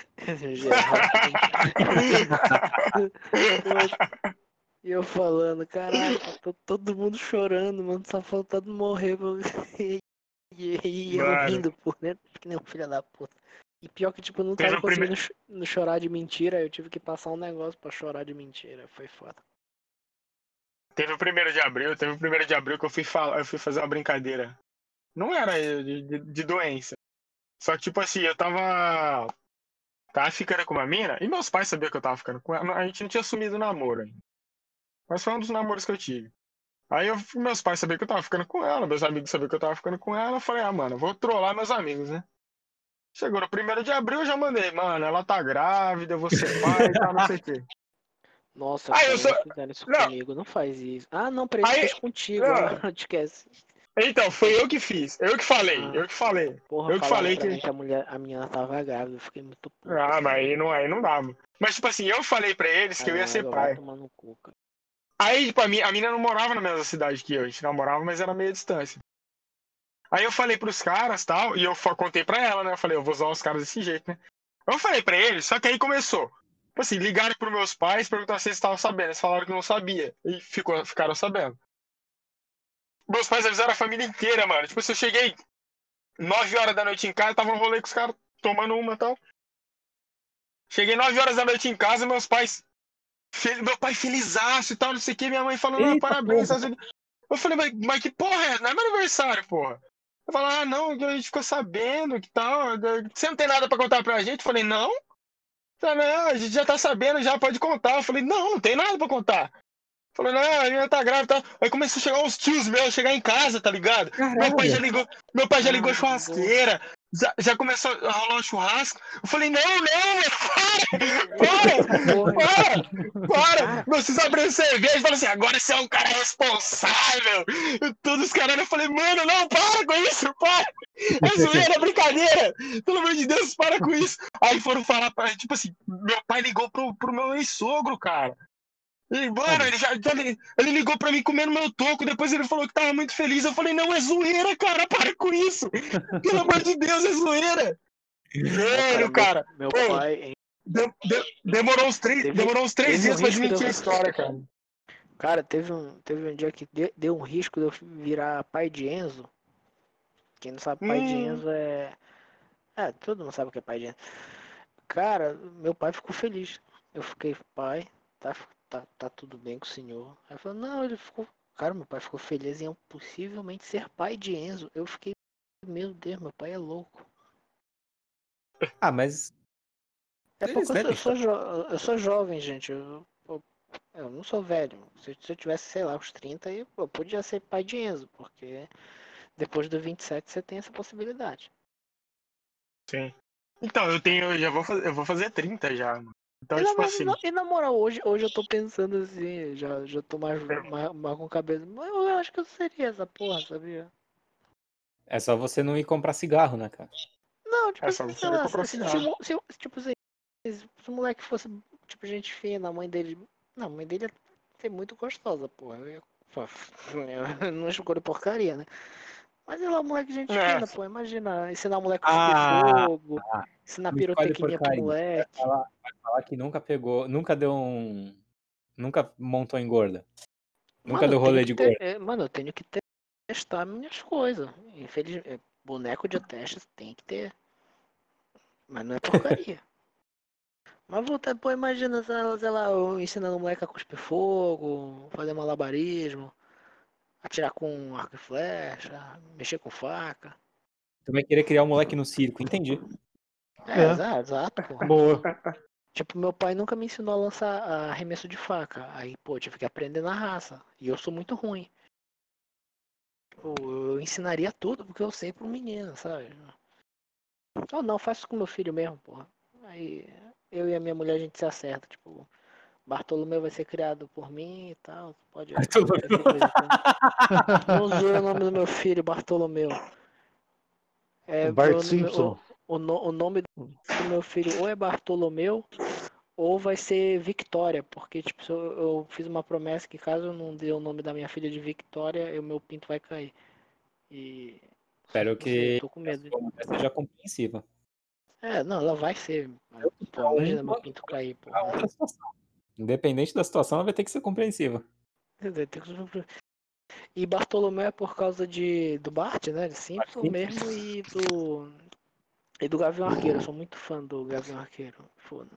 E eu falando, caraca, tô todo mundo chorando, mano, só faltando morrer. Pra... E, e eu Mano. rindo por dentro, que nem um filho da puta. E pior que, tipo, eu não Teve tava o prime- conseguindo ch- não chorar de mentira, eu tive que passar um negócio pra chorar de mentira. Foi foda. Teve o primeiro de abril, teve o primeiro de abril que eu fui, falar, eu fui fazer uma brincadeira. Não era de, de, de doença. Só que, tipo assim, eu tava. Tava ficando com uma mina, e meus pais sabiam que eu tava ficando com ela. A gente não tinha assumido o namoro ainda. Mas foi um dos namoros que eu tive. Aí eu, meus pais sabiam que eu tava ficando com ela, meus amigos sabiam que eu tava ficando com ela. Eu falei, ah, mano, eu vou trollar meus amigos, né? Chegou no primeiro de abril, eu já mandei, mano, ela tá grávida, eu vou ser pai e tal, não sei o quê. Nossa, Ah, cara, eu sou- não fizeram isso Não. comigo, não faz isso. Ah, não, peraí, Aí- eu fiz contigo, Não. ah, não te esquece. Então, foi eu que fiz, eu que falei, Ah. eu que falei. Porra, Eu que falaram falei pra que- mim que a mulher, a menina tava grávida, eu fiquei muito puto. Ah, mas aí não, aí não dá, mano. Mas, tipo assim, eu falei pra eles que Ah, eu ia não, ser agora pai. vai tomar no cu, cara. Aí, tipo, a, mi- a menina não morava na mesma cidade que eu, a gente namorava, mas era meia distância. Aí eu falei pros caras tal, e eu fa- contei pra ela, né? Eu falei, eu vou usar os caras desse jeito, né? Eu falei pra eles, só que aí começou. Tipo assim, ligaram pros meus pais, perguntaram se eles estavam sabendo. Eles falaram que não sabia. E ficou, ficaram sabendo. Meus pais avisaram a família inteira, mano. Tipo assim, eu cheguei nove horas da noite em casa, tava no rolê com os caras tomando uma e tal. Cheguei nove horas da noite em casa, meus pais. Meu pai felizaço e tal, não sei o que. Minha mãe falando, ah, parabéns. Eu falei, mas, mas que porra é? Não é meu aniversário, porra. Eu falei, ah, não, a gente ficou sabendo que tal. Você não tem nada pra contar pra gente? Eu falei, não. Falei, não, a gente já tá sabendo, já pode contar. Eu falei, não, não tem nada pra contar. Falei, não, a menina tá grávida, tá. Aí começou a chegar uns tios meus, chegar em casa, tá ligado? Caralho. Meu pai já ligou, meu pai já ligou Ah, churrasqueira, já, já começou a rolar o churrasco. Eu falei, não, não, mano, para, para, para, para. Não precisa abrir cerveja. Eu falei assim, agora você é um cara responsável. E todos os caras, eu falei, mano, não, para com isso, para. É zoeira, é brincadeira. Pelo amor de Deus, para com isso. Aí foram falar, pra, tipo assim, meu pai ligou pro, pro meu ex-sogro, cara. E, mano, ele, já, ele, ele ligou pra mim comendo meu toco, depois ele falou que tava muito feliz. Eu falei, não, é zoeira, cara, para com isso. Pelo amor de Deus, é zoeira. Velho, cara. Meu, meu pô, pai. de, de, demorou uns três, Teve- demorou uns três teve um dias pra risco desmentir de eu- a história, cara. Cara, teve um, teve um dia que de- deu um risco de eu virar pai de Enzo. Quem não sabe, pai de Hum. Enzo é. É, todo mundo sabe o que é pai de Enzo. Cara, meu pai ficou feliz. Eu fiquei, pai, tá, tá, tá tudo bem com o senhor. Aí falou, não, ele ficou. Cara, meu pai ficou feliz em eu possivelmente ser pai de Enzo. Eu fiquei, meu Deus, meu pai é louco. Ah, mas. É Eles porque eu sou, devem eu sou, jo- eu sou jovem, gente. Eu, eu, eu não sou velho. Se, se eu tivesse, sei lá, uns trinta, eu, eu podia ser pai de Enzo, porque depois do vinte e sete você tem essa possibilidade. Sim. Então, eu tenho, eu já vou fazer, eu vou fazer trinta já, mano. Então, E na, tipo assim. na- e na moral, hoje, hoje eu tô pensando assim, já, já tô mais, mais, mais com cabeça. Mas eu acho que eu seria essa porra, sabia? É só você não ir comprar cigarro, né, cara? Não, tipo É só assim, você sei lá, comprar se, se, cigarro. se, o- se, o- tipo assim, se o moleque fosse, tipo, gente fina, a mãe dele. Não, a mãe dele ia ser muito gostosa, porra. Eu, ia, pô, eu não escolho porcaria, né? Mas é lá, moleque, gente É. fina, pô. Imagina, ensinar o moleque a cuspir Ah, fogo, ensinar não escolhe pirotecnia pro porcaria. moleque. Vai falar, vai falar que nunca pegou, nunca deu um. Nunca montou em gorda. Nunca Mano, deu eu tenho rolê que de ter, gorda. é, mano, eu tenho que ter- testar minhas coisas. Infelizmente, boneco de teste tem que ter. Mas não é porcaria. Mas voltar, pô, imagina, sei lá, sei lá, eu ensinando o moleque a cuspir fogo, fazer malabarismo, atirar com arco e flecha, mexer com faca. Tu vai querer criar um moleque no circo, entendi. É, É. exato, exato, pô. Boa. Tipo, meu pai nunca me ensinou a lançar a arremesso de faca. Aí, pô, tive que aprender na raça. E eu sou muito ruim. Pô, eu ensinaria tudo porque eu sei pro menino, sabe? Ou não, faço com meu filho mesmo, porra. Aí eu e a minha mulher a gente se acerta, tipo, Bartolomeu vai ser criado por mim e tal. Pode. Bartolomeu. pode de vez em quando. Não zoa o nome do meu filho, Bartolomeu. É, Bart meu- Simpson. O, o, no- o nome do meu filho ou é Bartolomeu ou vai ser Victória, porque tipo, se eu, eu fiz uma promessa que caso eu não dê o nome da minha filha de Victória, o meu pinto vai cair. E Espero não sei, eu que tô com a medo. sua mulher seja compreensiva. É, não, ela vai ser. Pô, imagina meu pinto cair, pô. A outra situação. Independente da situação, ela vai ter que ser compreensiva. E Bartolomeu é por causa de do Bart, né? De Simpson Simpson. mesmo e do e do Gavião Arqueiro. Eu sou muito fã do Gavião Arqueiro. Foda.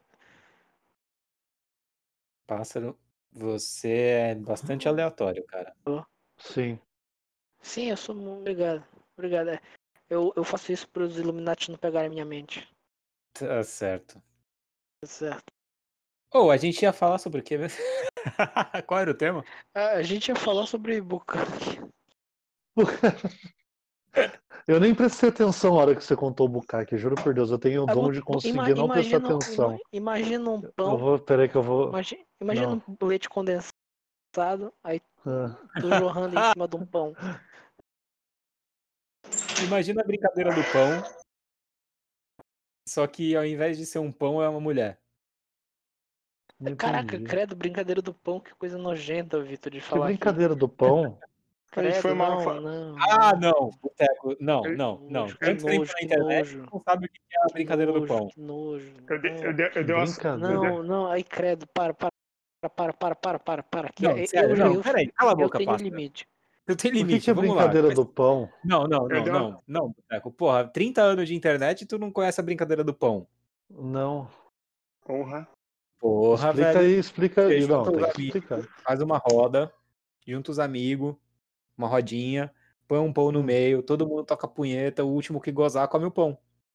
Pássaro, você é bastante aleatório, cara. Sim. Sim, eu sou muito obrigado. Obrigado. É. Eu, eu faço isso para os Illuminati não pegarem minha mente. Tá certo. Tá certo. Ou, a gente ia falar sobre o quê mesmo? Qual era o tema? Ah, a gente ia falar sobre Bukkake. Eu nem prestei atenção na hora que você contou o bukkake, juro por Deus, eu tenho o Ah, dom bu- de bu- conseguir ima- não prestar imagina, atenção. ima- imagina um Eu pão. vou, peraí que eu vou. Imagina, imagina Não. um leite condensado, aí Ah. tu jorrando em cima de um pão. Imagina a brincadeira do pão, só que ao invés de ser um pão, é uma mulher. Não Caraca, entendi. credo, brincadeira do pão, que coisa nojenta, Vitor, de Que falar aqui. brincadeira do pão? Credo, Foi mal, não, foi- não. Ah, não, Boteco, não, não, não. Nojo, que Tanto tempo nojo, na que internet, nojo. não sabe o que é a brincadeira do nojo, pão. Que nojo. Eu dei, eu Não, dei, eu dei uma. Brincadeira. não, não, aí credo, para, para, para, para, para, para, para. Que Não, eu, sério, eu, não, eu, peraí, cala a eu boca, tenho pássaro. limite. Não tem Por que, limite, que a vamos lá. brincadeira Mas- do pão? Não, não, Eu não, dou- não, não, Boteco. Porra, trinta anos de internet e tu não conhece a brincadeira do pão. Não. Porra. Porra, Explica velho. aí, explica Você aí. Não, junta os tem que amigos, explicar. faz uma roda, junta os amigos, uma rodinha, põe um pão no Hum. meio, todo mundo toca punheta, o último que gozar come o pão.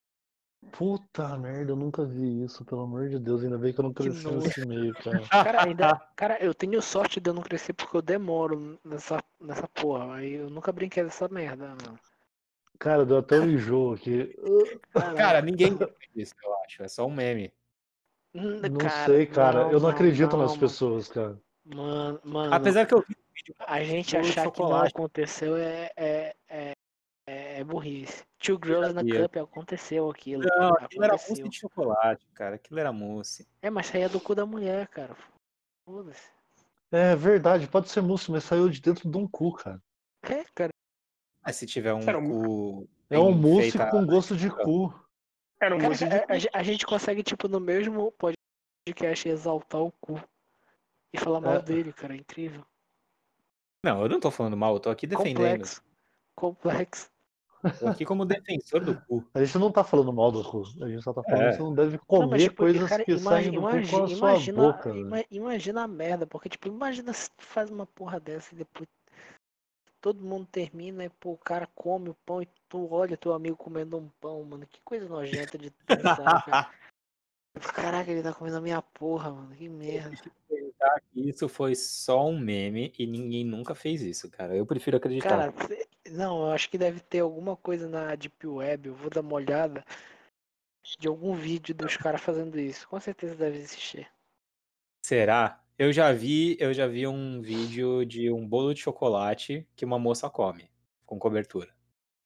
Puta merda, eu nunca vi isso, pelo amor de Deus. Ainda bem que eu não Que cresci nojo. nesse meio, cara. Cara, ainda, cara, eu tenho sorte de eu não crescer porque eu demoro nessa, nessa porra. Aí eu nunca brinquei dessa merda, mano. Cara, deu até um enjoo aqui. Caralho. Cara, ninguém fez isso, eu acho. É só um meme. Hum, Não cara, sei, cara. não, Eu não acredito não, nas mano. pessoas, cara. Mano, mano, Apesar que eu vi um vídeo a gente bolo de achar que não chocolate. aconteceu é, é, é, é burrice. Two Girls na sabia. Cup aconteceu aquilo. Não, aquilo era mousse Aconteceu. de chocolate, cara. Aquilo era mousse. É, mas saía do cu da mulher, cara. Foda-se. É verdade, pode ser mousse, mas saiu de dentro de um cu, cara. É, cara. Mas se tiver um Era um- cu. É um bem mousse feita- com gosto de cu. Era um Cara, mousse de a, a ge- a gente consegue, tipo, no mesmo podcast exaltar o cu e falar mal É. dele, cara. É incrível. Não, eu não tô falando mal, eu tô aqui defendendo. Complexo. Complexo. Tô aqui como defensor do cu. A gente não tá falando mal do cu. A gente só tá falando É. que você não deve Não, comer mas, tipo, coisas cara, que imagi- saem do cu com a imagi- sua imagina, boca, velho. ima- imagina a merda, porque, tipo, imagina se tu faz uma porra dessa e depois todo mundo termina e, pô, o cara come o pão e tu olha teu amigo comendo um pão, mano. Que coisa nojenta de pensar, cara. Caraca, ele tá comendo a minha porra, mano. Que merda. Acreditar que isso foi só um meme e ninguém nunca fez isso, cara. Eu prefiro acreditar. Cara, cê- não, eu acho que deve ter alguma coisa na Deep Web, eu vou dar uma olhada de algum vídeo dos caras fazendo isso. Com certeza deve existir. Será? Eu já vi, eu já vi um vídeo de um bolo de chocolate que uma moça come com cobertura.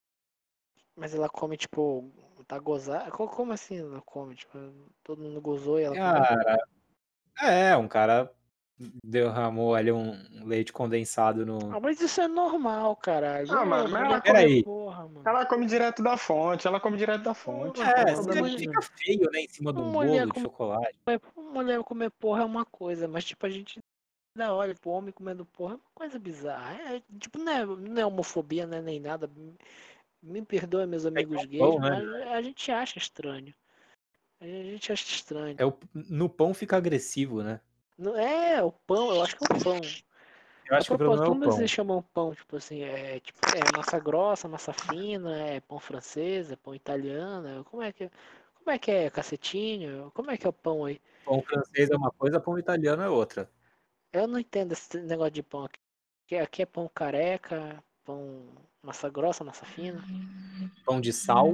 Mas ela come, tipo, tá gozada? Co- Como assim ela come? Tipo, todo mundo gozou e ela comeu? Cara, é, um cara derramou ali um leite condensado no. Ah, mas isso é normal, caralho. Ah, mano, Ô, mas mulher ela come Peraí. porra, mano. Ela come direto da fonte, ela come direto da fonte. Não não tem É, problema mas- nenhum. fica feio, né, em cima de um Mulher bolo de come- chocolate. Mulher comer porra é uma coisa, mas tipo, a gente dá olha pro homem comendo porra é uma coisa bizarra. É, tipo, não é, não é homofobia, né, nem nada. Me perdoe, meus amigos tão gays, bom, né? mas a gente acha estranho. A gente acha estranho. É o, no pão fica agressivo, né? Não, é, o pão, eu acho que é o pão. Eu acho que o problema é o como pão. vocês chamam pão? Tipo assim, é, tipo, é massa grossa, massa fina, é pão francês, é pão italiano, como é que como é que é cacetinho? Como é que é o pão aí? Pão francês é uma coisa, pão italiano é outra. Eu não entendo esse negócio de pão aqui. Aqui- Aqui é pão careca, pão massa grossa, massa fina. Pão de sal.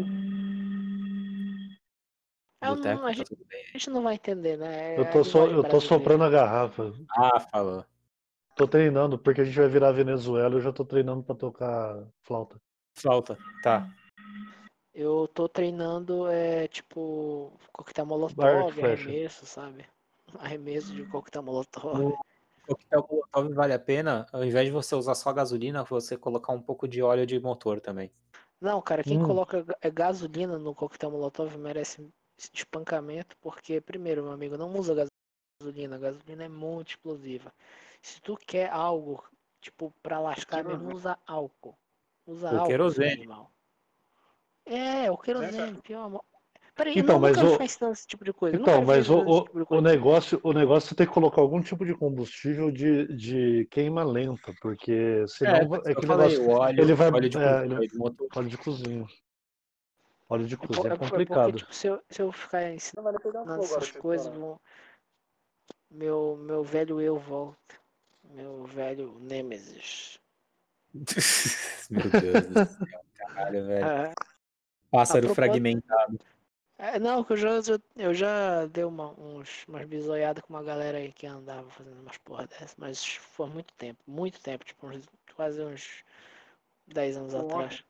Eu Boteco, não, a, tá gente, tudo bem. a gente não vai entender, né? É Eu a tô, so, linguagem eu tô brasileira. soprando a garrafa. Ah, falou. Tô treinando, porque a gente vai virar Venezuela. Eu já tô treinando pra tocar flauta. Flauta, tá. Eu tô treinando, é tipo, coquetel Arco molotov, e flecha. arremesso, sabe? Arremesso de coquetel molotov. O coquetel molotov vale a pena, ao invés de você usar só gasolina, você colocar um pouco de óleo de motor também. Não, cara, quem Hum. coloca ga- é gasolina no coquetel molotov merece espancamento, porque, primeiro, meu amigo, não usa gasolina. Gasolina é muito explosiva. Se tu quer algo, tipo, pra lascar mesmo, usa álcool. Usa O álcool, seu querosene. animal. É, o querosene, pior amor. Peraí, Então, não, mas nunca o- faz tanto esse tipo de coisa. Então, nunca mas fiz o, esse o, tipo de o coisa. negócio, o negócio é ter que colocar algum tipo de combustível de, de queima lenta, porque senão É, vai- por é isso que que eu falei, negócio. o óleo, Ele vai. óleo de é, cozinha, ele- óleo de motor. óleo de cozinha. Óleo de É, por- cozinha é é por- é complicado. porque, tipo, se eu, se eu ficar ensinando essas coisas, vão- meu, meu velho eu volta. Meu velho Nêmesis. Meu Deus do céu, caralho, velho. Ah, Pássaro a propósito- fragmentado. é, não, que eu já, já- eu já dei uma, uns, umas bisoiadas com uma galera aí que andava fazendo umas porra dessas, mas foi muito tempo, muito tempo, tipo, uns- quase uns dez anos Porra. atrás.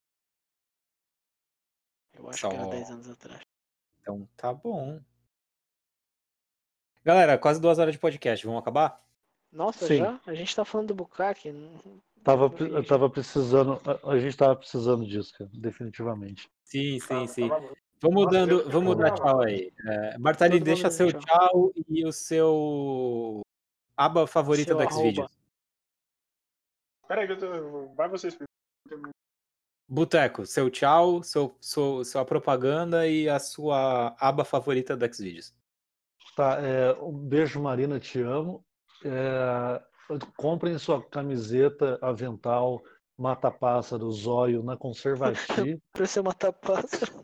Eu acho Só- que era dez anos atrás. Então tá bom. Galera, quase duas horas de podcast, vamos acabar? Nossa, Sim. já? A gente tá falando do Bukaki. não- Tava, não vi eu isso. tava precisando. A, a gente tava precisando disso, cara, definitivamente. Sim, sim, sim. Tava- Vamos Nossa, dando, eu- vamos eu dar tava- tchau aí. É, Bartali, Todo deixa mundo seu tchau. tchau e o seu aba favorita Seu do arroba. Xvideos. Peraí que eu tô... Vai vocês primeiro. Boteco, seu tchau, seu, seu, sua propaganda e a sua aba favorita do Xvideos. Tá, é, um beijo, Marina, te amo. É, comprem sua camiseta, avental, mata-pássaro, zóio na Conservati. Pra você matar pássaro.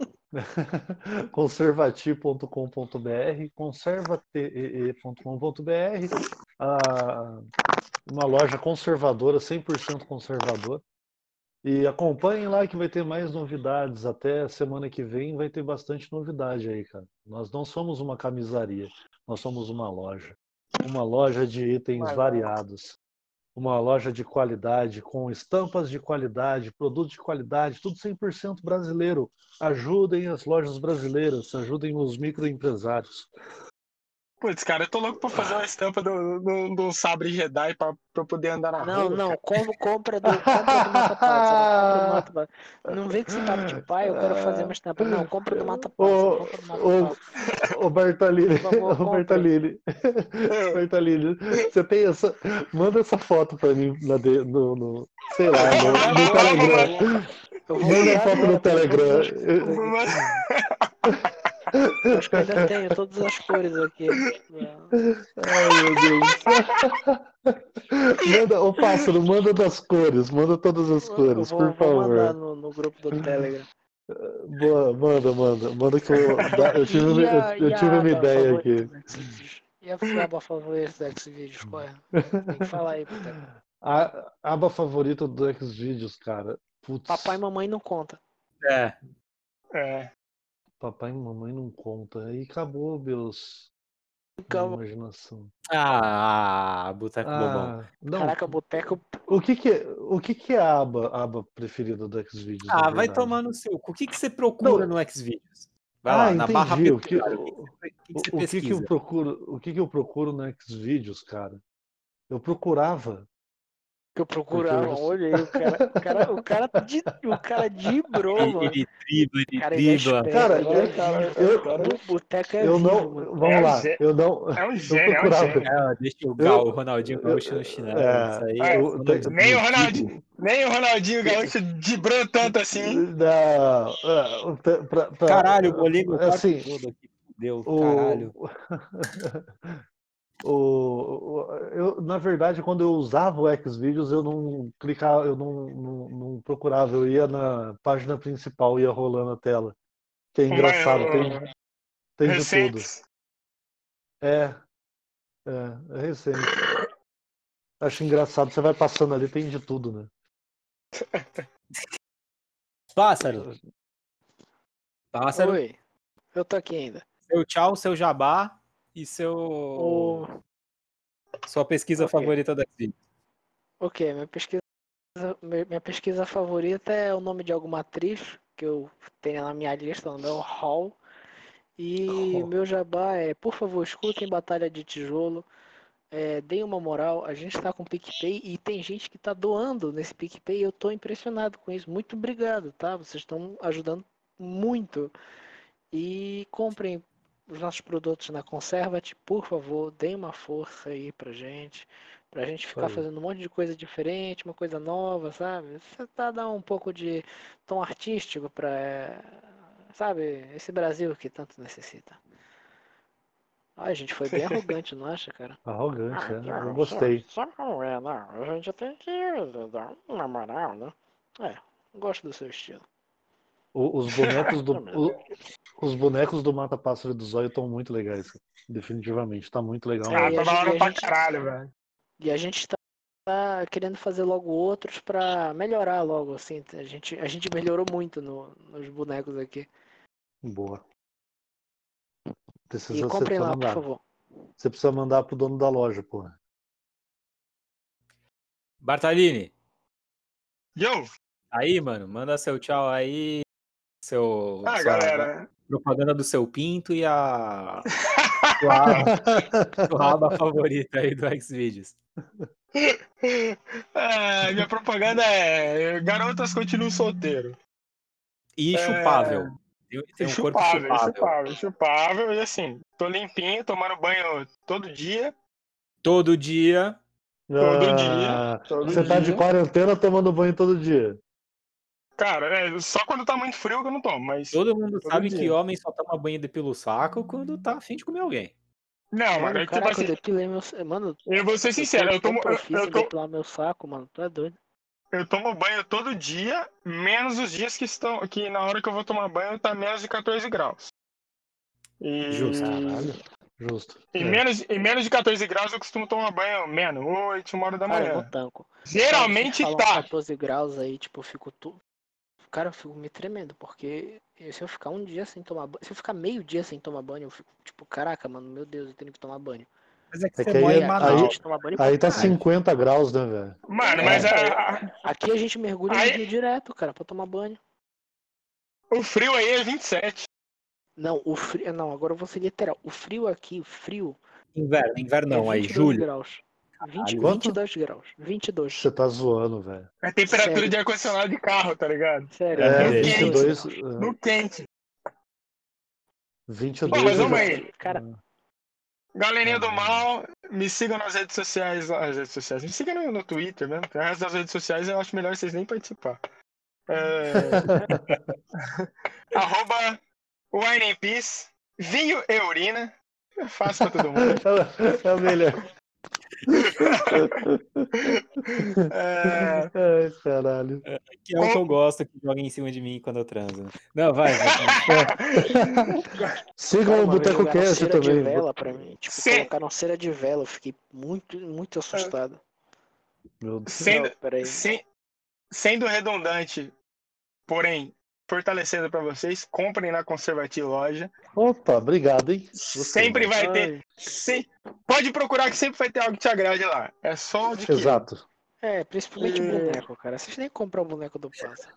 conservati ponto com ponto br, conservatee ponto com ponto br, ah, uma loja conservadora, cem por cento conservadora. E acompanhem lá que vai ter mais novidades. Até semana que vem vai ter bastante novidade aí, cara. Nós não somos uma camisaria, nós somos uma loja. Uma loja de itens variados. Uma loja de qualidade, com estampas de qualidade, produtos de qualidade, tudo cem por cento brasileiro. Ajudem as lojas brasileiras, ajudem os microempresários. Putz, cara, eu tô louco pra fazer uma estampa do, do, do sabre Jedi pra, pra eu poder andar na Não, rua. não, cara. compra, compra do, compra do Mata Pássaro, compra do Mata Pássaro. Não vem com esse papo de pai, eu quero fazer uma estampa. Não, compra do Mata Pássaro, compra do Mata Pássaro. Ô, ô Bertolini, Por favor, ô compra. Bertolini, Bertolini, você tem essa, manda essa foto pra mim na de- no, no- sei lá, no, no Telegram. Eu vou Manda a mandar foto agora no pra Telegram. todas as cores aqui. Acho que eu ainda tenho todas as cores aqui. Ai, meu Deus. Manda, ô pássaro, manda das cores, manda todas as Eu cores, vou, por vou mandar favor. no, no grupo do Telegram. Boa, manda, manda, manda que eu, dá- eu tive, E, e eu, a, eu e tive a uma aba ideia favorita aqui. do Xvideos? E a aba favorita do Xvideos, qual é? Tem que falar aí, Boteco. A aba favorita do Xvideos, cara. Putz, Papai e mamãe não conta. É, É. papai e mamãe não conta. Aí acabou, meus. Minha Calma. imaginação. ah, Boteco Bobão. Ah, não. Caraca, Boteco. O que que, é- o que que é a aba, a aba preferida do Xvideos, na Ah, vai verdade? tomar no seu cu. O que, que você procura Não. no Xvideos? Vai Ah, lá, na barra entendi. O que, pesquisar. O que, o, que, você- o que que o, você o que que eu pesquisa? procuro, o que que eu procuro no Xvideos, cara? Eu procurava. Que eu procurava, Porque eu- olha aí, o cara, o cara, o cara, de, o cara dibrou, Ele, mano. ele dribla, ele Cara, ele é dribla. esperto, Cara, ele é eu- vivo. eu- O Boteco é Eu vivo, não. mano. Vamos É um lá. gê- Eu não. É um Eu gênio, é um procurava. gênio. É, deixa o, Eu- Gal, o Ronaldinho eu- Gaúcho no chinelo. é, Isso aí é, é eu- Ronaldinho Nem o Gaúcho. Ronaldinho, nem o Ronaldinho Gaúcho dibrou tanto assim. Não, é, pra- pra- pra- Caralho, bolei meu quarto assim, todo aqui. Fudeu, o, caralho. o, o- eu, na verdade, quando eu usava o Xvideos, eu não clicava, eu não, não, não procurava, eu ia na página principal, ia rolando a tela. Que é engraçado, Mas, tem, tem de tudo. recentes. É, é, é recente. Acho engraçado, você vai passando ali, tem de tudo, né? Pássaro. Pássaro. Oi, eu tô aqui ainda. Seu tchau, seu jabá e seu. O... Sua pesquisa Ok. favorita da Xvideos. Ok, minha pesquisa, minha pesquisa favorita é o nome de alguma atriz que eu tenho na minha lista, no meu hall. E Hall. meu jabá é, por favor, escutem Batalha de Tijolo. É, deem uma moral, a gente tá com PicPay e tem gente que tá doando nesse PicPay e eu tô impressionado com isso. Muito obrigado, tá? Vocês estão ajudando muito. E comprem os nossos produtos na Conservat, por favor, deem uma força aí pra gente. Pra gente ficar aí. fazendo um monte de coisa diferente, uma coisa nova, sabe? Você tá dando um pouco de tom artístico pra, é, sabe, esse Brasil que tanto necessita. Ai, a gente foi bem arrogante, não acha, cara? Arrogante, é. Eu gostei. Sabe como é, não? A gente tem que dar uma moral, né? É, gosto do seu estilo. O- Os bonecos do, o- os bonecos do Mata Pássaro e do Zóio estão muito legais, cara. Definitivamente, tá muito legal. É, Ah, e mesmo. a tá da gente- e hora a pra gente- caralho, velho. E a gente tá, tá querendo fazer logo outros pra melhorar logo, assim. A gente, a gente melhorou muito no- nos bonecos aqui. Boa. Precisa, E você comprem precisa lá, por mandar. favor. Você precisa mandar pro dono da loja, porra. Bartalini, Yo! aí, mano, manda seu tchau aí. Seu. Ah, sua galera. propaganda do seu pinto e a sua, sua aba favorita aí do Xvideos. É, minha propaganda é garotas continuam solteiro. E É, chupável. Tem, tem um corpo chupável, chupável. chupável, chupável. E assim, tô limpinho, tomando banho todo dia. Todo dia. Todo Ah, dia, todo Você tá de dia. quarentena tomando banho todo dia. Cara, é só quando tá muito frio que eu não tomo, mas Todo mundo todo sabe que dia. homem só toma banho de pelo saco quando tá afim de comer alguém. Não, mano, Mano, é tipo caraca, eu assim, depilei meu. Mano, eu vou ser eu sincero, tô eu tão tomo, eu, profício eu em to- depilar meu saco, mano. Tu é doido. eu tomo banho todo dia, menos os dias que estão, que na hora que eu vou tomar banho tá menos de quatorze graus. E, Justo. Caralho. Justo. e, É. menos, e menos de quatorze graus eu costumo tomar banho menos, oito, uma hora da Cara, eu não manhã. tanco. Cara, Geralmente vocês falam tá. quatorze graus aí, tipo, eu fico tu... Cara, eu fico me tremendo, porque se eu ficar um dia sem tomar banho, se eu ficar meio dia sem tomar banho, eu fico tipo, caraca, mano, meu Deus, eu tenho que tomar banho. Mas é que É você que aí, mora em é- Aqui a Manaus. gente toma banho pra aí tá caralho. cinquenta graus, né, velho? Mano, É, mas a- cara, a- aqui a gente mergulha Aí- no rio direto, cara, pra tomar banho. o frio aí é vinte e sete. Não, o frio. Não, agora eu vou ser literal. O frio aqui, o frio, Inverno, inverno é não, aí, vinte e dois julho. graus. vinte, Caralho. Quanto? vinte e dois graus. vinte e dois. Você tá zoando, velho. É temperatura Sério. de ar-condicionado de carro, tá ligado? Sério, É, no vinte e dois quente. vinte e dois. No quente. vinte e Bom, dois mas eu vamos já. aí. Cara, Galerinha do Caralho. mal, me sigam nas redes sociais. Nas redes sociais. Me sigam no, no Twitter mesmo. porque as das redes sociais eu acho melhor vocês nem participar. É, arroba Wine and Peace, vinho e urina. É fácil pra todo mundo. É o melhor. É, Ai, caralho. Que é o que eu gosto, que joga em cima de mim quando eu transo. né? Não, vai, vai. Sigam cara, o uma vez Boteco jogaram Cast cera de também. vela pra mim. Tipo, Cê- colocaram cera de vela. Eu fiquei muito, muito assustado. Meu Deus. sendo, Não, peraí. sem- sendo redundante, porém fortalecendo pra vocês, comprem na Conservative Loja. Opa, obrigado, hein? Gostei, Sempre mano. vai ter. Ai, se- Pode procurar que sempre vai ter algo que te agrade lá. É só de quilo. Exato. é, principalmente É. boneco, cara. Vocês nem compram o boneco do pássaro.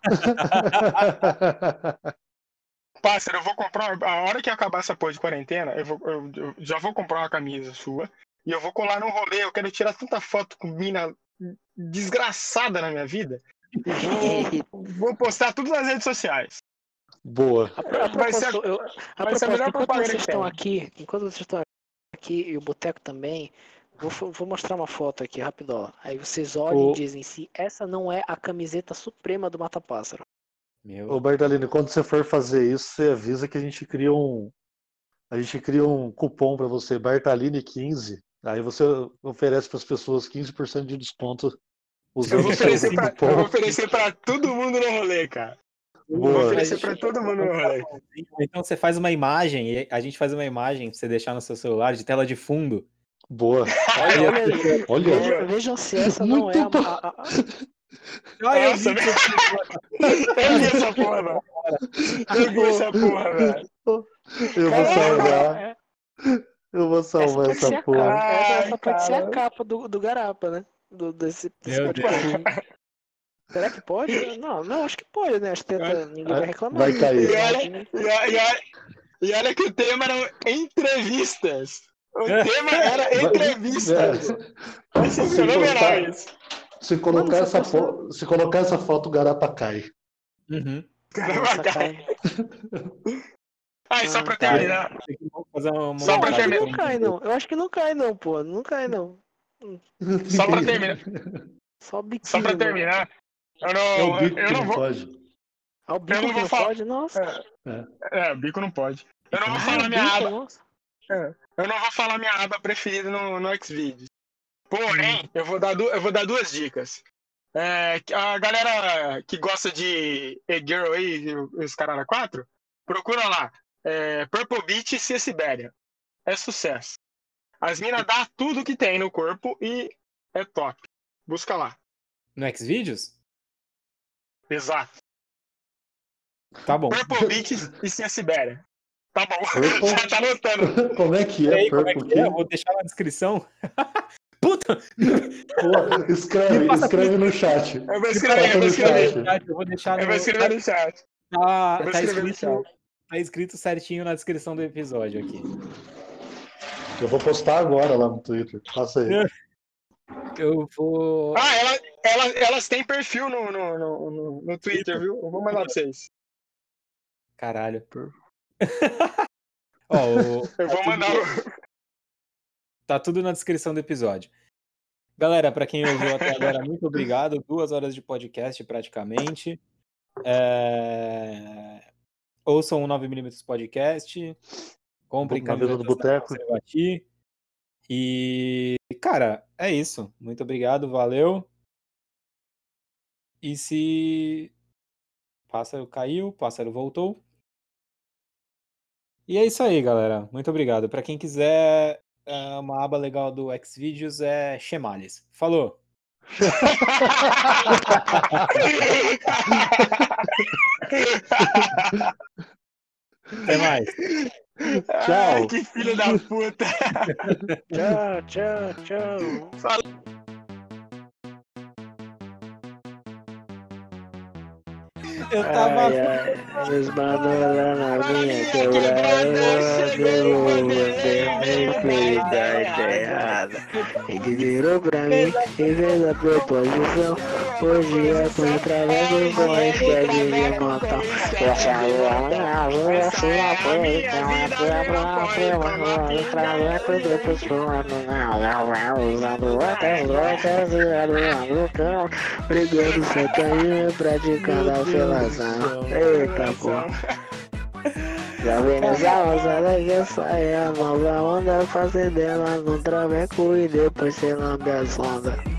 Pássaro, eu vou comprar. A hora que acabar essa porra de quarentena, eu, vou, eu, eu já vou comprar uma camisa sua. E eu vou colar num rolê. Eu quero tirar tanta foto com mina desgraçada na minha vida. E vou, vou postar tudo nas redes sociais. Boa. A, pro- a Vai ser a- propósito, eu, a vai ser a propósito, melhor enquanto propaganda vocês que estão tem. aqui, enquanto vocês estão aqui e o Boteco também, vou, fo- vou mostrar uma foto aqui, rapidola. Aí vocês olhem O- e dizem se essa não é a camiseta suprema do Mata-Pássaro. Meu. Ô, Bertalini, quando você for fazer isso, você avisa que a gente cria um. A gente cria um cupom pra você, Bertalini quinze. Aí você oferece para as pessoas quinze por cento de desconto Eu usando vou o seu oferecer pra, eu vou cupom. oferecer pra todo mundo no rolê, cara. Eu vou Boa. oferecer pra todo mundo no rolê. Então você faz uma imagem, e a gente faz uma imagem pra você deixar no seu celular de tela de fundo. Boa. Olha, olha aí. Olha. Vejam, vejam se essa não Muito é a, bom. a- a- Ah, eu Nossa, vi que Eu vi essa porra, velho. Eu vi essa porra, velho. Eu vou salvar. é- Eu vou essa salvar pode ser essa a porra. capa. Essa, essa Ai, pode ser a cara. capa do, do Garapa, né? Do, desse, desse Meu Deus. podcast. Será que pode? Não, não, acho que pode, né? Acho que tenta, ninguém vai reclamar. Vai cair. E olha, e, olha, e, olha, e olha que o tema eram entrevistas. O tema era entrevistas. Achei Se fenomenal botar- isso. Se colocar, Mano, essa você fo... Se colocar essa foto, o Garapa cai. Uhum. Caramba, cara. Ah, e só pra terminar. Tem que fazer uma Só Não, pra acho que terminar. não cai, não. Eu acho que não cai, não, pô. Não cai, não. Só pra terminar. Só o biquinho. Só pra mano. terminar. Eu É não, o bico eu que não não vou. pode. Ah, o bico Eu não que vou não falar. pode? Nossa. É, o bico não pode. Eu não vou Ah, falar o minha bico, aba. nossa. Eu não vou falar minha aba preferida no, no Xvideos. Porém, eu vou dar, du- eu vou dar duas dicas. É, a galera que gosta de E-Girl aí, e os caras quatro, procura lá. É, Purple Beach e Cia Sibéria. É sucesso. As minas dão tudo que tem no corpo e é top. Busca lá. No Xvideos? Exato. Tá bom. Purple Beach e Cia Sibéria. Tá bom. Purple- Já tá anotando. Como é que é, Peraí, como é Purple que é? Eu King? vou deixar na descrição. Puta! Pô, escreve, Me passa escreve no chat. Eu vou escrever, eu vou no escrever. chat. Eu vou deixar no... Eu vou escrever no chat. Tá, Eu vou tá escrever no escrito, chat. tá escrito certinho na descrição do episódio aqui. Eu vou postar agora lá no Twitter. Passa aí. Eu vou... Ah, ela, ela, elas têm perfil no, no, no, no, no Twitter, viu? Eu vou mandar pra vocês. Caralho. Ó, o- Eu vou mandar. o- tá tudo na descrição do episódio. Galera, pra quem ouviu até agora, muito obrigado. Duas horas de podcast, praticamente. É... Ouçam o nove milímetros Podcast. Comprem Na mesa do camisetas da boteco. Conservati. E, cara, é isso. Muito obrigado, valeu. E se pássaro caiu, pássaro voltou. E é isso aí, galera. Muito obrigado. Pra quem quiser, é, uma aba legal do Xvideos é Chemales. Falou! Até mais. Tchau. Ai, que filho da puta. Tchau, tchau, tchau. Eu tava. Ai, ai, resbalou lá na minha quebrada, deu felicidade errada. Ele virou pra mim e fez a proposição. Hoje é por trabalho com a esquerda de montão. Eu saí a minha rua, assim a coisa, uma quebra, uma traveco de pessoa, não, usando outras loucas e arrumando o cão, brigando sem cair, praticando a felação. Eita, pô. Já vem essa moçada que sai a nova onda, fazer dela no traveco e depois você lambe a sonda.